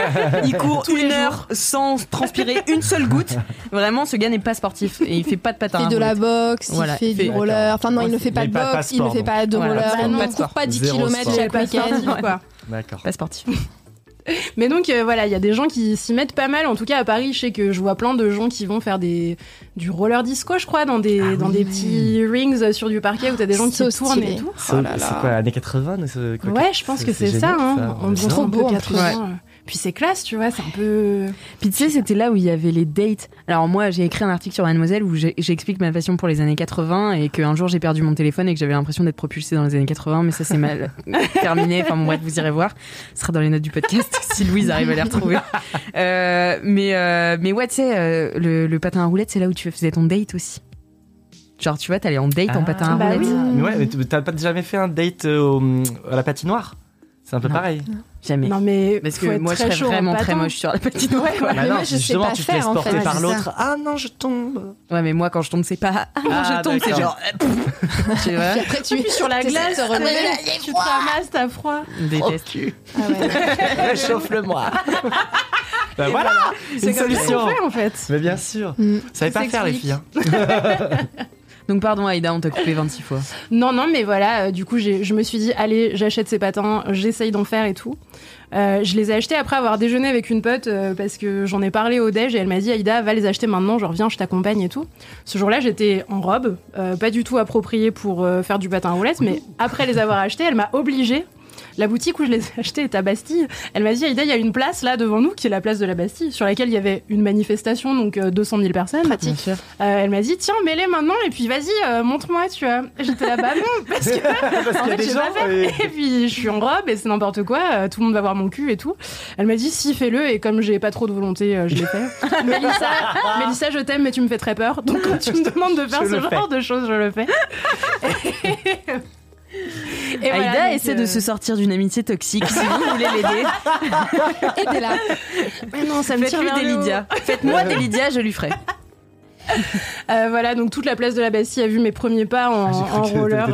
Il court 1 heure sans transpirer une seule goutte. Vraiment, ce gars n'est pas sportif et il fait pas de patin. Il fait de la boxe, voilà, il fait du roller. Enfin non, il ne fait pas de boxe, il ne fait pas de roller. Il ne court pas 10 km chaque week-end. D'accord. Pas sportif. Mais donc voilà, il y a des gens qui s'y mettent pas mal. En tout cas à Paris, je sais que je vois plein de gens qui vont faire du roller disco, je crois, dans des petits rings sur du parquet où t'as des gens qui tournent et tout. C'est quoi, années 80 Ouais, je pense que c'est ça. Hein. On dit trop beau 80. Puis c'est classe, tu vois, c'est un peu... Puis tu sais, c'était là où il y avait les dates. Alors moi, j'ai écrit un article sur Mademoiselle où j'explique ma passion pour les années 80 et qu'un jour j'ai perdu mon téléphone et que j'avais l'impression d'être propulsée dans les années 80, mais ça c'est mal terminé. Enfin bon, bref, vous irez voir. Ce sera dans les notes du podcast si Louise arrive à les retrouver. Mais ouais, tu sais, le patin à roulettes, c'est là où tu faisais ton date aussi. Genre, tu vois, t'allais en date en patin à roulettes. Oui. Mais ouais, mais t'as pas jamais fait un date à la patinoire? C'est un peu pareil. Jamais. Non mais parce que moi je serais vraiment très moche sur la patinoire. Ouais, bah non, moi, je sais pas tu te faire, laisses en porter fait. par l'autre. Ah non, je tombe. Ouais, mais moi quand je tombe, c'est pas ah non, je tombe, c'est genre tu vois. Puis après tu es sur la glace, tu te ramasses, t'as froid. Déteste. Ah ouais. Réchauffe-le-moi. Bah voilà, c'est une solution. Fait, en fait. Mais bien sûr. Vous savez pas faire les filles. Donc pardon Aïda, on t'a coupé 26 fois. Non, mais voilà, du coup je me suis dit, allez, j'achète ces patins, j'essaye d'en faire et tout. Je les ai achetés après avoir déjeuné avec une pote parce que j'en ai parlé au déj et elle m'a dit, Aïda, va les acheter maintenant, genre viens, je t'accompagne et tout. Ce jour-là, j'étais en robe, pas du tout appropriée pour faire du patin à roulettes, mais après les avoir achetés, elle m'a obligée. La boutique où je les ai achetés est à Bastille. Elle m'a dit, Aïda, il y a une place là devant nous, qui est la place de la Bastille, sur laquelle il y avait une manifestation, donc 200 000 personnes. Pratique. Elle m'a dit, tiens, mets-les maintenant, et puis vas-y, montre-moi, tu vois. J'étais là, bah non, parce que en fait, j'ai pas fait. Et puis, je suis en robe, et c'est n'importe quoi, tout le monde va voir mon cul et tout. Elle m'a dit, si, fais-le, et comme j'ai pas trop de volonté, je l'ai fait. Mélissa, je t'aime, mais tu me fais très peur, donc quand tu me demandes de faire ce genre de choses, je le fais. Et Aïda voilà, essaie de se sortir d'une amitié toxique. Si vous voulez l'aider, aidez-la. Mais non, ça me tire Faites-lui des Lydia. Faites-moi des Lydia, je lui ferai. Voilà, donc toute la place de la Bastille a vu mes premiers pas en roller.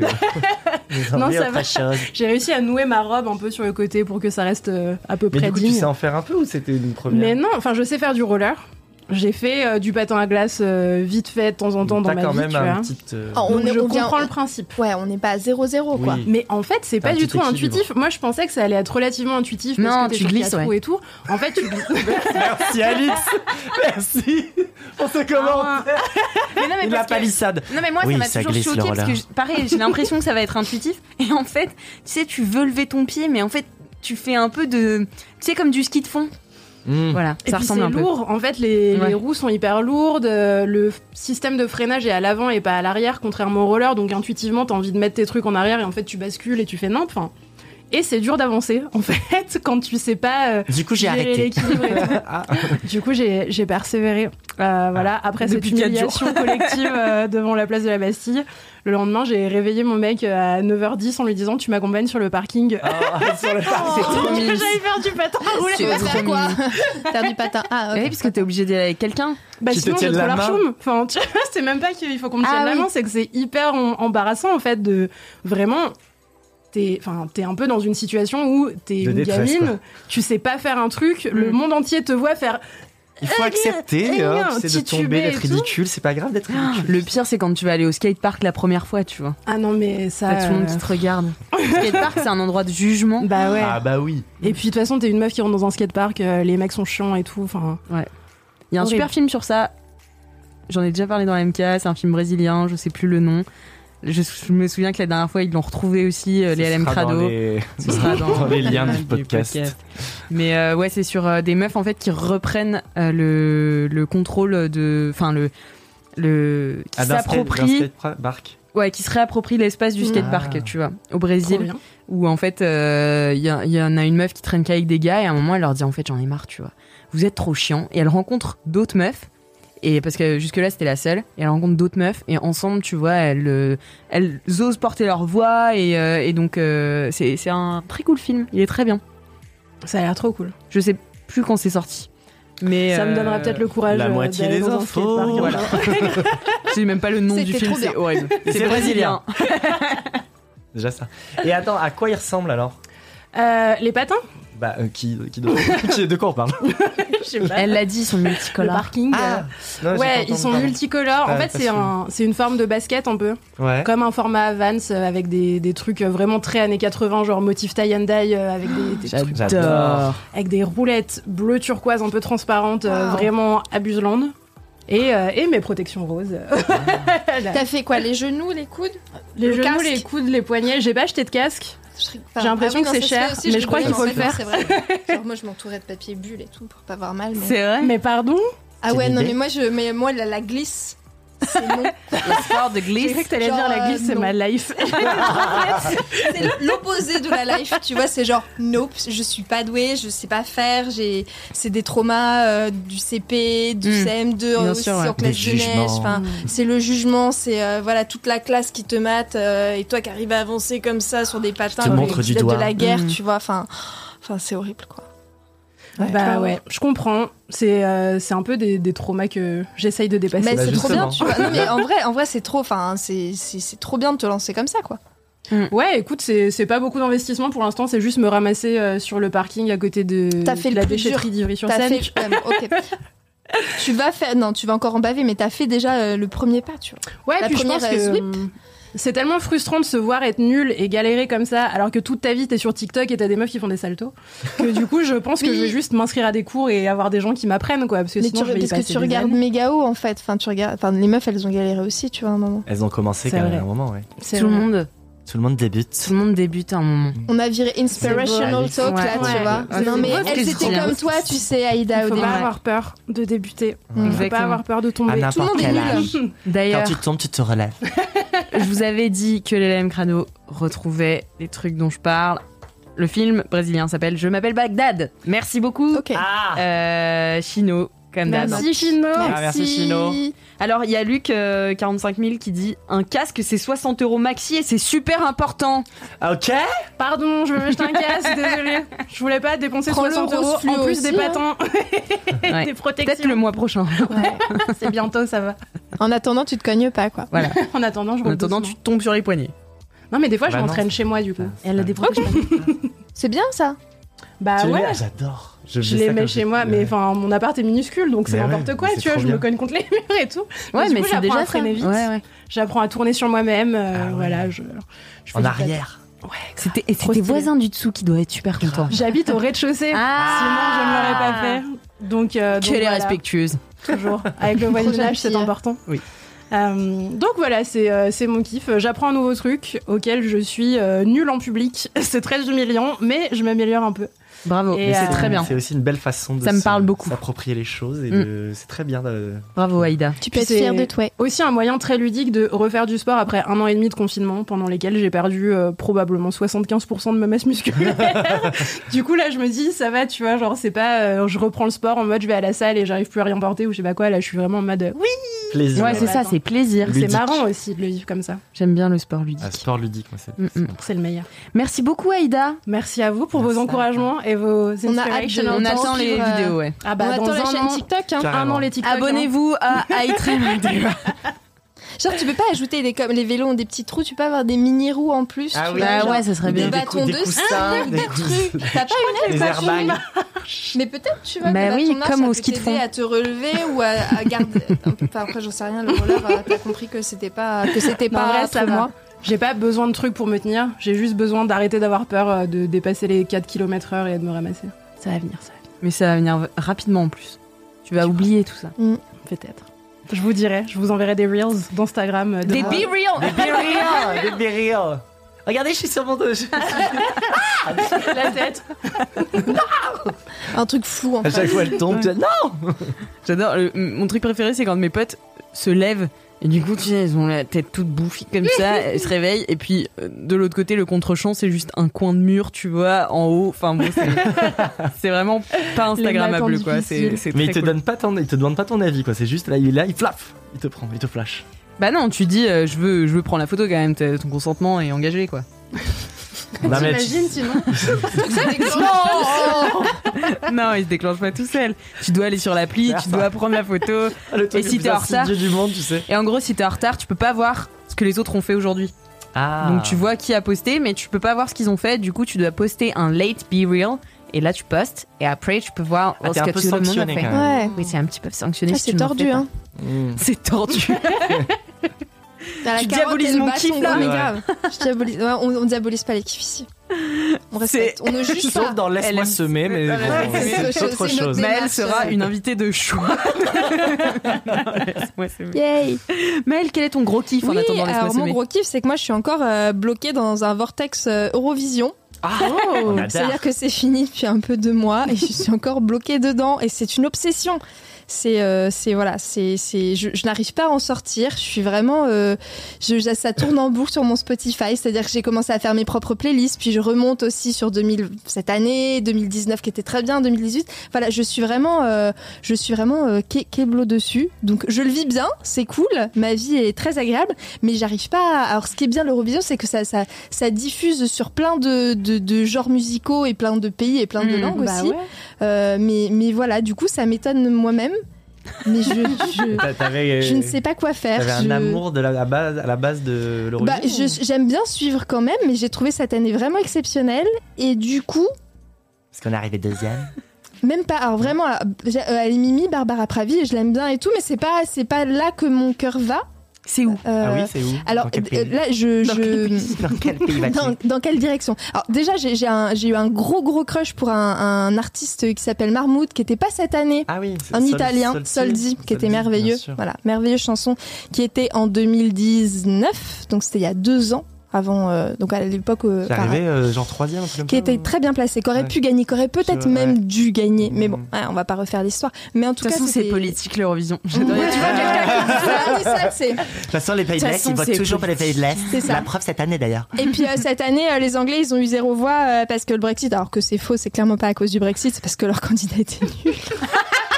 Non, ça va. J'ai réussi à nouer ma robe un peu sur le côté pour que ça reste à peu près digne. Mais du coup, tu sais en faire un peu ou c'était une première? Mais non, enfin, je sais faire du roller. J'ai fait du patin à glace vite fait de temps en temps dans ma vie. T'as quand même tu vois. un petit. Je comprends le principe. Ouais, on n'est pas à 0-0 quoi. Oui. Mais en fait, c'est pas du tout intuitif. Moi, je pensais que ça allait être relativement intuitif parce que tu glisses, ouais. et tout. En fait, tu glisses. Merci Alix. Merci. On se commente. Mais non, mais la palissade. Non mais moi Oui, ça m'a ça toujours glisse, le choqué parce roller. que pareil, j'ai l'impression que ça va être intuitif et en fait, tu sais, tu veux lever ton pied mais en fait, tu fais un peu de, tu sais, comme du ski de fond. Voilà, Et ça puis ressemble c'est un peu. lourd, en fait les roues sont hyper lourdes, le système de freinage est à l'avant et pas à l'arrière contrairement au roller, donc intuitivement t'as envie de mettre tes trucs en arrière et en fait tu bascules et tu fais nimp. Et c'est dur d'avancer en fait quand tu sais pas du coup j'ai gérer arrêté. l'équilibre et tout. Du coup j'ai persévéré. Voilà, après cette Depuis 4 humiliation collective devant la place de la Bastille, le lendemain j'ai réveillé mon mec à 9h10 en lui disant tu m'accompagnes sur le parking. Sur le C'est trop mignon. J'allais faire du patin à rouler. Tu vas faire quoi? Faire du patin. Ah, ok. Oui, parce que t'es obligé d'y aller avec quelqu'un. Bah Qui te sinon j'ai tienne trop la main. l'archoum. Enfin, tu vois, c'est même pas qu'il faut qu'on me tienne la oui. main, c'est que c'est hyper embarrassant en fait de vraiment. T'es un peu dans une situation où t'es De une détresse, gamine, quoi. tu sais pas faire un truc, le monde entier te voit faire. Il faut accepter tu sais, de tomber, d'être ridicule. C'est pas grave d'être ridicule. Le pire c'est quand tu vas aller au skatepark la première fois, tu vois. Ah non mais ça. T'as tout le monde qui te regarde. Le skatepark c'est un endroit de jugement. Bah ouais. Ah bah oui. Et puis de toute façon t'es une meuf qui rentre dans un skatepark, les mecs sont chiants et tout. Enfin. Ouais. Il y a un Horrible. super film sur ça. J'en ai déjà parlé dans la MK. C'est un film brésilien. Je sais plus le nom. Je me souviens que la dernière fois ils l'ont retrouvé aussi, les LM Crado. Ce sera dans les liens du podcast. Mais ouais, c'est sur des meufs en fait qui reprennent le contrôle de, enfin le qui s'approprient. Ouais, qui se réapproprie l'espace du skatepark, tu vois, au Brésil, où en fait il y en a une meuf qui traîne qu'avec des gars et à un moment elle leur dit en fait j'en ai marre, tu vois, vous êtes trop chiants, et elle rencontre d'autres meufs. Et parce que jusque-là, c'était la seule. Et elle rencontre d'autres meufs. Et ensemble, tu vois, elles osent porter leur voix. Et donc, c'est un très cool film. Il est très bien. Ça a l'air trop cool. Je sais plus quand c'est sorti. Mais ça me donnera peut-être le courage. La moitié des infos. Voilà. Je sais même pas le nom du film. C'est horrible. C'est brésilien. Déjà ça. Et attends, à quoi il ressemble alors? Les patins. Bah, de quoi on parle? Elle l'a dit, ils sont multicolores. Le parking. Ouais, ils sont multicolores. En fait, c'est une forme de basket un peu. Ouais. Comme un format Vans avec des trucs vraiment très années 80, genre motif tie and dye avec des trucs. J'adore. Avec des roulettes bleu turquoise un peu transparentes, vraiment abuseland. Et mes protections roses. T'as fait quoi? Les genoux, les coudes? Les genoux, casque? les coudes, les poignets. J'ai pas acheté de casque. J'ai l'impression que c'est cher, mais je crois qu'il faut le faire. C'est vrai. Genre, moi, je m'entourais de papier bulle et tout pour pas avoir mal. Mais... C'est vrai. Mais pardon? Ah ouais, non, mais moi, la glisse, c'est non. Le sport de glisse. J'ai cru que t'allais dire la glisse, c'est ma life. C'est l'opposé de la life, tu vois. C'est genre, nope, je suis pas douée, je sais pas faire. C'est des traumas du CP, du CM2 aussi en classe jeunesse. Enfin, c'est le jugement, c'est voilà toute la classe qui te mate et toi qui arrives à avancer comme ça sur des patins de la guerre, tu vois. Enfin, c'est horrible, quoi. Ouais, bah ouais, je comprends. C'est un peu des traumas que j'essaye de dépasser. Mais c'est trop bien, tu vois. Non, mais en vrai, c'est trop. Enfin, c'est trop bien de te lancer comme ça, quoi. Ouais, écoute, c'est pas beaucoup d'investissement pour l'instant. C'est juste me ramasser sur le parking à côté de la déchetterie d'Ivry-sur-Seine. Ok. Tu vas encore en baver, mais t'as fait déjà le premier pas, tu vois. Ouais, puis je pense que c'est tellement frustrant de se voir être nul et galérer comme ça, alors que toute ta vie t'es sur TikTok et t'as des meufs qui font des saltos, que du coup je pense que je vais juste m'inscrire à des cours et avoir des gens qui m'apprennent, quoi, parce que sinon je vais y passer des années. Parce que tu regardes méga haut en fait, les meufs elles ont galéré aussi, tu vois, à un moment. Elles ont commencé quand même à un moment, ouais. Tout le monde débute. Tout le monde débute à un moment. On a viré inspirational talk là, tu vois. Non mais elles étaient comme toi, tu sais, Aïda, au début. Faut pas avoir peur de débuter. Faut pas avoir peur de tomber. À n'importe quel âge. D'ailleurs, quand tu tombes, tu te relèves. Je vous avais dit que les LM Crado retrouvaient les trucs dont je parle. Le film brésilien s'appelle Je m'appelle Bagdad. Merci beaucoup. Okay. Chino. Comme d'hab. Merci Chino. Merci Chino. Alors, il y a Luc, 45 000, qui dit un casque, c'est 60 € maxi et c'est super important. Ok. Pardon, je veux m'acheter un casque, désolé. Je voulais pas dépenser Prends 60 le rose € en fluo plus aussi, des patins, Ouais. des protections. Peut-être le mois prochain. Ouais, c'est bientôt, ça va. En attendant, tu te cognes pas, quoi. Voilà. En attendant, je En roule attendant, doucement. tu tombes sur les poignets. Non, mais des fois, je Bah non, m'entraîne chez moi, du coup. Elle a des protections. C'est bien, ça. Bah Tu les ouais. mets J'adore. Je fais les ça mets comme chez ça. moi, mais enfin, mon appart est minuscule, donc c'est Mais ouais, n'importe quoi, mais c'est tu vois, trop je me bien. cogne contre les murs et tout. Ouais, du mais coup, c'est j'apprends déjà à traîner vite. Ouais. J'apprends à tourner sur moi-même, Ah ouais. voilà, je fais En du arrière. Ouais, C'était Trop tes stylé. voisins du dessous qui doivent être super contents. J'habite au rez-de-chaussée, sinon je ne l'aurais pas fait. Donc Qu'elle est voilà, respectueuse. toujours. Avec le voisinage, c'est gentille. important. Oui. Donc voilà, c'est mon kiff. J'apprends un nouveau truc auquel je suis nulle en public. C'est très humiliant, mais je m'améliore un peu. Bravo, Et, mais c'est très bien. C'est aussi une belle façon de Ça me parle beaucoup. s'approprier les choses et c'est très bien. Bravo Aïda. Tu peux être C'est fière de toi. aussi un moyen très ludique de refaire du sport après 1 an et demi de confinement pendant lesquels j'ai perdu probablement 75% de ma masse musculaire. Du coup là je me dis ça va, tu vois, genre c'est pas je reprends le sport en mode je vais à la salle et j'arrive plus à rien porter ou je sais pas quoi, là je suis vraiment en mode oui, Plaisir. Ouais, c'est ça, attends. c'est plaisir. c'est Ludique. marrant aussi de le vivre comme ça. J'aime bien le sport ludique. Un sport ludique, moi, c'est. C'est le meilleur. Merci beaucoup Aïda. Merci à vous pour Merci vos à encouragements et vos On a hâte inspirations. On Attends, attend les suivre, vidéos, ouais. Ah bah On dans attend la un chaîne an, TikTok, hein. un an les TikTok. Abonnez-vous à iTrend. Genre, tu peux pas ajouter comme les vélos ont des petits trous, tu peux avoir des mini roues en plus. Ah tu oui. vois, Bah genre, ouais, ça serait des bien. bâtons de coussins, ski, des des trucs. T'as pas une Les airbags. Mais peut-être, tu vois, Bah que oui, le bâton comme marche, au ça ski peut de t'aider fond. à te relever ou à garder. Enfin, après, j'en sais rien, le roller, t'as compris que c'était pas, Non, en vrai, ça pour va. moi. J'ai pas besoin de trucs pour me tenir, j'ai juste besoin d'arrêter d'avoir peur de dépasser les 4 km/h et de me ramasser. Ça va venir, ça va venir. Mais ça va venir rapidement en plus. Tu vas oublier tout ça. Peut-être. Je vous dirai, je vous enverrai des reels d'Instagram. Des be real. Des be real, des be real. Regardez, je suis sur mon dos. la tête. Un truc fou, en À chaque fait. fois, elle tombe. tu dis, non. J'adore. Mon truc préféré, c'est quand mes potes se lèvent et du coup, tu sais, ils ont la tête toute bouffie comme ça, elles se réveillent et puis de l'autre côté, le contre-champ, c'est juste un coin de mur, tu vois, en haut. Enfin bon, c'est vraiment pas instagrammable, matins quoi. difficiles. C'est Mais très il te cool. il te demande pas ton avis, quoi. C'est juste là, il est là, il flaffe, il te prend, il te flash. Bah non, tu dis, je veux prendre la photo quand même. Ton consentement est engagé, quoi. Non, mais T'imagines sinon Non, il se déclenche pas tout seul. Tu dois aller sur l'appli, tu dois prendre la photo. le truc Et si le plus t'es en retard insidieux du monde, tu sais. Et en gros, si t'es en retard, tu peux pas voir ce que les autres ont fait aujourd'hui. Ah. Donc tu vois qui a posté, mais tu peux pas voir ce qu'ils ont fait. Du coup, tu dois poster un late be real. Et là, tu postes. Et après, tu peux voir Ah, t'es ce un que peu tout le monde a sanctionné, fait. quand même. Ouais. Oui, c'est un petit peu sanctionné. Ah, si c'est tu ne le tordu, fais pas. hein. C'est tordu. T'as la Tu carotte diabolises et le mon bâton, kiff, là. mais Ouais. grave. Je diabolise. Ouais, on diabolise pas les kiffs ici. On respecte. On ne juge pas. Sauf dans Laisse-moi Elle aime- semer, mais Ouais, bon, c'est c'est autre autre chose, c'est chose. notre Maëlle démarche. sera une invitée de choix. Non, laisse-moi semer. Yay. Maëlle, quel est ton gros kiff en Oui, attendant alors Laisse-moi mon semer? gros kiff, c'est que moi, je suis encore bloquée dans un vortex Eurovision. Ah, on adore. C'est-à-dire que c'est fini depuis un peu 2 mois et je suis encore bloquée dedans et c'est une obsession. Je n'arrive pas à en sortir. Je suis vraiment, ça tourne en boucle sur mon Spotify. C'est-à-dire que j'ai commencé à faire mes propres playlists, puis je remonte aussi sur cette année, 2019 qui était très bien, 2018. Voilà, je suis vraiment keblo dessus. Donc je le vis bien, c'est cool. Ma vie est très agréable, mais j'arrive pas. Alors ce qui est bien l'Eurovision, c'est que ça diffuse sur plein de genres musicaux et plein de pays et plein de langues bah aussi. ouais. Mais voilà, du coup, ça m'étonne moi-même. Mais je ne sais pas quoi faire. T'avais un amour à la base de l'Eurovision. J'aime bien suivre quand même, mais j'ai trouvé cette année vraiment exceptionnelle. Et du coup, Parce qu'on est arrivé deuxième. même pas. Alors vraiment, elle est Mimi, Barbara Pravi, je l'aime bien et tout, mais c'est pas là que mon cœur va. C'est où? Ah oui, c'est où? Alors Dans quel pays? là, Dans quel pays va-t-il? dans quelle direction? Alors déjà, j'ai eu un gros crush pour un artiste qui s'appelle Marmoud, qui était pas cette année. Ah oui, En italien, Soldi, qui était merveilleux. Voilà, merveilleuse chanson, qui était en 2019, donc c'était il y a 2 ans. Avant, donc à l'époque, J'arrivais genre 3e, un truc comme qui ça, était ou- très bien placé, qui aurait Ouais. pu gagner, qui aurait peut-être Ouais. même dû gagner, mais bon, ouais, on va pas refaire l'histoire. Mais en tout De toute cas, façon, c'est c'était- politique l'Eurovision. Ouais, J'adore. tu vois quelqu'un qui dit ça, c'est. De toute façon, les pays de De toute l'Est, façon, ils votent c'est toujours pas les pays de l'Est. C'est ça. La preuve cette année d'ailleurs. Et puis cette année, les Anglais, ils ont eu 0 voix parce que le Brexit, alors que c'est faux, c'est clairement pas à cause du Brexit, c'est parce que leur candidat était nul.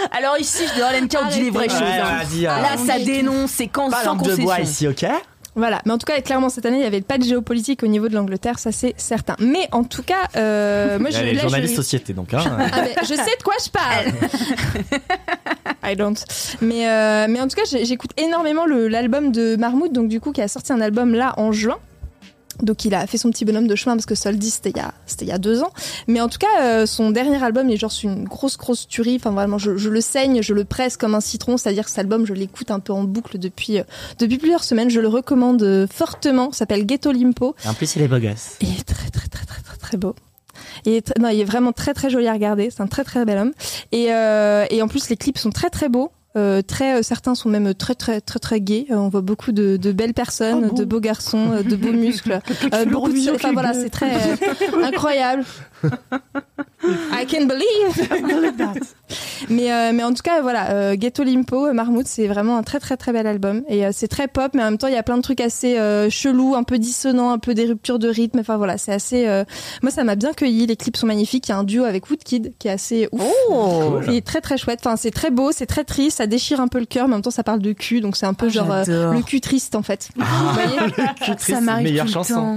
Alors ici, je dois on dit les vraies choses. Là, ça dénonce, c'est sans concession. De bois ici, ok. Voilà, mais en tout cas, clairement, cette année, il n'y avait pas de géopolitique au niveau de l'Angleterre, ça c'est certain. Mais en tout cas, moi je suis journaliste société, donc. Hein. Mais je sais de quoi je parle. I don't. Mais en tout cas, j'écoute énormément l'album de Marmoud, donc du coup, qui a sorti un album là en juin. Donc il a fait son petit bonhomme de chemin parce que Soldi c'était il y a 2 ans. Mais en tout cas, son dernier album il est genre une grosse tuerie. Enfin vraiment, je le saigne, je le presse comme un citron. C'est-à-dire que cet album, je l'écoute un peu en boucle depuis plusieurs semaines. Je le recommande fortement. Ça s'appelle Ghetto Limpo. En plus, il est beau gosse. Il est très beau. Il est vraiment très joli à regarder. C'est un très bel homme. Et en plus, les clips sont très beaux. Certains sont même très gays. On voit beaucoup de belles personnes, de beaux garçons, de beaux muscles, beaucoup de. Enfin voilà, c'est très incroyable. I can believe that. Mais en tout cas voilà, Ghetto Limpo, Marmoud, c'est vraiment un très bel album et c'est très pop, mais en même temps il y a plein de trucs assez chelous, un peu dissonants, un peu des ruptures de rythme. Enfin voilà, c'est assez. Moi ça m'a bien cueilli. Les clips sont magnifiques. Il y a un duo avec Woodkid qui est assez ouf. Cool. Il est très chouette. Enfin c'est très beau, c'est très triste, ça déchire un peu le cœur, mais en même temps ça parle de cul, donc c'est un peu le cul triste en fait. Vous voyez, le cul triste, ça m'arrive meilleure tout chanson.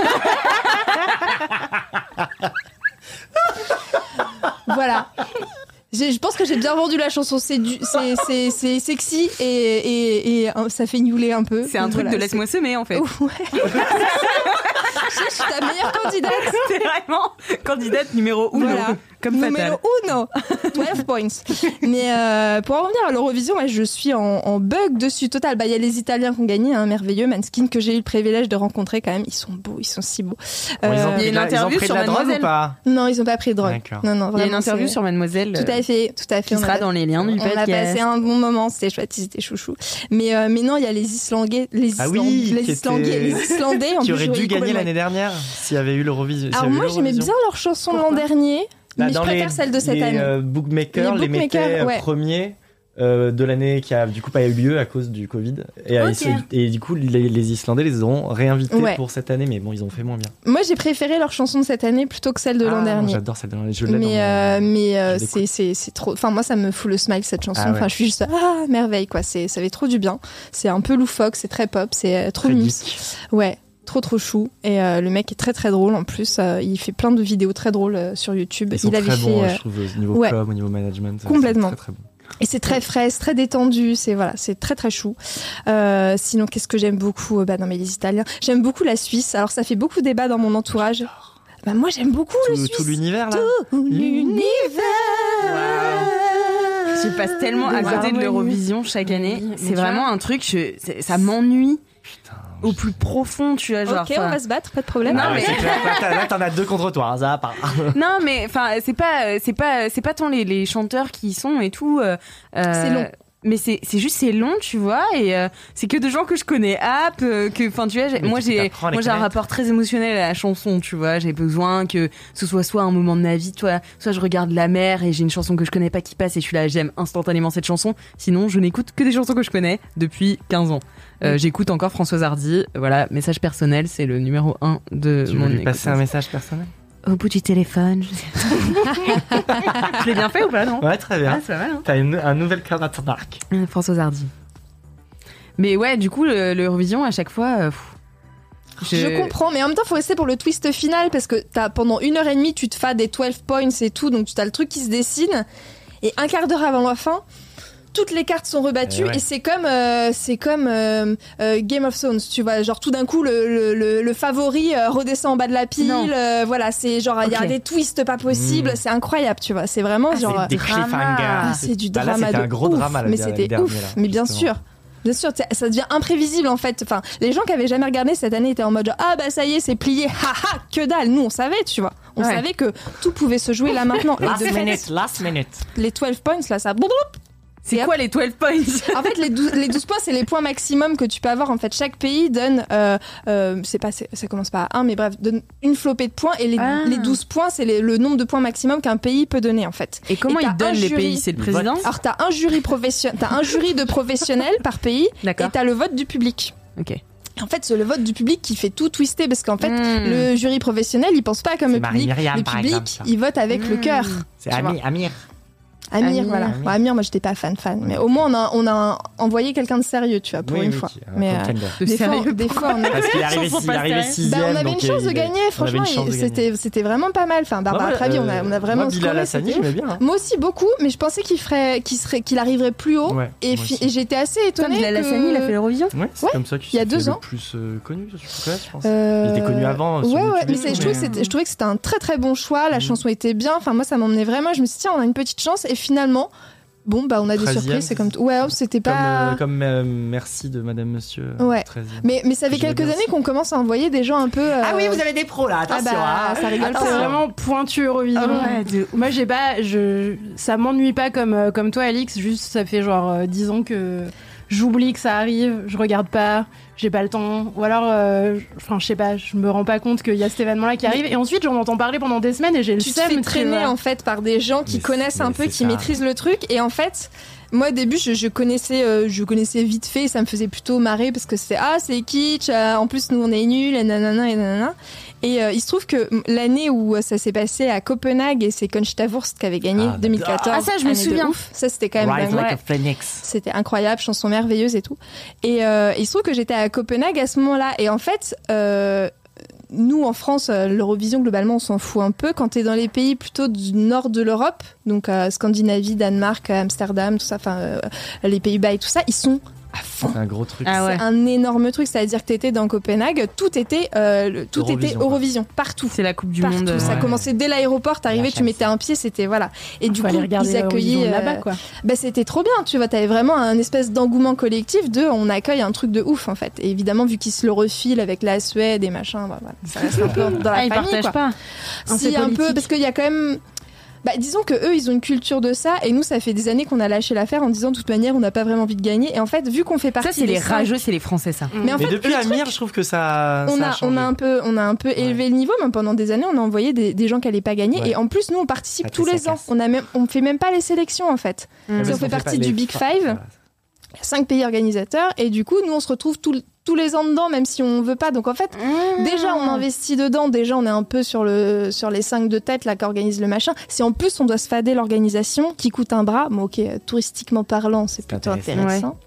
Voilà. Je pense que j'ai bien vendu la chanson. C'est sexy et ça fait gnouler un peu. C'est un truc de laisse-moi semer en fait. Ouais. Je suis ta meilleure candidate. C'est vraiment candidate numéro 1. Voilà. Comme numéro 1. 12 points. Mais pour en revenir à l'Eurovision, je suis en bug dessus total. Il y a les Italiens qui ont gagné, merveilleux. Maneskin que j'ai eu le privilège de rencontrer quand même. Ils sont beaux, ils sont si beaux. Il y a une interview sur Mademoiselle. Non, ils n'ont pas pris de drogue. Non, vraiment, il y a une interview sur Mademoiselle. Tout à fait. Qui sera dans les liens du podcast. On a passé un bon moment, c'était chouette, ils étaient chouchous. Mais non, il y a les Islandais, les Islandais. Qui auraient dû gagner l'année dernière s'il y avait eu l'Eurovision. Alors moi, j'aimais bien leur chanson de l'an dernier, mais je préfère celle de cette année. Les bookmakers les mettaient premiers de l'année qui a du coup pas eu lieu à cause du Covid. Et du coup, les Islandais les ont réinvités pour cette année, mais bon, ils ont fait moins bien. Moi, j'ai préféré leur chanson de cette année plutôt que celle de l'an dernier. J'adore celle de l'an dernier. Mais c'est trop. Enfin, moi, ça me fout le smile cette chanson. Enfin, je suis juste merveille quoi. Ça fait trop du bien. C'est un peu loufoque, c'est très pop, c'est trop mimi. Ouais. Trop chou et le mec est très drôle en plus, il fait plein de vidéos très drôles sur YouTube. Ils sont très bons, je trouve, au niveau com, au niveau management. Complètement. C'est très bon. Et c'est très frais, c'est très détendu, c'est très chou. Sinon, qu'est-ce que j'aime beaucoup mais les Italiens. J'aime beaucoup la Suisse. Alors ça fait beaucoup débat dans mon entourage. Moi j'aime beaucoup le Suisse. Tout l'univers là. Tout l'univers. Je passe tellement à côté de l'Eurovision chaque année. C'est vraiment un truc, ça m'ennuie. Putain. Au plus profond, tu vois, genre. Ok, on va se battre, pas de problème. Non, mais c'est clair, là, t'en as 2 contre toi, ça va pas. Non, mais enfin, c'est pas tant les chanteurs qui y sont et tout. C'est long. Mais c'est juste c'est long, tu vois, et c'est que de gens que je connais, enfin tu vois, moi j'ai un rapport très émotionnel à la chanson, tu vois, j'ai besoin que ce soit un moment de ma vie, soit je regarde la mer et j'ai une chanson que je connais pas qui passe et je suis là, j'aime instantanément cette chanson. Sinon, je n'écoute que des chansons que je connais depuis 15 ans. J'écoute encore Françoise Hardy, voilà, message personnel, c'est le numéro 1 de mon. Tu veux lui passer un message personnel? Au bout du téléphone, je l'ai bien fait ou pas, non? Ouais, très bien. C'est pas mal, hein. T'as un nouvel cœur dans ton arc. Françoise Hardy. Mais ouais, du coup, l'Eurovision, à chaque fois... Je comprends, mais en même temps, faut rester pour le twist final, parce que pendant 1h30, tu te fais des 12 points et tout, donc tu as le truc qui se dessine, et un quart d'heure avant la fin... Toutes les cartes sont rebattues et c'est comme Game of Thrones, tu vois, genre tout d'un coup le favori redescend en bas de la pile, voilà, c'est genre il y a des twists pas possibles, c'est incroyable, tu vois, c'est vraiment genre c'est des cliffhangers. C'est du drama, là, c'était un gros drama, mais c'était ouf, là, mais bien sûr, ça devient imprévisible en fait. Enfin, les gens qui avaient jamais regardé cette année étaient en mode ça y est, c'est plié, haha, que dalle. Nous on savait, tu vois, on savait que tout pouvait se jouer là maintenant. Last minute. Les 12 points là, ça. C'est quoi les 12 points? En fait, les 12 points, c'est les points maximum que tu peux avoir. En fait, chaque pays donne, ça commence pas à 1, mais bref, donne une flopée de points. Et les 12 points, c'est le nombre de points maximum qu'un pays peut donner, en fait. Et comment ils donnent les pays? C'est le président? Alors, t'as un jury de professionnels par pays. D'accord. Et t'as le vote du public. Ok. En fait, c'est le vote du public qui fait tout twister, parce qu'en fait, le jury professionnel, il pense pas comme le public. Le public, il vote avec le cœur. C'est Amir. Amir, voilà. Ouais, Amir, moi j'étais pas fan, mais au moins on a envoyé quelqu'un de sérieux, tu vois, pour une fois. Mais des fois, on a... Parce qu'il arrivait 6ème. On avait une chance de gagner, franchement, c'était vraiment pas mal. Enfin, Barbara Pravi, on a vraiment. Moi, Bilal Hassani, j'aimais bien. Moi aussi beaucoup, mais je pensais qu'il arriverait plus haut. Et j'étais assez étonnée. Bilal Hassani, il a fait l'Eurovision. Ouais, c'est comme ça qu'il s'est le plus connu, je pense. Il était connu avant. Ouais, mais je trouvais que c'était un très très bon choix. La chanson était bien. Enfin, moi, ça m'emmenait vraiment. Je me suis dit, tiens, on a une petite chance. Et finalement, bon, bah, on a des surprises. C'est comme tout. Ouais, c'était pas. Comme merci de Madame Monsieur. Ouais. Mais ça fait quelques années qu'on commence à envoyer des gens un peu. Ah oui, vous avez des pros là. Attention. Ça rigole. C'est vraiment pointu Eurovision. Moi, ça m'ennuie pas comme toi, Alix. Juste, ça fait genre 10 ans que j'oublie que ça arrive. Je regarde pas. J'ai pas le temps, ou alors, je sais pas, je me rends pas compte qu'il y a cet événement-là qui arrive, et ensuite j'en entends parler pendant des semaines et j'ai le seum. Tu te fais traîner en fait par des gens qui connaissent un peu, qui maîtrisent le truc, et en fait, moi au début je connaissais vite fait, et ça me faisait plutôt marrer parce que c'est kitsch, en plus nous on est nuls, et nanana et nanana. Et il se trouve que l'année où ça s'est passé à Copenhague, et c'est Conchita Wurst qui avait gagné 2014. Ah ça je me souviens. Ça c'était quand même Rise like a Phoenix. C'était incroyable, chanson merveilleuse et tout. Et il se trouve que j'étais à Copenhague à ce moment-là, et en fait nous en France, l'Eurovision globalement on s'en fout un peu. Quand t'es dans les pays plutôt du nord de l'Europe, donc Scandinavie, Danemark, Amsterdam, tout ça, enfin les Pays-Bas et tout ça, ils sont à fond. C'est un gros truc. C'est un énorme truc, c'est-à-dire que t'étais dans Copenhague, tout était Eurovision, partout. C'est la Coupe du Monde. Ça commençait dès l'aéroport, t'arrivais, tu mettais un pied, c'était voilà. Et du coup, ils accueillaient là-bas quoi. C'était trop bien, tu vois, t'avais vraiment un espèce d'engouement collectif on accueille un truc de ouf en fait. Et évidemment, vu qu'ils se le refilent avec la Suède et machin, voilà, ça reste un peu dans la famille. Ils partagent pas. Si un peu, parce qu'il y a quand même. Disons que eux ils ont une culture de ça, et nous ça fait des années qu'on a lâché l'affaire en disant de toute manière on n'a pas vraiment envie de gagner, et en fait vu qu'on fait partie ça c'est les rageux, c'est les Français ça. Mais en fait depuis Amir je trouve que ça on a un peu élevé le niveau, mais pendant des années on a envoyé des gens qui allaient pas gagner, et en plus nous on participe tous les ans, on fait même pas les sélections en fait. On fait partie du Big Five, il y a 5 pays organisateurs, et du coup nous on se retrouve tous les ans dedans, même si on veut pas. Donc en fait, déjà on investit dedans, déjà on est un peu sur les 5 de tête là qui organisent le machin. Si en plus on doit se fader l'organisation qui coûte un bras, bon ok, touristiquement parlant c'est plutôt intéressant.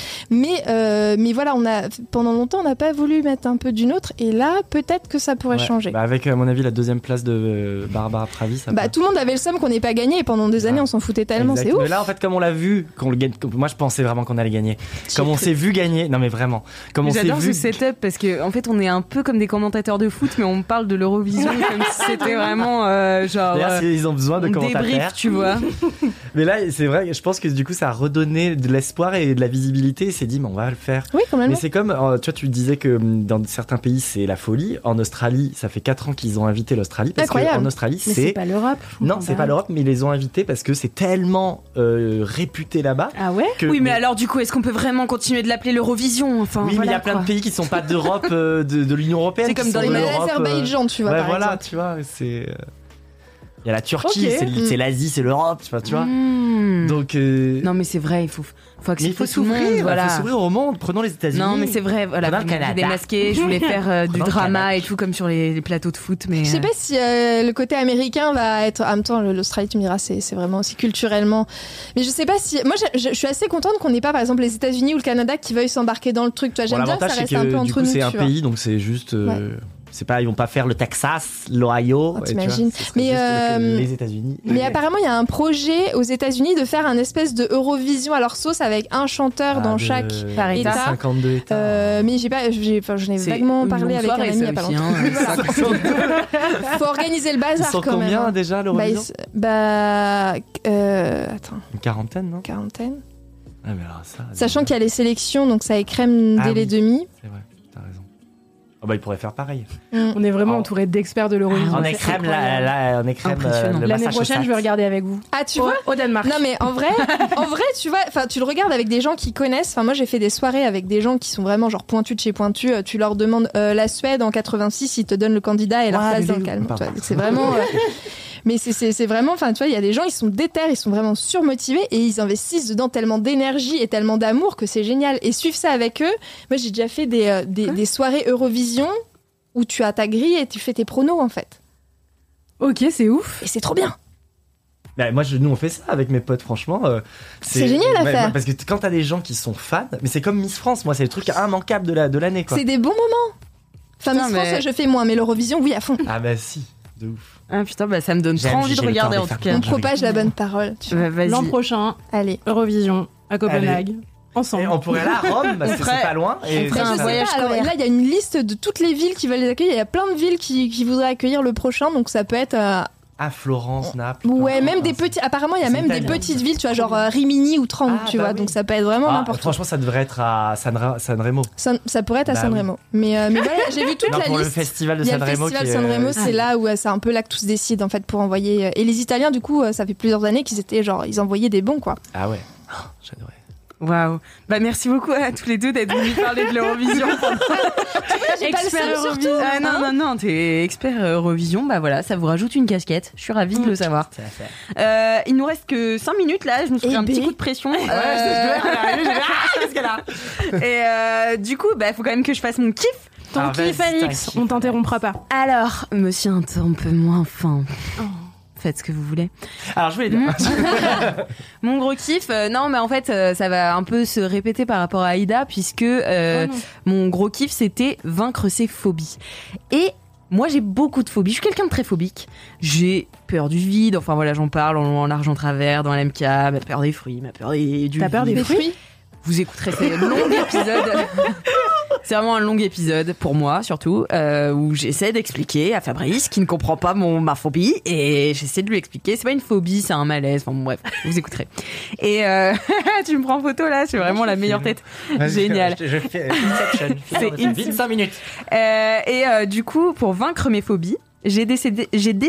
Ouais. Mais voilà, pendant longtemps on n'a pas voulu mettre un peu d'une autre, et là peut-être que ça pourrait changer. Avec à mon avis la deuxième place de Barbara Pravi, tout le monde avait le seum qu'on n'ait pas gagné, et pendant des années on s'en foutait tellement. C'est ouf. Mais là en fait comme on l'a vu, moi je pensais vraiment qu'on allait gagner. Comme on s'est vu gagner, non mais vraiment. J'adore ce setup parce que en fait on est un peu comme des commentateurs de foot, mais on parle de l'Eurovision comme si c'était vraiment genre. Ils ont besoin de commentateurs. Débrief, tu vois. Mais là c'est vrai, je pense que du coup ça a redonné de l'espoir et de la visibilité. Et s'est dit mais on va le faire. Oui, quand même. Mais c'est comme tu vois, tu disais que dans certains pays c'est la folie. En Australie, ça fait 4 ans qu'ils ont invité l'Australie parce qu'en Australie c'est pas l'Europe. Non, c'est pas l'Europe, mais ils les ont invités parce que c'est tellement réputé là-bas. Ah ouais. Oui, mais alors du coup, est-ce qu'on peut vraiment continuer de l'appeler l'Eurovision? Enfin, oui, mais il y a plein de pays qui sont pas d'Europe, de l'Union européenne. C'est comme dans l'Azerbaïdjan, tu vois. Ouais, par voilà, exemple. tu vois, c'est. Il y a la Turquie, c'est l'Asie, c'est l'Europe, tu vois. Donc. Non, mais c'est vrai, il faut accepter tout le monde. Il faut s'ouvrir au monde. Prenons les États-Unis. Non, mais c'est vrai. Voilà, j'ai démasqué. Je voulais faire du drama et tout comme sur les plateaux de foot, mais. Je sais pas si le côté américain va être. En même temps, l'Australie, tu me diras, c'est vraiment aussi culturellement. Mais je sais pas si. Moi, je suis assez contente qu'on n'ait pas, par exemple, les États-Unis ou le Canada qui veuillent s'embarquer dans le truc. Toi, j'aime bien que ça reste un peu entre nous. C'est un pays, donc c'est juste. C'est pas, ils vont pas faire le Texas, l'Ohio. T'imagines. Mais les États-Unis. Mais apparemment, il y a un projet aux États-Unis de faire un espèce de Eurovision à leur sauce avec un chanteur dans chaque État. 52 États. Mais je n'ai vaguement parlé avec un ami il y a pas longtemps. Faut organiser le bazar. Ils sont quand combien même. déjà l'Eurovision? Attends. Une quarantaine, non? Quarantaine. Ah, mais alors ça. Sachant qu'il y a les sélections, donc ça écrème dès les demi. C'est vrai. T'as raison. Oh bah, il pourrait faire pareil. On est vraiment entouré d'experts de l'Eurovision. On écrème l'année prochaine, je vais regarder avec vous. Ah, tu vois, au Danemark. Non, mais en vrai, tu vois, enfin, tu le regardes avec des gens qui connaissent. Enfin, moi, j'ai fait des soirées avec des gens qui sont vraiment genre pointus de chez pointus. Tu leur demandes la Suède en 86, ils te donnent le candidat et leur place dans le calme. C'est vraiment. Mais c'est vraiment, enfin, tu vois, il y a des gens, ils sont déter, ils sont vraiment surmotivés et ils investissent dedans tellement d'énergie et tellement d'amour que c'est génial. Et suivre ça avec eux, moi, j'ai déjà fait des soirées Eurovision où tu as ta grille et tu fais tes pronos, en fait. Ok, c'est ouf. Et c'est trop bien. Bah, nous on fait ça avec mes potes, franchement. C'est génial à faire. Parce que quand t'as des gens qui sont fans, mais c'est comme Miss France, moi c'est le truc immanquable de l'année, quoi. C'est des bons moments. Enfin, Miss France, je fais moins, mais l'Eurovision, oui, à fond. Ah bah si, de ouf. Ah putain, bah ça me donne trop envie de regarder en tout cas. On propage la bonne parole. L'an prochain, allez, Eurovision à Copenhague. Ensemble. Et on pourrait aller à Rome parce que c'est pas loin. Et on ferait un voyage scolaire. Là, il y a une liste de toutes les villes qui veulent les accueillir. Il y a plein de villes qui voudraient accueillir le prochain, donc ça peut être. À Florence, Naples. Ouais, même des petits. Apparemment, il y a même des petites villes, tu vois, genre Rimini ou Trento, tu vois. Donc ça peut être vraiment n'importe où. Franchement, ça devrait être à Sanremo. Ça pourrait être à Sanremo. Mais voilà, j'ai vu toute la pour liste. Le festival de Sanremo. Le festival de Sanremo, c'est là où c'est un peu là que tout se décide en fait pour envoyer. Et les Italiens, du coup, ça fait plusieurs années qu'ils étaient genre, ils envoyaient des bons, quoi. Ah ouais. J'adorais. Waouh. Bah merci beaucoup à tous les deux d'être venus parler de l'Eurovision. Expert Eurovision. Non, t'es expert Eurovision. Bah voilà, ça vous rajoute une casquette. Je suis ravie de le savoir. Il nous reste que 5 minutes là. Je me suis fait un petit coup de pression. Et du coup, bah faut quand même que je fasse mon kiff. Ton kiff, Alix. On t'interrompra pas. Alors, monsieur un peu moins fin. Faites ce que vous voulez. Alors je voulais dire mon gros kiff, non mais en fait ça va un peu se répéter par rapport à Aïda puisque mon gros kiff c'était vaincre ses phobies. Et moi j'ai beaucoup de phobies, je suis quelqu'un de très phobique. J'ai peur du vide, enfin voilà j'en parle en large en travers dans l'MK, ma peur des fruits, ma peur du T'as peur des fruits ? Vous écouterez ces longs épisodes. C'est vraiment un long épisode pour moi surtout où j'essaie d'expliquer à Fabrice qui ne comprend pas ma phobie et j'essaie de lui expliquer. C'est pas une phobie, c'est un malaise. Enfin bon, bref, vous écouterez. Et tu me prends en photo là, c'est vraiment la meilleure tête. Génial. Je fais Inception. C'est 5 minutes. Du coup, pour vaincre mes phobies. J'ai décédé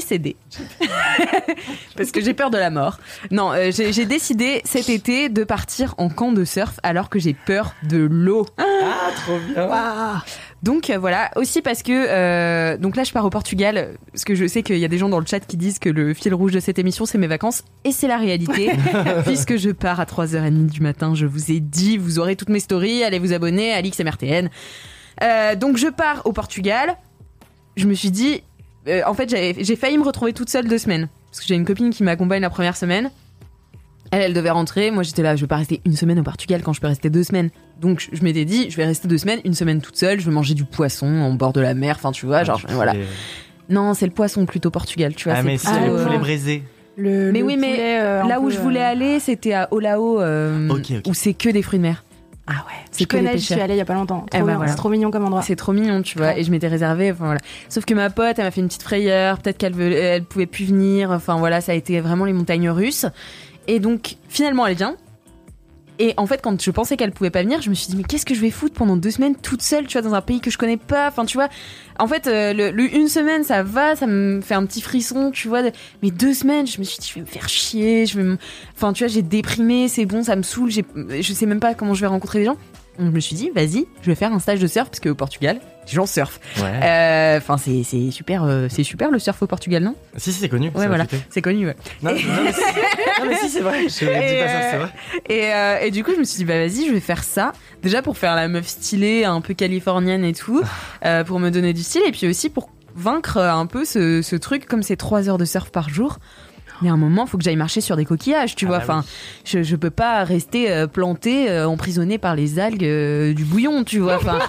parce que j'ai peur de la mort. Non, j'ai décidé cet été de partir en camp de surf alors que j'ai peur de l'eau. Ah, trop bien. Wow. Donc voilà, aussi parce que donc là je pars au Portugal parce que je sais qu'il y a des gens dans le chat qui disent que le fil rouge de cette émission c'est mes vacances et c'est la réalité puisque je pars à 3h30 du matin, je vous ai dit, vous aurez toutes mes stories, allez vous abonner à Alix MRTN. Donc je pars au Portugal. Je me suis dit en fait, j'ai failli me retrouver toute seule 2 semaines. Parce que j'ai une copine qui m'accompagne la première semaine. Elle devait rentrer. Moi, j'étais là, je vais pas rester 1 semaine au Portugal quand je peux rester 2 semaines. Donc, je m'étais dit, je vais rester 2 semaines, 1 semaine toute seule. Je vais manger du poisson en bord de la mer. Enfin, tu vois, voilà. Non, c'est le poisson plutôt Portugal, tu vois. Ah, mais c'est le poulet braisé. Mais oui, mais là où je voulais aller, c'était à Olao, où c'est que des fruits de mer. Ah ouais, je connais, j'y suis allée il y a pas longtemps. Voilà. C'est trop mignon comme endroit. C'est trop mignon, tu vois. Et je m'étais réservée, enfin voilà. Sauf que ma pote, elle m'a fait une petite frayeur. Peut-être elle pouvait plus venir. Enfin voilà, ça a été vraiment les montagnes russes. Et donc finalement, elle vient. Et en fait, quand je pensais qu'elle pouvait pas venir, je me suis dit mais qu'est-ce que je vais foutre pendant 2 semaines toute seule, tu vois, dans un pays que je connais pas. Enfin, tu vois. En fait, 1 semaine, ça va, ça me fait un petit frisson, tu vois. Mais 2 semaines, je me suis dit, je vais me faire chier, enfin, tu vois, j'ai déprimé, c'est bon, ça me saoule, je sais même pas comment je vais rencontrer des gens. Donc, je me suis dit, vas-y, je vais faire un stage de surf, parce qu'au Portugal, les gens surfent. Ouais. Enfin, c'est super le surf au Portugal, non? Si, c'est connu. Ouais, voilà, c'est connu, ouais. Non, mais si, c'est vrai. Je dis pas ça, c'est vrai. Et du coup, je me suis dit, bah vas-y, je vais faire ça. Déjà pour faire la meuf stylée, un peu californienne et tout, pour me donner du style, et puis aussi pour vaincre un peu ce truc, comme c'est 3 heures de surf par jour. Mais à un moment, il faut que j'aille marcher sur des coquillages, tu vois. Enfin, je peux pas rester plantée, emprisonnée par les algues du bouillon, tu vois. Enfin,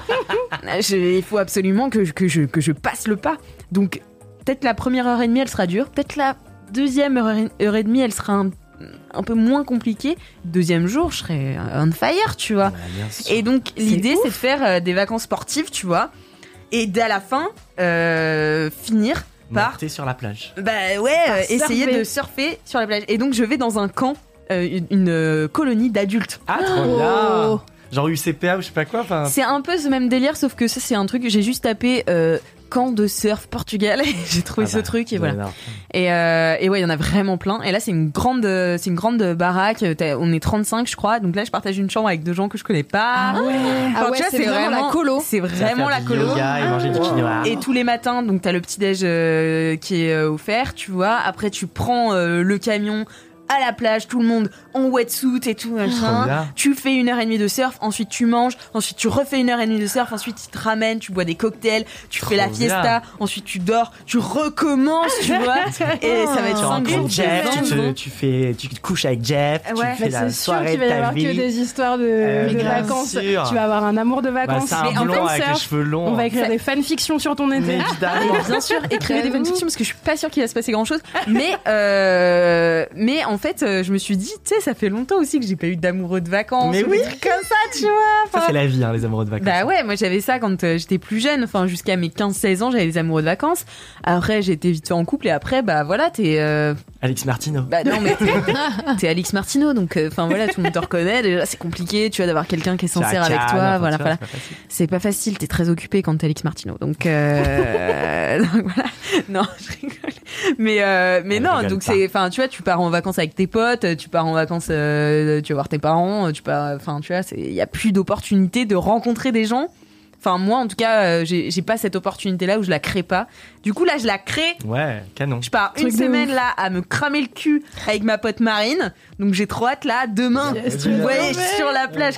il faut absolument que je passe le pas. Donc, peut-être la première heure et demie, elle sera dure. Peut-être la deuxième heure et demie, elle sera un peu moins compliquée. Deuxième jour, je serai on fire, tu vois. Et donc, l'idée, c'est de faire des vacances sportives, tu vois. Et dès à la fin, finir par monter sur la plage. Bah ouais, essayer de surfer sur la plage. Et donc je vais dans un camp, une colonie d'adultes. Ah trop bien. Genre UCPA ou je sais pas quoi. C'est un peu ce même délire, sauf que ça c'est un truc que j'ai juste tapé camp de surf Portugal. J'ai trouvé ce truc et voilà. Et ouais, il y en a vraiment plein. Et là c'est une grande baraque. On est 35 je crois. Donc là je partage une chambre avec 2 gens que je connais pas. Ah ouais. Enfin, tu vois, c'est vraiment la colo. C'est vraiment la colo. Yoga et manger du quinoa. Et tous les matins, donc t'as le petit déj qui est offert, tu vois. Après tu prends le camion à la plage, tout le monde en wetsuit et tout machin. Tu fais 1h30 de surf, ensuite tu manges, ensuite tu refais 1h30 de surf, ensuite ils te ramènent, tu bois des cocktails, tu fais la fiesta, ensuite tu dors, tu recommences, tu vois. Et ça va être 5 jours. Jeff, tu te couches avec Jeff, tu fais la soirée de ta vie. C'est sûr qu'il va y avoir que des histoires de vacances. Sûr. Tu vas avoir un amour de vacances. C'est un blond avec les cheveux longs. On va écrire des fanfictions sur ton été. Mais évidemment. Bien sûr, écrivez des fanfictions parce que je suis pas sûre qu'il va se passer grand chose. Mais en fait, je me suis dit, tu sais, ça fait longtemps aussi que j'ai pas eu d'amoureux de vacances. Mais oui, des trucs comme ça, tu vois. Ça, c'est la vie, hein, les amoureux de vacances. Bah ouais, moi j'avais ça quand j'étais plus jeune. Enfin, jusqu'à mes 15-16 ans, j'avais des amoureux de vacances. Après, j'étais vite fait en couple et après, bah voilà, t'es. Alex Martino. Bah non, mais t'es Alex Martino, donc enfin voilà, tout le monde te reconnaît. Déjà, c'est compliqué, tu vois, d'avoir quelqu'un qui est sincère avec toi. Voilà. C'est pas facile, t'es très occupé quand t'es Alex Martino. Donc, donc voilà. Non, je rigole. Mais non, donc c'est. Enfin, tu vois, tu pars en vacances avec tes potes, tu pars en vacances, tu vas voir tes parents, enfin, tu vois, il y a plus d'opportunité de rencontrer des gens. Enfin, moi, en tout cas, j'ai pas cette opportunité-là où je la crée pas. Du coup, là, je la crée. Ouais, canon. Je pars une semaine, là, à me cramer le cul avec ma pote Marine. Donc, j'ai trop hâte, là, demain. Vous voyez, sur la plage.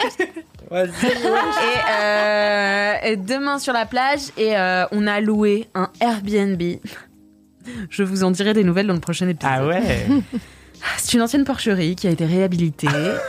Et demain, sur la plage, et on a loué un Airbnb. Je vous en dirai des nouvelles dans le prochain épisode. Ah ouais. C'est une ancienne porcherie qui a été réhabilitée.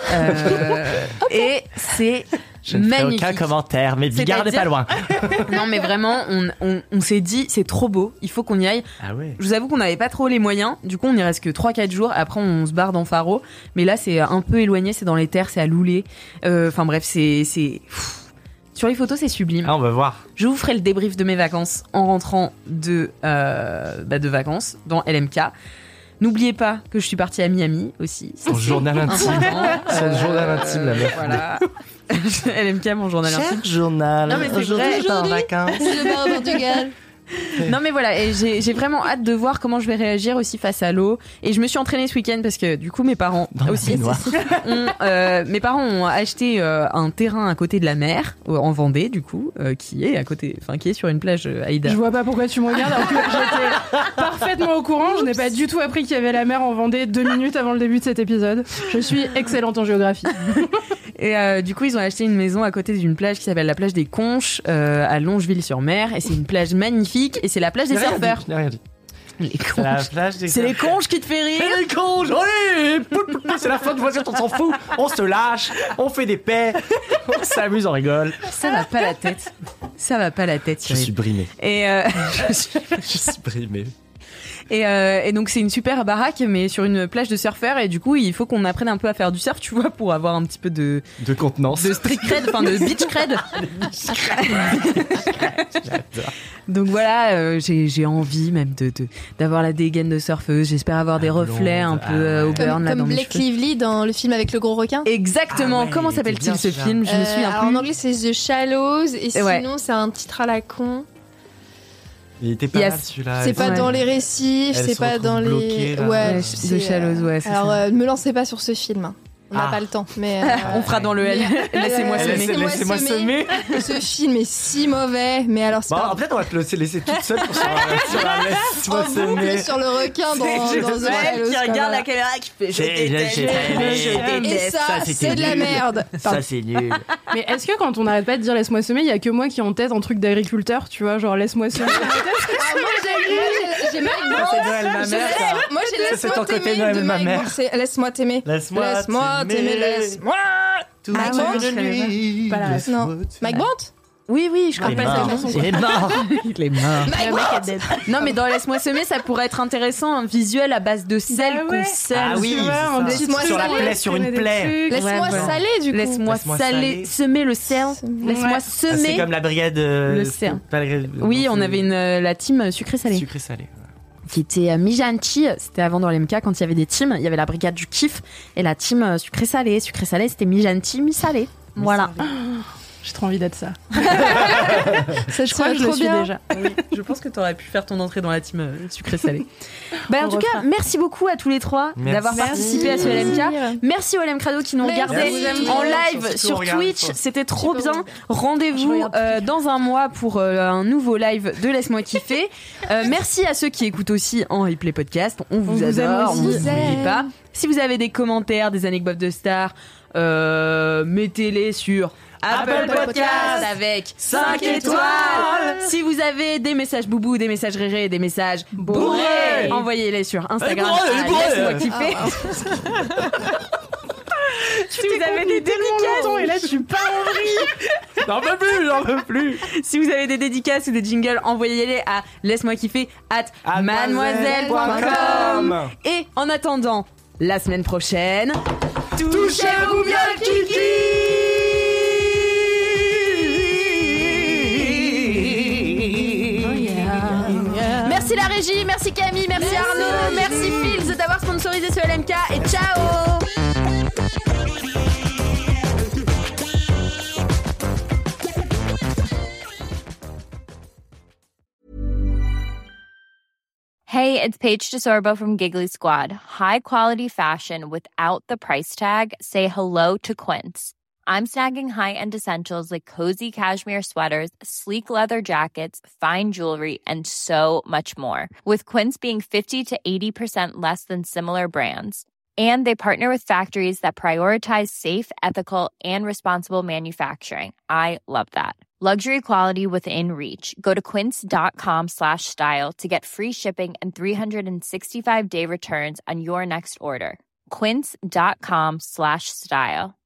Et c'est je ne ferai magnifique. aucun commentaire, mais Bigard n'est pas loin. Non, mais vraiment, on s'est dit, c'est trop beau, il faut qu'on y aille. Ah ouais. Je vous avoue qu'on n'avait pas trop les moyens. Du coup, on y reste que 3-4 jours. Après, on se barre dans Faro. Mais là, c'est un peu éloigné, c'est dans les terres, c'est à Loulé. Enfin bref, c'est... Sur les photos, c'est sublime. Ah, on va voir. Je vous ferai le débrief de mes vacances en rentrant de vacances dans LMK. N'oubliez pas que je suis partie à Miami aussi. Son journal intime. C'est un journal intime, la meuf. Voilà. LMK, mon journal intime. Journal. Non, mais c'est vrai. En vacances. Je pars au Portugal. Non mais voilà, et j'ai vraiment hâte de voir comment je vais réagir aussi face à l'eau. Et je me suis entraînée ce week-end parce que du coup mes parents mes parents ont acheté un terrain à côté de la mer en Vendée du coup, qui est à côté, enfin qui est sur une plage Aïda. Je vois pas pourquoi tu me regardes alors que j'étais parfaitement au courant. Je n'ai pas du tout appris qu'il y avait la mer en Vendée 2 minutes avant le début de cet épisode. Je suis excellente en géographie. Et du coup, ils ont acheté une maison à côté d'une plage qui s'appelle la plage des Conches à Longeville-sur-Mer. Et c'est une plage magnifique. Et c'est la plage des surfeurs. Je n'ai rien dit. Les C'est la plage des C'est les conches qui te fait rire. C'est les conches. Allez, c'est la fin de voiture, on s'en fout. On se lâche, on fait des paix, on s'amuse, on rigole. Ça va pas la tête. Ça va pas la tête. Je suis brimé. Et je suis brimé. Et donc c'est une super baraque mais sur une plage de surfeurs et du coup il faut qu'on apprenne un peu à faire du surf, tu vois, pour avoir un petit peu de contenance, de street cred, enfin de beach cred. Donc voilà, j'ai envie même d'avoir la dégaine de surfeuse. J'espère avoir des reflets un peu au burn là dans mes cheveux. Comme Blake Lively dans le film avec le gros requin. Exactement. Ouais, comment s'appelle-t-il ce film? Je me souviens plus. En anglais c'est The Shallows et sinon c'est un titre à la con. Il était pas mal celui-là. C'est pas dans les récifs, c'est pas dans les. Ouais, The Shallows, ouais. Alors, me lancez pas sur ce film. On n'a pas le temps, mais on fera dans le L. Laissez-moi semer. Laissez-moi semer. Ce film est si mauvais, mais alors c'est pas. Peut-être on va te laisser toute seule sur la laisse-moi semer. Sur le requin dans The Shallows. Qui regarde la caméra qui fait je déteste. Et ça, c'est de la merde. Ça, c'est nul. Mais est-ce que quand on n'arrête pas de dire laisse-moi semer, il y a que moi qui ai en tête un truc d'agriculteur, tu vois, genre laisse-moi semer. J'ai Mike Brandt. C'est Noël ma mère. Moi j'ai laisse-moi t'aimer de ma Mike mère. Brandt. C'est laisse-moi t'aimer. Laisse-moi t'aimer. Laisse-moi. Mike Brandt. Non. Mike Brandt. Oui, je rappelle cette chanson. Il est mort. Il est mort. Non, mais dans Laisse-moi semer, ça pourrait être intéressant, un visuel à base de sel qu'on sème. Ah oui, laisse-moi sur la plaie, sur une plaie. Laisse-moi saler du coup. Laisse-moi saler, semer le sel. Laisse-moi semer. C'est comme la brigade. Le cerf. Oui, on avait la team sucré-salé. Sucré-salé. Qui était Mijanchi, c'était avant dans l'MK quand il y avait des teams, il y avait la brigade du kiff et la team sucré-salé. Sucré-salé, c'était Mijanchi, mi-salé. Voilà. J'ai trop envie d'être ça. Ça, Je crois que je le suis déjà. Oui, je pense que tu aurais pu faire ton entrée dans la team sucré-salé. En tout cas, merci beaucoup à tous les trois d'avoir participé à ce LMK. Merci au LM Crado qui nous regardait en live sur Twitch. C'était trop bien. Rendez-vous dans un mois pour un nouveau live de Laisse-moi kiffer. Merci à ceux qui écoutent aussi en replay podcast. On vous adore, on vous oublie pas. Si vous avez des commentaires, des anecdotes de stars, mettez-les sur Apple Podcast avec 5 étoiles. Si vous avez des messages boubou, des messages réré, des messages bourrés, envoyez-les sur Instagram. Laisse-moi kiffer. Si vous avez des dédicaces, et là tu pars en vrille. J'en peux plus. Si vous avez des dédicaces ou des jingles, envoyez-les à laisse-moi kiffer @mademoiselle.com. Et en attendant, la semaine prochaine, touchez-vous bien le kiki. Merci la régie, merci Camille, merci Arnaud, merci Fields d'avoir sponsorisé ce LMK et ciao. Hey, it's Paige DeSorbo from Giggly Squad. High quality fashion without the price tag. Say hello to Quince. I'm snagging high-end essentials like cozy cashmere sweaters, sleek leather jackets, fine jewelry, and so much more. With Quince being 50 to 80% less than similar brands. And they partner with factories that prioritize safe, ethical, and responsible manufacturing. I love that. Luxury quality within reach. Go to quince.com/style to get free shipping and 365-day returns on your next order. Quince.com/style.